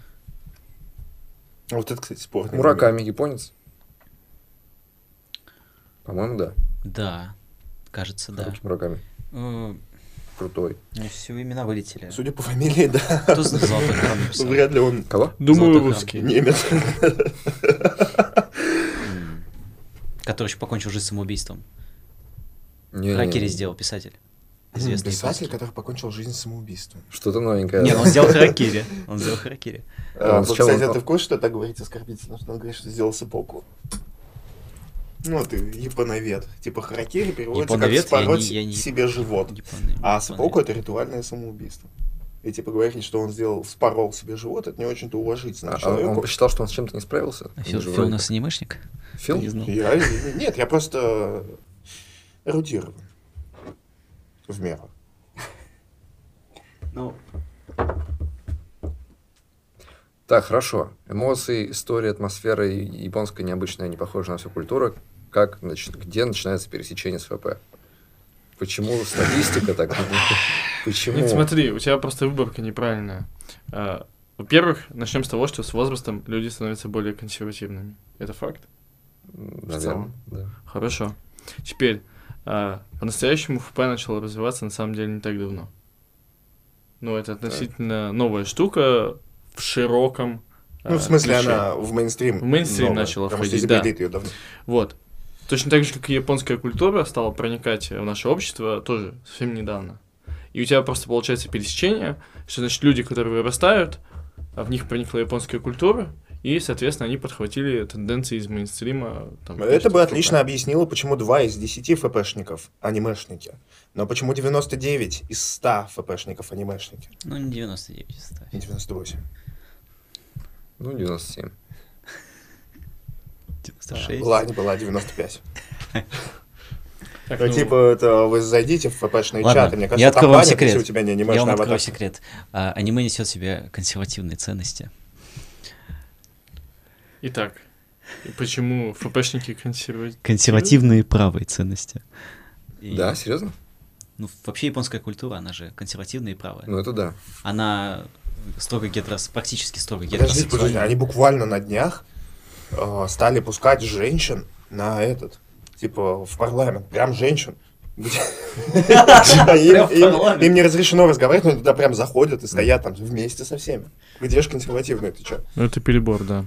Вот это, кстати, спорный. Мураками японец? По-моему, да. Да, кажется, да. Мураками. Крутой. Все имена вылетели. Судя по фамилии, да. Кто золотой храм написал? Вряд ли он... Кого? Думаю, русский. Немец. Который еще покончил жизнь самоубийством. Харакири сделал, писатель. Известный писатель, японский. который покончил жизнь самоубийством. Что-то новенькое. Не, он сделал харакири. Кстати, ты в курсе, что так говорить оскорбительно? Что он говорит, что сделал сэпоку. Ты японовед. Типа харакири переводится как спороть себе живот. А сэпоку — это ритуальное самоубийство. И типа говорить, что он спорол себе живот, это не очень-то уважительно человеку. Он посчитал, что он с чем-то не справился? Фил у нас анимешник? Фил? Нет, я просто эрудирован. В меру. Так, хорошо. Эмоции, история, атмосфера японская необычная, не похожа на всю культуру. Где начинается пересечение с ФП? Почему статистика так? Почему? Нет, смотри, у тебя просто выборка неправильная. Во-первых, начнем с того, что с возрастом люди становятся более консервативными. Это факт? Наверное, да. Хорошо. Теперь, по-настоящему ФП начало развиваться на самом деле не так давно. Это относительно новая штука в широком в смысле, ключе. она в мейнстрим. В мейнстрим начала входить, да. Ее давно. Вот. Точно так же, как и японская культура стала проникать в наше общество тоже совсем недавно. И у тебя просто получается пересечение, что, значит, люди, которые вырастают, в них проникла японская культура, и, соответственно, они подхватили тенденции из мейнстрима. Это бы отлично объяснило, почему 2 из 10 ФПшников анимешники. Но почему 99 из 100 ФПшников анимешники? Не 99 из 100. Не 98. 97. 96. Была 95. Это вы зайдите в ФПшные чаты, мне кажется, я там банят, секрет. Если у тебя не анимешная Я вам аватарка. открою секрет. Аниме несет в себе консервативные ценности. Итак, почему ФПшники консервативные? Консервативные правые ценности. Да, серьезно? Вообще японская культура, она же консервативная и правая. Это да. Она практически строго гетеросексуальная. Подожди, они буквально на днях стали пускать женщин на в парламент. Прям женщин. Им не разрешено разговаривать, но туда прям заходят и стоят там вместе со всеми. Где же консервативные, ты что? Это перебор, да.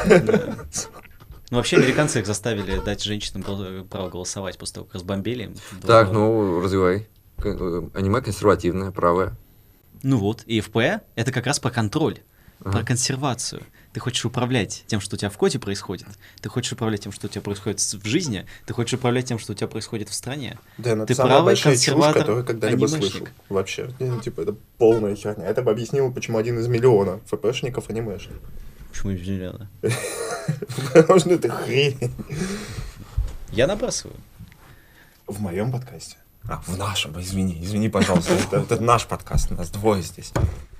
Вообще американцы их заставили дать женщинам право голосовать после того, как разбомбили. Так, развивай. Аниме консервативное, правое. И ФП — это как раз про контроль, про консервацию. Ты хочешь управлять тем, что у тебя в коде происходит. Ты хочешь управлять тем, что у тебя происходит в жизни. Ты хочешь управлять тем, что у тебя происходит в стране. Да, но Ты это самая правый большая чушь, консерватор, которую когда-либо анимешник. слышал. Вообще. Типа, это полная херня. Это бы объяснило, почему 1 из миллиона ФПшников анимешник. Почему не надо? Потому что это хрень. Я набрасываю. В моем подкасте. В нашем, извини, пожалуйста. Это наш подкаст, нас 2 здесь.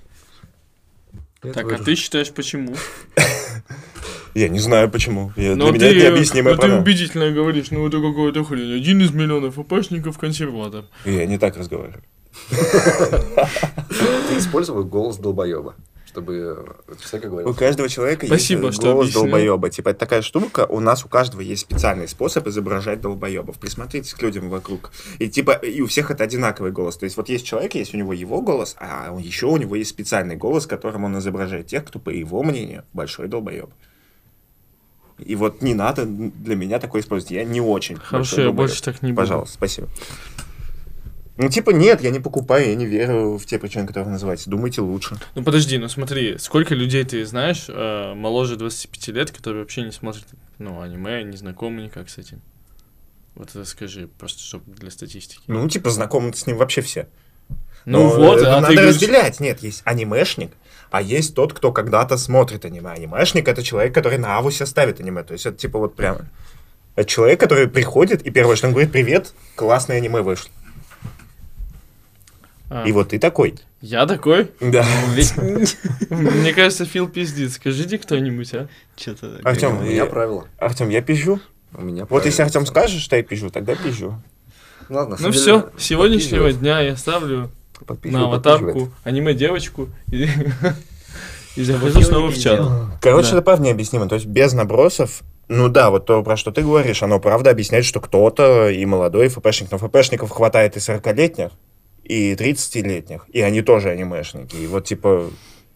Так, а ты считаешь, почему? Я не знаю почему. Для Но меня это необъяснимая ты проблема. убедительно говоришь, ну это какая-то хрень. 1 из миллионов ФПшников консерватор. Я не так разговариваю. Ты использовал голос долбоеба, чтобы всякое У говорил. каждого человека Спасибо, есть что голос объяснил. долбоеба. Типа, это такая штука, у каждого есть специальный способ изображать долбоебов. Присмотритесь к людям вокруг. И у всех это одинаковый голос. То есть вот есть человек, есть у него его голос, а еще у него есть специальный голос, которым он изображает тех, кто, по его мнению, большой долбоеб. И вот не надо для меня такое использовать. Я не очень. Хорошо, большой я долбоеб. больше так не буду. Пожалуйста, спасибо. Нет, я не покупаю, я не верю в те причины, которые вы называете. Думайте лучше. Ну подожди, смотри, сколько людей ты знаешь моложе 25 лет, которые вообще не смотрят аниме, не знакомы никак с этим? Вот расскажи, просто чтобы для статистики. Знакомы с ним вообще все. Ты Надо говоришь- разделять. Нет, есть анимешник, а есть тот, кто когда-то смотрит аниме. Анимешник — это человек, который на авусе ставит аниме. То есть это типа вот прямо... Это человек, который приходит, и первое, что он говорит: привет, классное аниме вышло. И вот ты такой. Я такой? Да. Мне кажется, Фил пиздит. Скажите кто-нибудь, а? Что-то... Артем, У меня правило. Артем, я пизжу. У меня Вот если правило. Артем скажет, что я пизжу, тогда пизжу. Ладно, на Ну самом деле, все, с сегодняшнего подписывай. дня я ставлю Подписывай, на аватарку подписывай. аниме-девочку и захожу снова в чат. Короче, Да. это правда необъяснимо. То есть без набросов, вот то, про что ты говоришь, оно правда объясняет, что кто-то и молодой ФПшник, но ФПшников хватает и 40-летних, и 30-летних, и они тоже анимешники. И вот типа...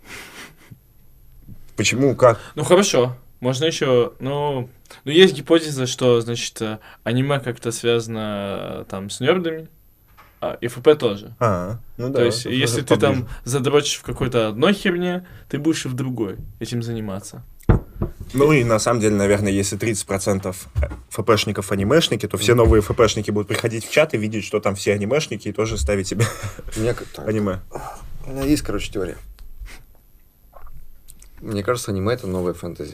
Почему, как? Ну хорошо, можно еще, есть гипотеза, что, значит, аниме как-то связано там с нердами, и ФП тоже. То есть, если ты там задрочишь в какой-то одной херне, ты будешь и в другой этим заниматься. Ну и на самом деле, наверное, если 30% ФПшников анимешники, то все новые ФПшники будут приходить в чат и видеть, что там все анимешники, и тоже ставить себе У меня как-то- аниме. У меня есть, теория. Мне кажется, аниме — это новая фэнтези.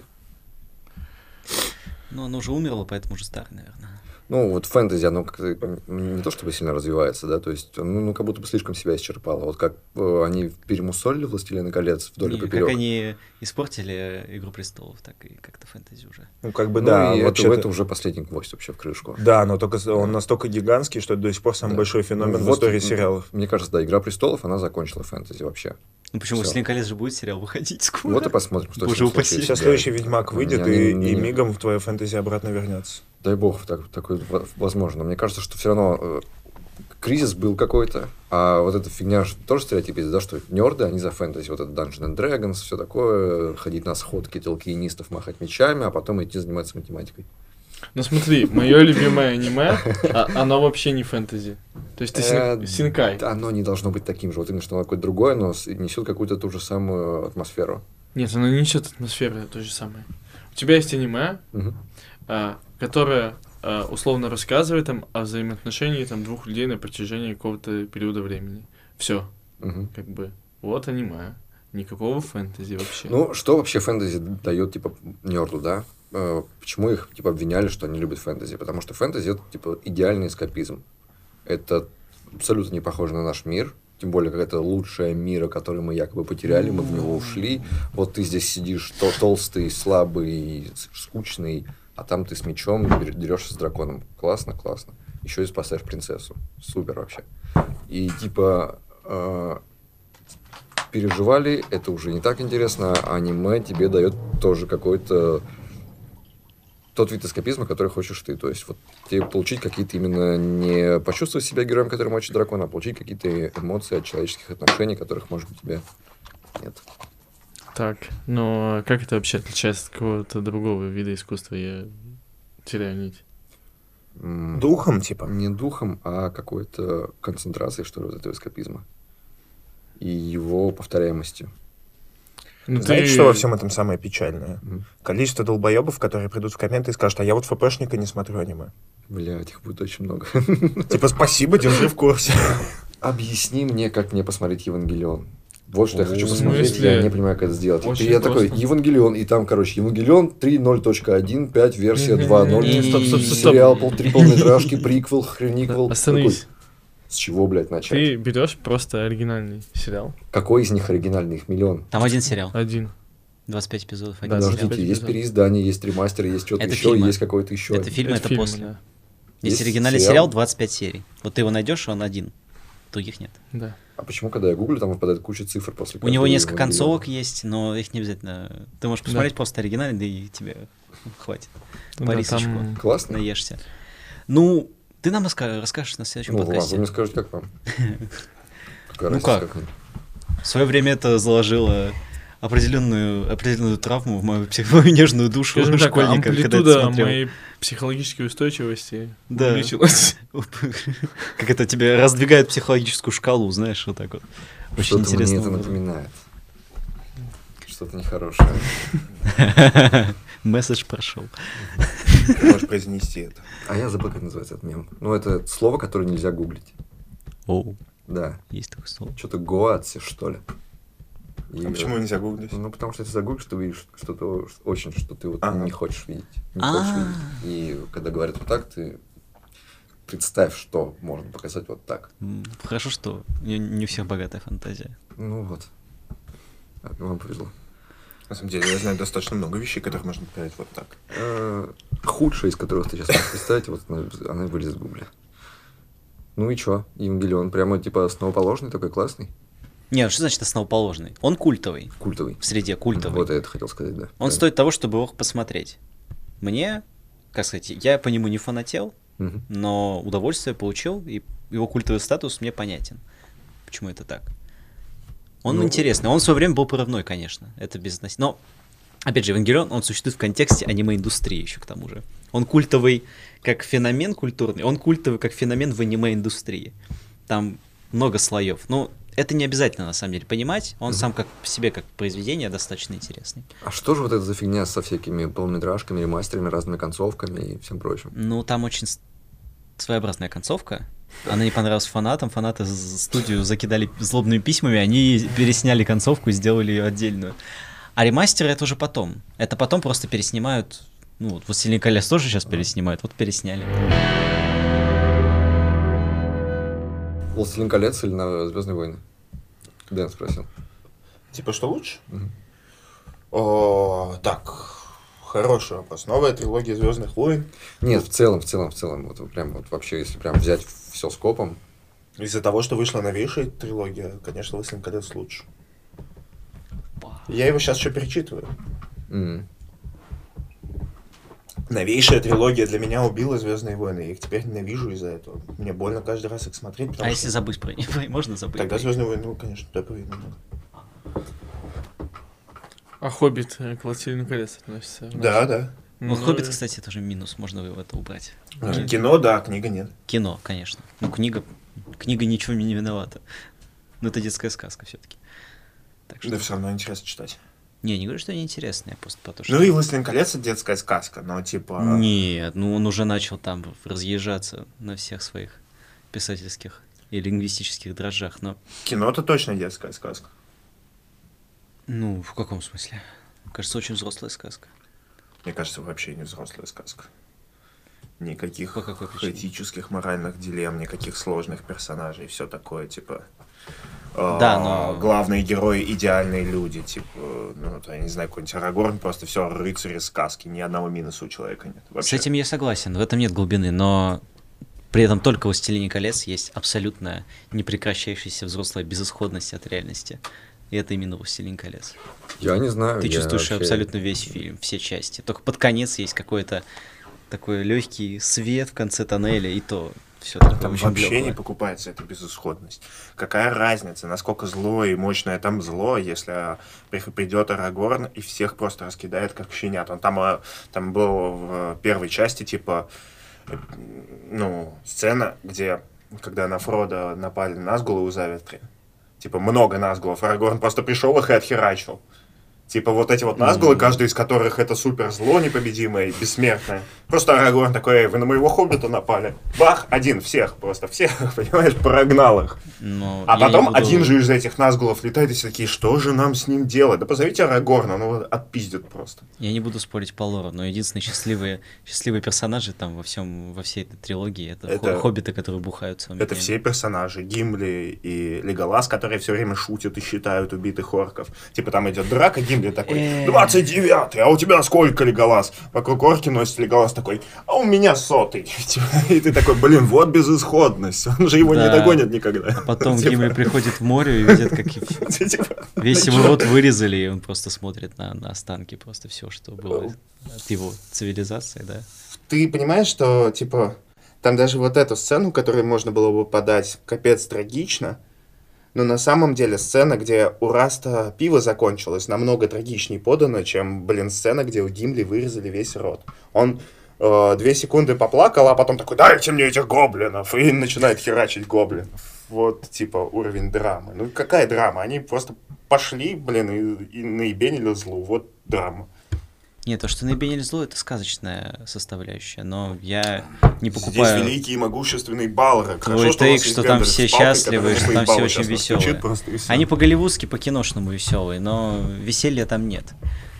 Ну, оно уже умерло, поэтому уже старый, наверное. Ну, вот фэнтези, оно как-то не то чтобы сильно развивается, да, то есть, как будто бы слишком себя исчерпало. Вот как они перемусолили «Властелина колец» вдоль и Не, поперек. как они испортили «Игру престолов», так и как-то фэнтези уже. Ну, как бы, Ну, да, и вообще-то- это уже последний гвоздь вообще в крышку. Да, но только он настолько гигантский, что это до сих пор самый Да. большой феномен Ну, в вот, истории сериалов. Мне кажется, да, «Игра престолов», она закончила фэнтези вообще. Ну почему? Всё. «Властелин колец» же будет сериал выходить скоро. Вот и посмотрим, что Боже с ним упаси. случится. Сейчас Да. следующий Ведьмак выйдет, Не- и мигом в твою фэнтези обратно вернется. Дай бог, такое возможно. Мне кажется, что все равно кризис был какой-то, а вот эта фигня тоже стереотип есть, да, что нерды, они за фэнтези, вот это Dungeons and Dragons, все такое, ходить на сходки толкинистов, махать мечами, а потом идти заниматься математикой. Ну смотри, мое любимое аниме, оно вообще не фэнтези. То есть ты синкай. Оно не должно быть таким же, вот именно, что оно какое-то другое, но несет какую-то ту же самую атмосферу. Нет, оно не несет атмосферы, то же самое. У тебя есть аниме, Мгм. которое условно рассказывает там о взаимоотношении там двух людей на протяжении какого-то периода времени. Все, Мгм. как бы, вот аниме. Никакого фэнтези вообще. Ну, что вообще фэнтези дает, типа, нерду, да? Почему их, типа, обвиняли, что они любят фэнтези? Потому что фэнтези — это, типа, идеальный эскапизм. Это абсолютно не похоже на наш мир. Тем более, как это лучшее мира, который мы якобы потеряли, мы в него ушли. Вот ты здесь сидишь толстый, слабый, скучный, а там ты с мечом дерешься с драконом. Классно, классно. Еще и спасаешь принцессу. Супер вообще. И, типа... переживали, это уже не так интересно, а аниме тебе дает тоже какой-то тот вид эскапизма, который хочешь ты. То есть, вот тебе получить какие-то именно не почувствовать себя героем, который мочит дракона, а получить какие-то эмоции от человеческих отношений, которых, может быть, у тебя нет. Так, но как это вообще отличается от какого-то другого вида искусства? Я теряю нить. Духом, типа? Не духом, а какой-то концентрацией, что ли, вот этого эскапизма. И его повторяемостью. Ну, Знаете, ты- что во всем этом самое печальное? Количество долбоебов, которые придут в комменты и скажут, а я вот ФПшника не смотрю аниме. Блядь, их будет очень много. Типа, спасибо, держи в курсе. Объясни мне, как мне посмотреть Евангелион. Вот что я хочу В посмотреть, смысле? я не понимаю, как это сделать. И Очень я такой, просто. Евангелион, и там, короче, Евангелион 3.0.1.5, версия Не-не-не. 2.0. Стоп, стоп, стоп, стоп. Сериал, полметражки, приквел, хрениквел. Остановись. Такой, с чего, блядь, начать? Ты берешь просто оригинальный сериал. Какой из них оригинальный? Их миллион. Там один сериал, Один. 25 эпизодов, один Да, сериал. Подождите, есть эпизодов. переиздание, есть ремастер, есть что-то Это еще, фильмы. есть какой-то еще. Это фильм, это фильмы, после. да. Есть Есть оригинальный сериал? сериал 25 серий. Вот ты его найдешь, он один. Других нет. Да. А почему, когда я гуглю, там выпадает куча цифр после У него каждого несколько Евангелиона? концовок есть, но их не обязательно. Ты можешь посмотреть просто оригинальный, да и тебе хватит. Ну По да, рисочку. там- Классно? Наешься. Ну, ты нам расскажешь на следующем Ну, ладно, вы подкасте. мне скажете, как вам? Какая Ну разница, как? мне? В свое время это заложило определенную травму в мою нежную душу Скажем так, школьника, когда я это амплитуда смотрел. моей психологической устойчивости Да. увеличилась. Как это тебе раздвигает психологическую шкалу, знаешь, вот так вот. Очень Что-то мне интересно. это напоминает. Что-то нехорошее. Месседж прошел. Ты можешь произнести это. А я забыл, как называется этот мем. Ну, это слово, которое нельзя гуглить. Оу, Да. есть такое слово. Что-то гоатси, что ли. И, А почему нельзя гуглить? Ну, потому что если загуглишь, ты увидишь что-то очень, что ты вот Ага. не хочешь видеть. Не А. хочешь видеть. И когда говорят вот так, ты представь, что можно показать вот так. Хорошо, что не у всех богатая фантазия. Ну вот. Вам повезло. На самом деле, я знаю достаточно много вещей, которых можно показать вот так. Худшая из которых ты сейчас можешь представить, вот она вылезет в гугле. Ну и чё? Евангелион прямо типа основоположный, такой классный, Не, что значит основоположный? Он культовый. культовый. В среде культовый. Вот я это хотел сказать, да. Он Да. стоит того, чтобы его посмотреть. Мне, как сказать, я по нему не фанател, Мгм. но удовольствие получил, и его культовый статус мне понятен. Почему это так? Он Ну, интересный. Он в свое время был прорывной, конечно. Это безотносительно. Но, опять же, Евангелион, он существует в контексте аниме-индустрии еще к тому же. Он культовый как феномен культурный, он культовый как феномен в аниме-индустрии. Там много слоев. Но это не обязательно, на самом деле, понимать. Он сам как по себе, как произведение, достаточно интересный. А что же вот это за фигня со всякими полнометражками, ремастерами, разными концовками и всем прочим? Ну, там очень своеобразная концовка. Она не понравилась фанатам. Фанаты студию закидали злобными письмами, они пересняли концовку и сделали ее отдельную. А ремастеры это уже потом. Это потом просто переснимают. Ну, вот «Властелин колец» тоже сейчас переснимают, вот пересняли. «Властелин колец» или на «Звездные войны»? Дэн спросил. Типа, что лучше? Мгм. Так, хороший вопрос. Новая трилогия «Звездных войн». Нет, в целом. Вот прям вот вообще, если прям взять все скопом. Из-за того, что вышла новейшая трилогия, конечно, «Властелин колец» лучше. Я его сейчас еще перечитываю. М. Новейшая трилогия для меня убила «Звездные войны». Я их теперь ненавижу из-за этого. Мне больно каждый раз их смотреть, потому А что... если забыть про них? Можно забыть? Тогда про них? «Звездные войны», ну, конечно, топовые намного. А «Хоббит» к «Властелину колец» относится? Да, да. Ну, Ну, «Хоббит», кстати, тоже минус, можно его это убрать. Кино, да, книга нет. Кино, конечно. Ну, книга ничего мне не виновата. Но это детская сказка все-таки. Так что... Да все равно интересно читать. Не говорю, что неинтересно, я просто потому что... Ну и «Властелин колец» — это детская сказка, но типа... Нет, ну он уже начал там разъезжаться на всех своих писательских и лингвистических дрожжах, но... Кино-то точно детская сказка. Ну, в каком смысле? Кажется, очень взрослая сказка. Мне кажется, вообще не взрослая сказка. Никаких По какой причине? этических, моральных дилемм, никаких сложных персонажей, все такое, типа... Да, но- Главные герои — идеальные люди, типа, ну, вот, я не знаю, какой-нибудь Арагорн, просто все рыцарь из сказки, ни одного минуса у человека нет. Вообще. С этим я согласен, в этом нет глубины, но при этом только в «Властелине колец» есть абсолютно непрекращающаяся взрослая безысходность от реальности. И это именно «Властелин колец». Я не знаю. Ты я чувствуешь вообще- абсолютно весь фильм, все части. Только под конец есть какой-то такой легкий свет в конце тоннеля, и то все такое Там вообще бомблёвое. не покупается эта безысходность. Какая разница, насколько злое и мощное там зло, если придет Арагорн и всех просто раскидает как щенят. Он там был в первой части, типа, сцена, где, когда на Фродо напали Назгулы у Заветри, типа, много Назгулов, Арагорн просто пришел их и отхерачил. Типа вот эти вот назгулы, каждый из которых это супер зло непобедимое, бессмертное. Просто Арагорн такой: вы на моего хоббита напали. Бах, один, всех, понимаешь, прогнал их. Но А я не потом буду- один же из этих назгулов летает, и все такие: что же нам с ним делать? Да позовите Арагорна, он его отпиздит просто. Я не буду спорить по лору, но единственные счастливые персонажи там во всей этой трилогии это, Это- хоббиты, которые бухают своими Это днями. все персонажи. Гимли и Леголас, которые все время шутят и считают убитых орков. Типа там идет драка, Гимли такой: 29-й, а у тебя сколько, Леголас? Вокруг орки носит, Леголас такой: а у меня 100-й. Типа, и ты такой: блин, вот безысходность. Он же его не Да. догонит никогда. А потом Типа, Гимли приходит в море и видит, как типа, весь его рот вырезали, и он просто смотрит на останки, просто все, что было от его цивилизации, да. Ты понимаешь, что, типа, там даже вот эту сцену, которую можно было бы подать, капец трагично, но на самом деле сцена, где у Раста пиво закончилось, намного трагичнее подана, чем, блин, сцена, где у Гимли вырезали весь рот. Он 2 секунды поплакал, а потом такой: дайте мне этих гоблинов, и начинает херачить гоблинов. Вот, типа, уровень драмы. Ну, какая драма? Они просто пошли, блин, и наебенили злу. Вот драма. Нет, то, что наебенили зло, это сказочная составляющая, но я не Здесь покупаю великий и могущественный Балрог. твой Хорошо, что у тейк, нас есть что там Гэндальф все с палкой, счастливы, который что там свои все баллы очень сейчас настучит веселые. просто, и всё. Они по-голливудски, по-киношному веселые, но веселья там нет.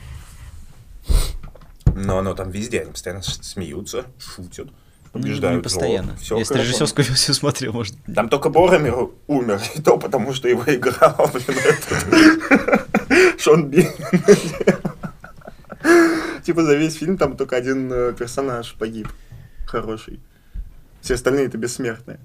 Но оно там везде, они постоянно смеются, шутят, Ну, побеждают не постоянно. зло. Всё Если хорошо. режиссерскую версию смотрел, может. Там только Боромир умер, и то потому, что его играл, блин, этот Шон Бин. Типа за весь фильм там только один персонаж погиб, хороший. Все остальные-то бессмертные.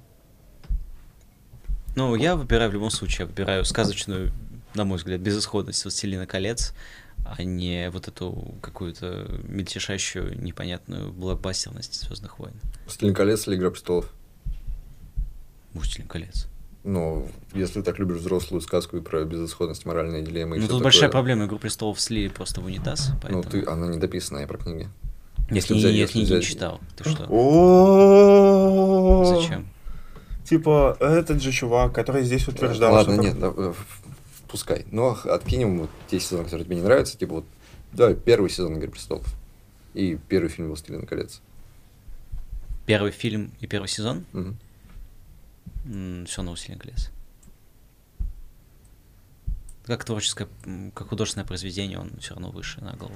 Ну, я выбираю в любом случае, я выбираю сказочную, на мой взгляд, безысходность «Властелина колец», а не вот эту какую-то мельтешащую, непонятную блокбастерность «Звездных войн». «Властелин колец» или «Игра престолов»? «Властелин колец». Ну, если ты так любишь взрослую сказку и про безысходность, моральные дилеммы и Ну, всё тут такое, большая проблема, «Игру престолов» слили просто в унитаз, Ну, поэтому... она не дописана, я про книги. Я если книги, взять- я если книги не взять- читал. Ты что? О, Зачем? Типа, этот же чувак, который здесь утверждал, Ладно, что... нет, пускай. Но откинем вот те сезоны, которые тебе не нравятся, типа вот, давай, первый сезон «Игры престолов» и первый фильм «Властелин колец». Первый фильм и первый сезон? Мгм. Все на «Властелин колец». Как творческое, как художественное произведение, он все равно выше на голову.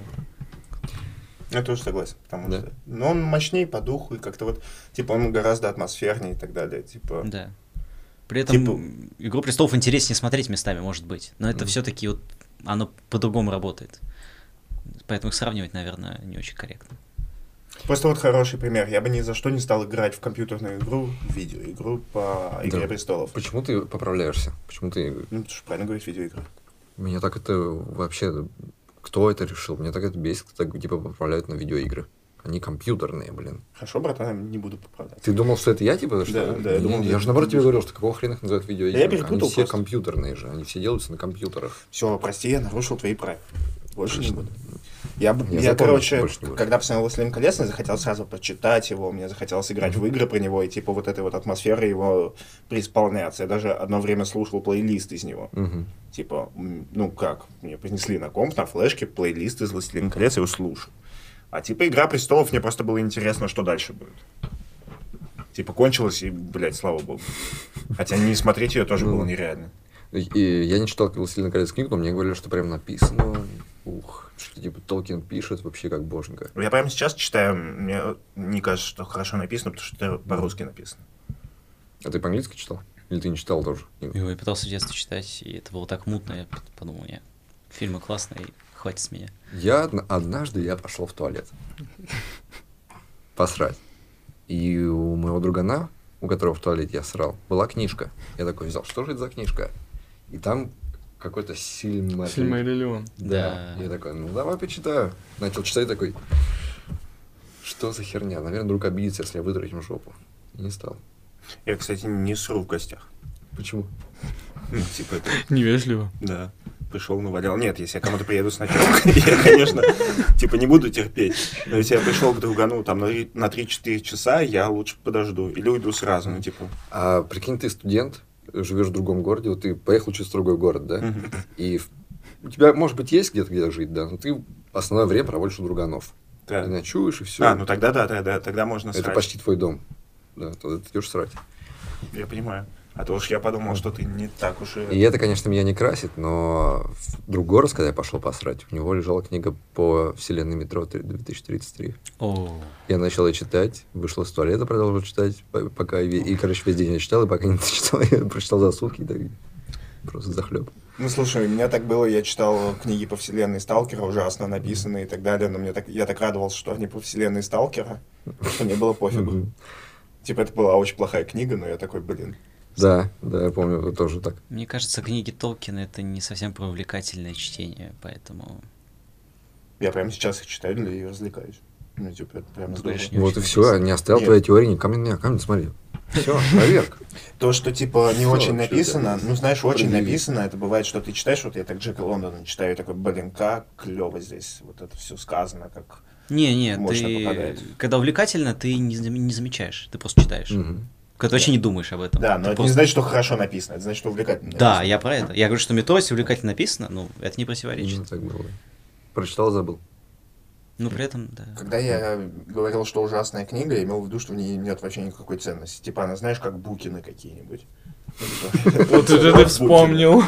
Я тоже согласен, потому Да. что... Но он мощнее по духу, и как-то вот, типа, он гораздо атмосфернее и так далее, типа... Да. При этом Типа- «Игру престолов» интереснее смотреть местами, может быть. Но это все-таки вот оно по-другому работает. Поэтому их сравнивать, наверное, не очень корректно. Просто вот хороший пример. Я бы ни за что не стал играть в компьютерную игру, в видеоигру по «Игре Да. престолов». Почему ты поправляешься? Почему ты... Ну, ты же правильно говоришь, видеоигры. Меня так это вообще... Кто это решил? Меня так это бесит, кто так, типа, поправляют на видеоигры. Они компьютерные, блин. Хорошо, братан, не буду поправлять. Ты думал, что это я, типа, что? Да, я думал, я же наоборот тебе говорил, что какого хрена их называют видеоиграми? Я перепутал Они все просто. компьютерные же, они все делаются на компьютерах. Все, прости, я нарушил твои правила. Больше не Точно. буду. Я, запомнил, короче, что больше не будешь. когда посмотрел «Властелин колец», я захотел сразу почитать его, мне захотелось играть в игры про него, и типа вот этой вот атмосферы его преисполняться. Я даже одно время слушал плейлист из него. Мгм. Типа, ну как, мне принесли на комп, на флешке плейлист из «Властелин колец», я его слушаю. А типа «Игра престолов» мне просто было интересно, что дальше будет. Типа кончилось, и, блядь, слава богу. Хотя не смотреть ее тоже было нереально. И я не читал «Властелин колец» книгу, но мне говорили, что прям написано, что типа Толкин пишет вообще как боженька. Я прямо сейчас читаю, мне не кажется, что хорошо написано, потому что это по-русски написано. А ты по-английски читал? Или ты не читал тоже? Его я пытался в детстве читать, и это было так мутно, я подумал, нет, фильмы классные, хватит с меня. Однажды я пошел в туалет. Посрать. И у моего другана, у которого в туалете я срал, была книжка. Я такой взял, что же это за книжка? И там какой-то Сильмариллион. Да. Я такой, ну давай почитаю. Начал читать, такой, что за херня? Наверное, друг обидится, если я вытру им жопу. И не стал. Я, кстати, не сру в гостях. Почему? Ну, типа это, Невежливо. да, пришел, навалял. Нет, если я кому-то приеду с ночевкой, я, конечно, типа не буду терпеть. Но если я пришел к другану там на 3-4 часа, я лучше подожду. Или уйду сразу, ну типа. А прикинь, ты студент, живешь в другом городе, вот ты поехал через другой город, да? И у тебя, может быть, есть где-то жить, да, но ты основное время проводишь у друганов. Да. Ты ночуешь, и все. Ну тогда да, тогда можно Это срать. почти твой дом. Да, тогда ты идешь срать. Я понимаю. А то уж я подумал, что ты не так уж И это, конечно, меня не красит, но в другой раз, когда я пошел посрать, у него лежала книга по вселенной метро 2033. О, Я начал ее читать, вышел из туалета, продолжил читать, пока короче, весь день я читал, и пока не дочитал, я прочитал за сутки, да, и просто захлеб. Ну, слушай, у меня так было, я читал книги по вселенной Сталкера, ужасно написанные и так далее, но я так радовался, что они по вселенной Сталкера, что мне было пофигу. Типа, это была очень плохая книга, но я такой, блин. Да, я помню, это тоже так. мне кажется, книги Толкина это не совсем увлекательное чтение, поэтому... Я прямо сейчас их читаю и развлекаюсь. Ну, типа, это прям Ну, здорово. конечно, не Вот очень и все, написано. не оставил Нет. твоей теории ни камень, смотри. Все, проверка. То, что, типа, не Что очень вообще, написано, да? ну, знаешь, очень Предъявить. написано, это бывает, что ты читаешь, вот я так Джека Лондона читаю, и такой, блин, как клево здесь, вот это все сказано, как... Не, Мощно ты... попадает. Когда увлекательно, ты не замечаешь, ты просто читаешь. Мгм. Когда ты вообще не думаешь об этом. Да, Ты но это просто- не значит, что хорошо написано, это значит, что увлекательно Да, написано. я про это. Я говорю, что метро, если увлекательно написано, ну, это не противоречит. Ну, так было. Прочитал, забыл. Ну, при этом, да. Когда я говорил, что ужасная книга, я имел в виду, что в ней нет вообще никакой ценности. Типа, она, знаешь, как Букины какие-нибудь. Вот это ты вспомнил.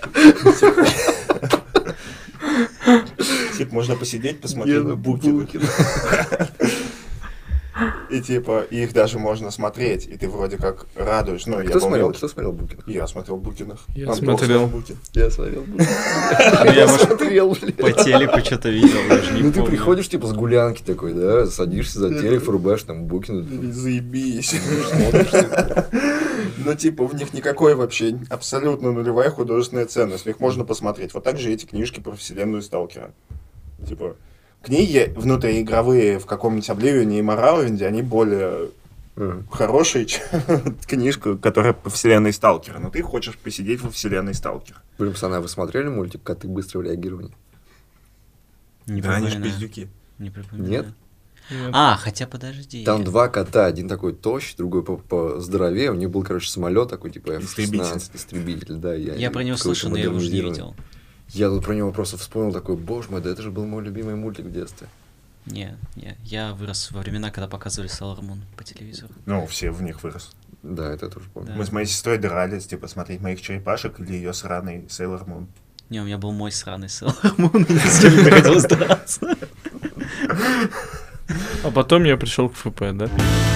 Типа, можно посидеть, посмотреть на Букины. И типа, их даже можно смотреть, и ты вроде как радуешь. Ну, я Кто помню, смотрел Букина? Я смотрел Букиных. Я Антон смотрел. Букин. Я смотрел Букина. Ну, я, может, Смотрел, блин. по телеку что-то видел, даже не Ну, ты помню. приходишь, типа, с гулянки такой, да, садишься за телек, врубаешь там Букина. Заебись. Ну, типа, в них никакой вообще абсолютно нулевая художественная ценность. Их можно посмотреть. Вот так же эти книжки про вселенную Сталкера. Типа, книги внутриигровые в каком-нибудь Обливионе и Моравинде, они более хорошие, чем книжка, которая по вселенной Сталкера. Но ты хочешь посидеть во вселенной Сталкера. Блин, пацаны, а вы смотрели мультик «Коты быстрого реагирования»? Не Да, они же припоминаю. пиздюки. Не припоминаю. Нет? Нет. А, хотя подожди. Там два кота, один такой тощий, другой поздоровее. У них был, короче, самолет такой, типа Истребитель. F-16, истребитель, да. Я про него какой-то слышал, но я его уже не модернизированный. видел. Я тут про него просто вспомнил такой, боже мой, да это же был мой любимый мультик в детстве. Не, я вырос во времена, когда показывали Sailor Moon по телевизору. Ну, все в них вырос. Да, это я тоже помню. Да. Мы с моей сестрой дрались, типа, смотреть моих черепашек или ее сраный Sailor Moon. Не, у меня был мой сраный Sailor Moon, и с ним приходилось драться. А потом я пришел к ФП, да?